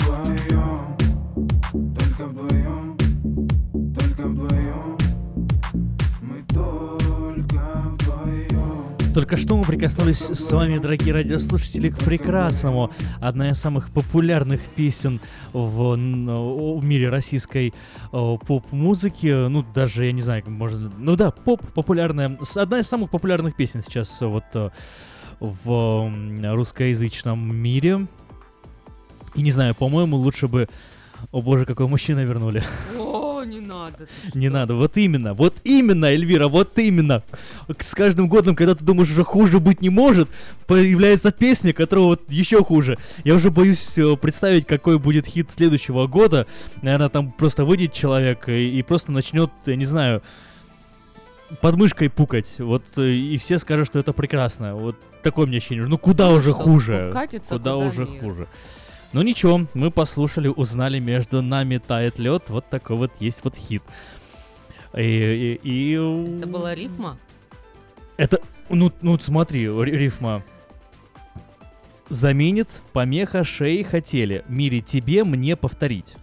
S5: вдвоем. Только вдвоем, только вдвоем. Мы только вдвоем.
S2: Только что мы прикоснулись с вами, дорогие радиослушатели, к прекрасному. Одна из самых популярных песен в, в мире российской поп-музыки. Ну, даже, я не знаю, как можно... Ну да, поп популярная. Одна из самых популярных песен сейчас вот в русскоязычном мире. И не знаю, по-моему, лучше бы... О боже, какой мужчина вернули.
S3: О, не надо.
S2: Не надо, вот именно, вот именно, Эльвира, вот именно. С каждым годом, когда ты думаешь, уже хуже быть не может, появляется песня, которая вот еще хуже. Я уже боюсь представить, какой будет хит следующего года. Наверное, там просто выйдет человек и, и просто начнет, я не знаю, подмышкой пукать. Вот и все скажут, что это прекрасно. Вот такое мне ощущение. Ну куда ну, уже что, хуже?
S3: Катится,
S2: куда,
S3: куда
S2: уже
S3: нет.
S2: хуже? Ну ничего, мы послушали, узнали, между нами тает лед. Вот такой вот есть вот хит. И, и, и...
S3: Это была рифма?
S2: Это, ну, ну смотри, рифма. Заменит помеха шеи хотели. Мире тебе мне повторить.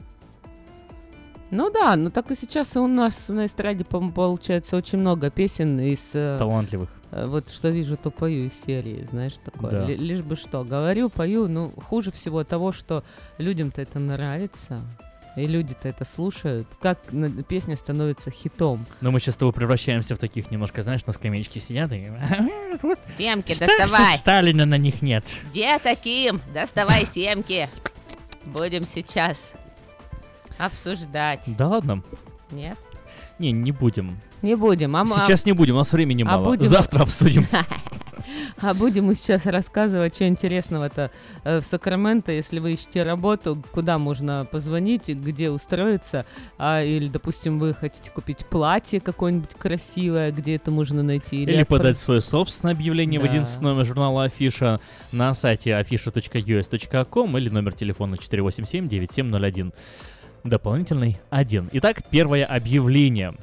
S3: Ну да, ну так и сейчас у нас на эстраде, по-моему, получается очень много песен из...
S2: Талантливых.
S3: Вот что вижу, то пою из серии, знаешь, такое.
S2: Да.
S3: Л- лишь бы что, говорю, пою, ну хуже всего того, что людям-то это нравится. И люди-то это слушают. Как песня становится хитом.
S2: Но мы сейчас с тобой превращаемся в таких немножко, знаешь, на скамеечке сидят и...
S3: Семки доставай!
S2: Сталина на них нет.
S3: Где таким? Доставай семки. Будем сейчас обсуждать.
S2: Да ладно?
S3: Нет?
S2: Не, не будем.
S3: Не будем. А
S2: сейчас а... не будем, у нас времени
S3: а
S2: мало.
S3: Будем...
S2: Завтра обсудим.
S3: А будем мы сейчас рассказывать, что интересного-то в Сакраменто, если вы ищете работу, куда можно позвонить, где устроиться, а, или, допустим, вы хотите купить платье какое-нибудь красивое, где это можно найти.
S2: Или, или подать свое собственное объявление да. в одиннадцатый номер журнала Афиша на сайте афиша точка ю эс точка ком или номер телефона четыре восемь семь девять семь ноль один. Дополнительный один. Итак, первое объявление.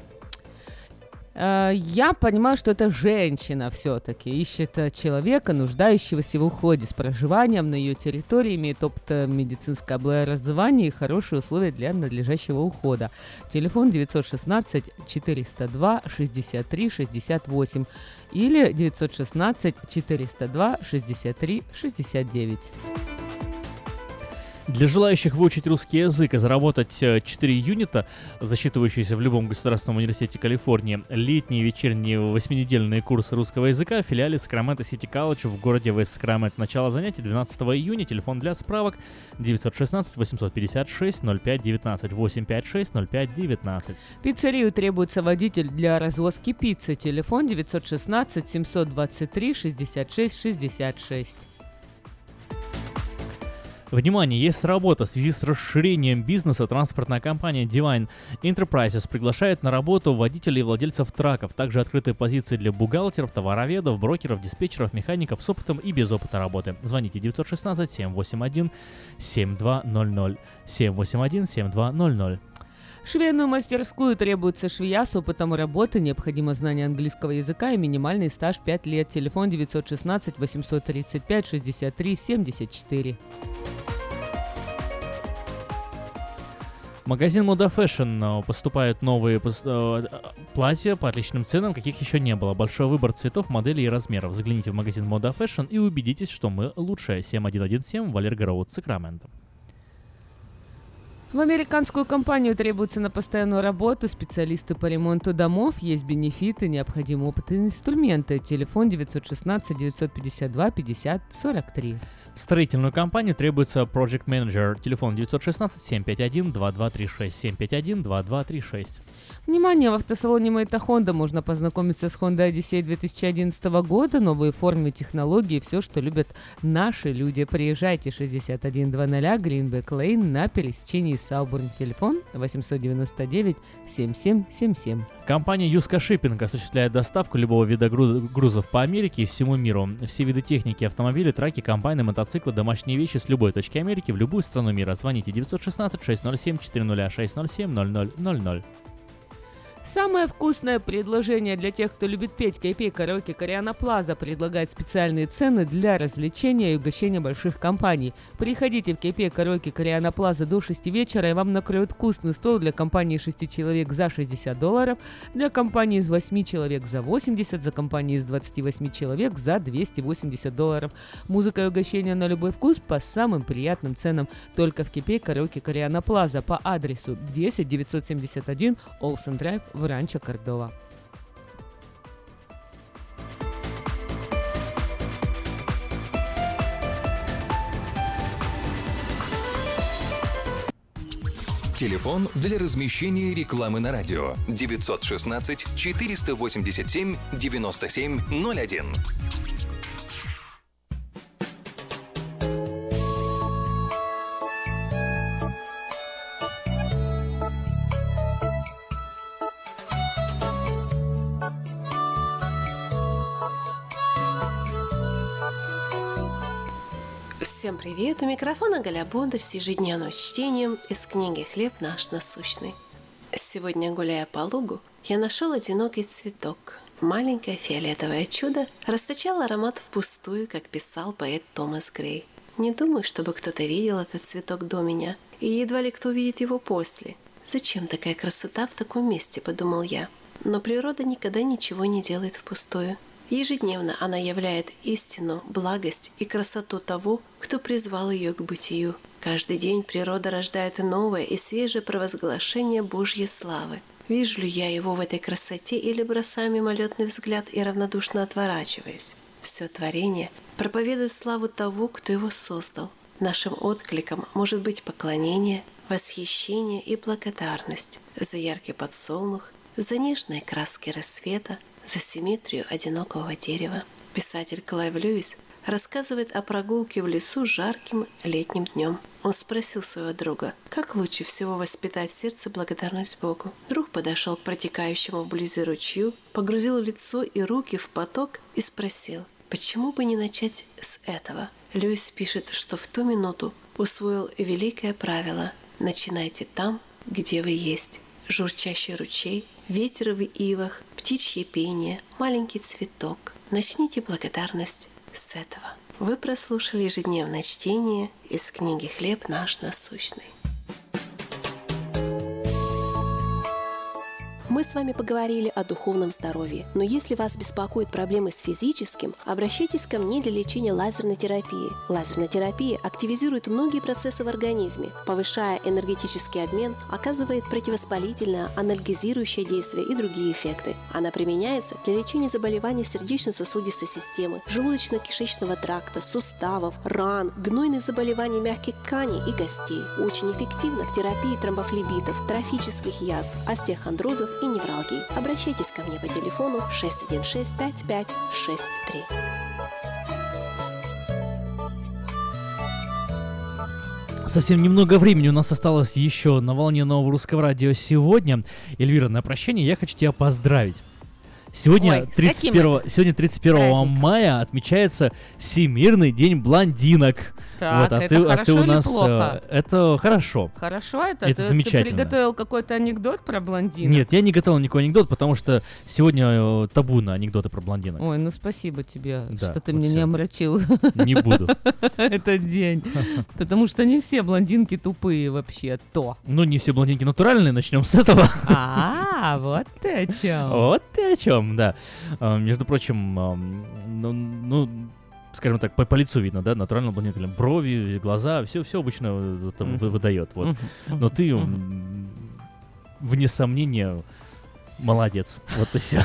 S3: Я понимаю, что это женщина все-таки ищет человека, нуждающегося в уходе с проживанием на ее территории, имеет опыт медицинского образования и хорошие условия для надлежащего ухода. Телефон девятьсот шестнадцать четыреста два шестьдесят три шестьдесят восемь или девятьсот шестнадцать четыреста два шестьдесят три шестьдесят девять.
S2: Для желающих выучить русский язык и заработать четыре юнита, засчитывающиеся в любом государственном университете Калифорнии, летние и вечерние восьминедельные курсы русского языка в филиале Сакраменто Сити Колледж в городе Вест Сакраменто. Начало занятий двенадцатого июня. Телефон для справок девятьсот шестнадцать восемьсот пятьдесят шесть ноль пять девятнадцать восемь пять шесть ноль пять девятнадцать.
S3: Пиццерию требуется водитель для развозки пиццы. Телефон девятьсот шестнадцать семьсот двадцать три шестьдесят шесть шестьдесят шесть.
S2: Внимание, есть работа. В связи с расширением бизнеса транспортная компания Divine Enterprises приглашает на работу водителей и владельцев траков. Также открыты позиции для бухгалтеров, товароведов, брокеров, диспетчеров, механиков с опытом и без опыта работы. Звоните девятьсот шестнадцать семь восемь один семь два ноль ноль семь восемь один семь два ноль ноль.
S3: Швейную мастерскую требуется швея с опытом работы, необходимо знание английского языка и минимальный стаж пять лет. Телефон девятьсот шестнадцать восемьсот тридцать пять шестьдесят три семьдесят четыре.
S2: Магазин Moda Fashion поступают новые платья по отличным ценам, каких еще не было. Большой выбор цветов, моделей и размеров. Загляните в магазин Moda Fashion и убедитесь, что мы лучшие. семь один один семь Валерго Роуд, Сакраменто.
S3: В американскую компанию требуется на постоянную работу специалисты по ремонту домов, есть бенефиты, необходимый опыт и инструменты. Телефон девятьсот шестнадцать девятьсот пятьдесят два пятьдесят сорок три.
S2: В строительную компанию требуется Project Manager. Телефон девятьсот шестнадцать семь пять один два два три шесть семь пять один два два три шесть.
S3: Внимание! В автосалоне Мэйта Honda можно познакомиться с Honda Odyssey две тысячи одиннадцатого года, новые формы, технологии, все, что любят наши люди. Приезжайте шестьдесят один двадцать Гринбек Лейн на пересечении Сауборн. Телефон восемьсот девяносто девять семь семь семь семь.
S2: Компания Юска Шиппинг осуществляет доставку любого вида грузов по Америке и всему миру. Все виды техники, автомобили, траки, комбайны, мотоциклы, домашние вещи с любой точки Америки в любую страну мира. Звоните девятьсот шестнадцать шестьсот семь четыреста шесть ноль семь ноль ноль ноль ноль.
S3: Самое вкусное предложение для тех, кто любит петь. кей пи Караоке Кориана Плаза предлагает специальные цены для развлечения и угощения больших компаний. Приходите в кей пи Караоке Кориана Плаза до шести вечера, и вам накроют вкусный стол для компании шести человек за шестьдесят долларов, для компании из восьми человек за восемьдесят, за компании из двадцати восьми человек за двести восемьдесят долларов. Музыка и угощения на любой вкус по самым приятным ценам. Только в кей пи Караоке Кориана Плаза по адресу десять девятьсот семьдесят один Олсен Драйв в Ранчо Кордова.
S15: Телефон для размещения рекламы на радио девятьсот шестнадцать четыреста восемьдесят семь девяносто семь ноль один.
S4: Всем привет! У микрофона Галя Бондарь с ежедневным чтением из книги «Хлеб наш насущный». Сегодня, гуляя по лугу, я нашел одинокий цветок. Маленькое фиолетовое чудо расточало аромат впустую, как писал поэт Томас Грей. Не думаю, чтобы кто-то видел этот цветок до меня, и едва ли кто увидит его после. Зачем такая красота в таком месте, подумал я. Но природа никогда ничего не делает впустую. Ежедневно она являет истину, благость и красоту того, кто призвал ее к бытию. Каждый день природа рождает новое и свежее провозглашение Божьей славы. Вижу ли я его в этой красоте или бросаю мимолетный взгляд и равнодушно отворачиваюсь? Все творение проповедует славу того, кто его создал. Нашим откликом может быть поклонение, восхищение и благодарность за яркий подсолнух, за нежные краски рассвета, за симметрию одинокого дерева. Писатель Клайв Льюис рассказывает о прогулке в лесу жарким летним днем. Он спросил своего друга, как лучше всего воспитать в сердце благодарность Богу. Друг подошел к протекающему вблизи ручью, погрузил лицо и руки в поток и спросил, почему бы не начать с этого? Льюис пишет, что в ту минуту усвоил великое правило «начинайте там, где вы есть». Журчащий ручей, ветер в ивах, птичье пение, маленький цветок. Начните благодарность с этого. Вы прослушали ежедневное чтение из книги «Хлеб наш насущный». Мы с вами поговорили о духовном здоровье, но если вас беспокоят проблемы с физическим, обращайтесь ко мне для лечения лазерной терапии. Лазерная терапия активизирует многие процессы в организме, повышая энергетический обмен, оказывает противовоспалительное, анальгезирующее действие и другие эффекты. Она применяется для лечения заболеваний сердечно-сосудистой системы, желудочно-кишечного тракта, суставов, ран, гнойных заболеваний мягких тканей и костей. Очень эффективно в терапии тромбофлебитов, трофических язв, остеохондрозов и невралгии. Обращайтесь ко мне по телефону шесть один шесть пять пять шесть три.
S2: Совсем немного времени у нас осталось еще на волне Нового Русского Радио сегодня. Эльвира, на прощание я хочу тебя поздравить. Сегодня,
S3: Ой,
S2: тридцать первого, сегодня тридцать первого мая отмечается Всемирный день блондинок.
S3: Так,
S2: вот, а
S3: это
S2: ты,
S3: хорошо
S2: а ты у
S3: или
S2: нас,
S3: плохо?
S2: Это хорошо.
S3: Хорошо это?
S2: Это
S3: ты,
S2: замечательно.
S3: Ты приготовил какой-то анекдот про блондинок?
S2: Нет, я не готовил никакой анекдот, потому что сегодня э, табу на анекдоты про блондинок.
S3: Ой, ну спасибо тебе,
S2: Да,
S3: что ты
S2: вот
S3: мне
S2: всё.
S3: не омрачил.
S2: Не буду.
S3: Этот день. Потому что не все блондинки тупые вообще-то.
S2: Ну, не все блондинки натуральные, начнем с этого.
S3: А, вот ты о чем.
S2: Вот ты о чем, да. А, между прочим, а, ну, ну, скажем так, по, по лицу видно, да, натурального блондинка, или брови, глаза, все, все обычно э, там
S3: Мгм.
S2: выдает, вот.
S3: Мгм.
S2: Но ты,
S3: Мгм.
S2: м, вне сомнения, молодец. Вот и все.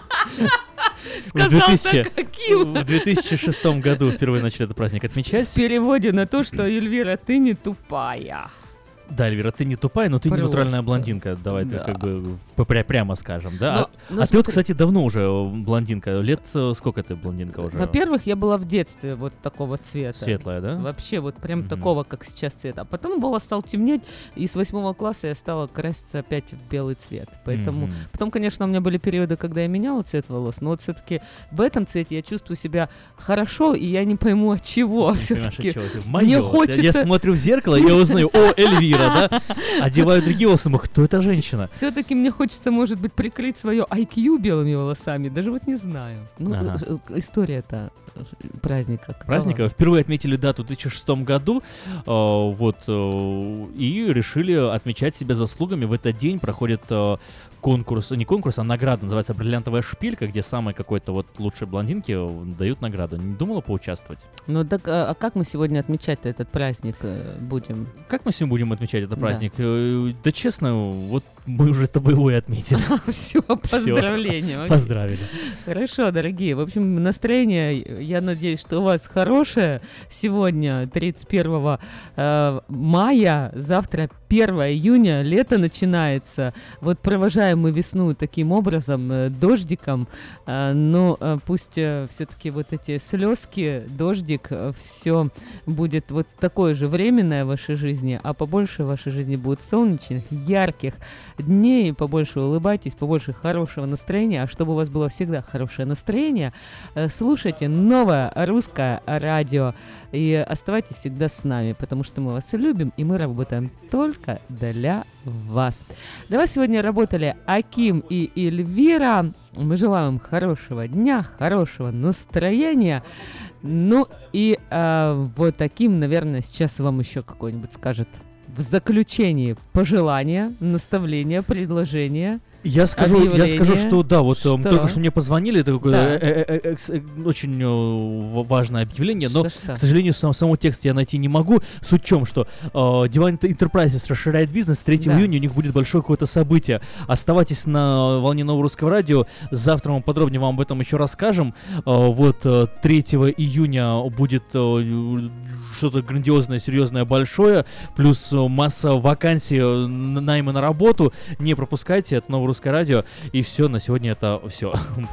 S3: Сказал-то каким?
S2: В две тысячи шестом году впервые начали этот праздник отмечать.
S3: В переводе на то, что, Эльвира, ты не тупая.
S2: Да, Эльвира, ты не тупая, но ты не
S3: Просто.
S2: натуральная блондинка. Давай
S3: Да.
S2: так как бы пря- прямо скажем, да?
S3: Но-
S2: а
S3: но
S2: а ты вот,
S3: смотри.
S2: кстати, давно уже блондинка. Лет э, сколько ты блондинка уже?
S3: Во-первых, я была в детстве вот такого цвета.
S2: Светлая, да?
S3: Вообще вот прям
S2: Мгм.
S3: такого, как сейчас цвета. А потом волос стал темнеть, и с восьмого класса я стала краситься опять в белый цвет. Поэтому
S2: Мгм.
S3: потом, конечно, у меня были периоды, когда я меняла цвет волос, но вот все-таки в этом цвете я чувствую себя хорошо, и я не пойму от чего.
S2: Не понимаешь,
S3: Все-таки
S2: от чего ты?
S3: мне
S2: Моё.
S3: хочется...
S2: Я смотрю в зеркало, я узнаю, о, Эльвира, да? Одеваю другие волосы, думаю, кто эта женщина?
S3: Все-таки мне хочется, может быть, прикрыть свое ай кью белыми волосами. Даже вот не знаю. Ну,
S2: Ага.
S3: э, э, история-то э, праздника. какова?
S2: Праздника. Впервые отметили дату в две тысячи шестом году, э, вот, э, и решили отмечать себя заслугами. В этот день проходит э, конкурс, не конкурс, а награда, называется «Бриллиантовая шпилька», где самой какой-то вот лучшей блондинке дают награду. Не думала поучаствовать?
S3: Ну так, а, а как мы сегодня отмечать этот праздник э, будем?
S2: Как мы сегодня будем отмечать этот
S3: Да.
S2: праздник? Э, Да честно, вот мы уже с тобой его и отметили.
S3: Все, поздравления. окей.
S2: Поздравили.
S3: Хорошо, дорогие. В общем, настроение, я надеюсь, что у вас хорошее. Сегодня, тридцать первого э, мая, завтра первого июня, лето начинается. Вот провожаем мы весну таким образом, э, дождиком. Э, но э, пусть э, все-таки вот эти слезки, дождик, все будет вот такое же временное в вашей жизни, а побольше в вашей жизни будет солнечных, ярких дней, побольше улыбайтесь, побольше хорошего настроения. А чтобы у вас было всегда хорошее настроение, э, слушайте новое русское радио и оставайтесь всегда с нами, потому что мы вас любим и мы работаем только для вас. Для вас сегодня работали Аким и Эльвира. Мы желаем вам хорошего дня, хорошего настроения. Ну и э, вот таким, наверное, сейчас вам еще какой-нибудь скажет в заключении пожелания, наставления, предложения.
S2: Я скажу, я
S3: объявление.
S2: скажу, что да, вот
S3: Что?
S2: э, только что мне позвонили, это какое-то
S3: Да.
S2: э, э, э, э, очень э, в- важное объявление, но,
S3: Что-что?
S2: к сожалению, сам, саму текст я найти не могу. Суть в чем, что э, Divine Enterprises расширяет бизнес, третьего
S3: Да.
S2: июня у них будет большое какое-то событие. Оставайтесь на волне Нового Русского Радио, завтра мы подробнее вам об этом еще расскажем. Э, вот э, третьего июня будет э, что-то грандиозное, серьезное, большое, плюс э, масса вакансий э, н- найма на работу. Не пропускайте, это Новое Русское Радио. И все, на сегодня это все.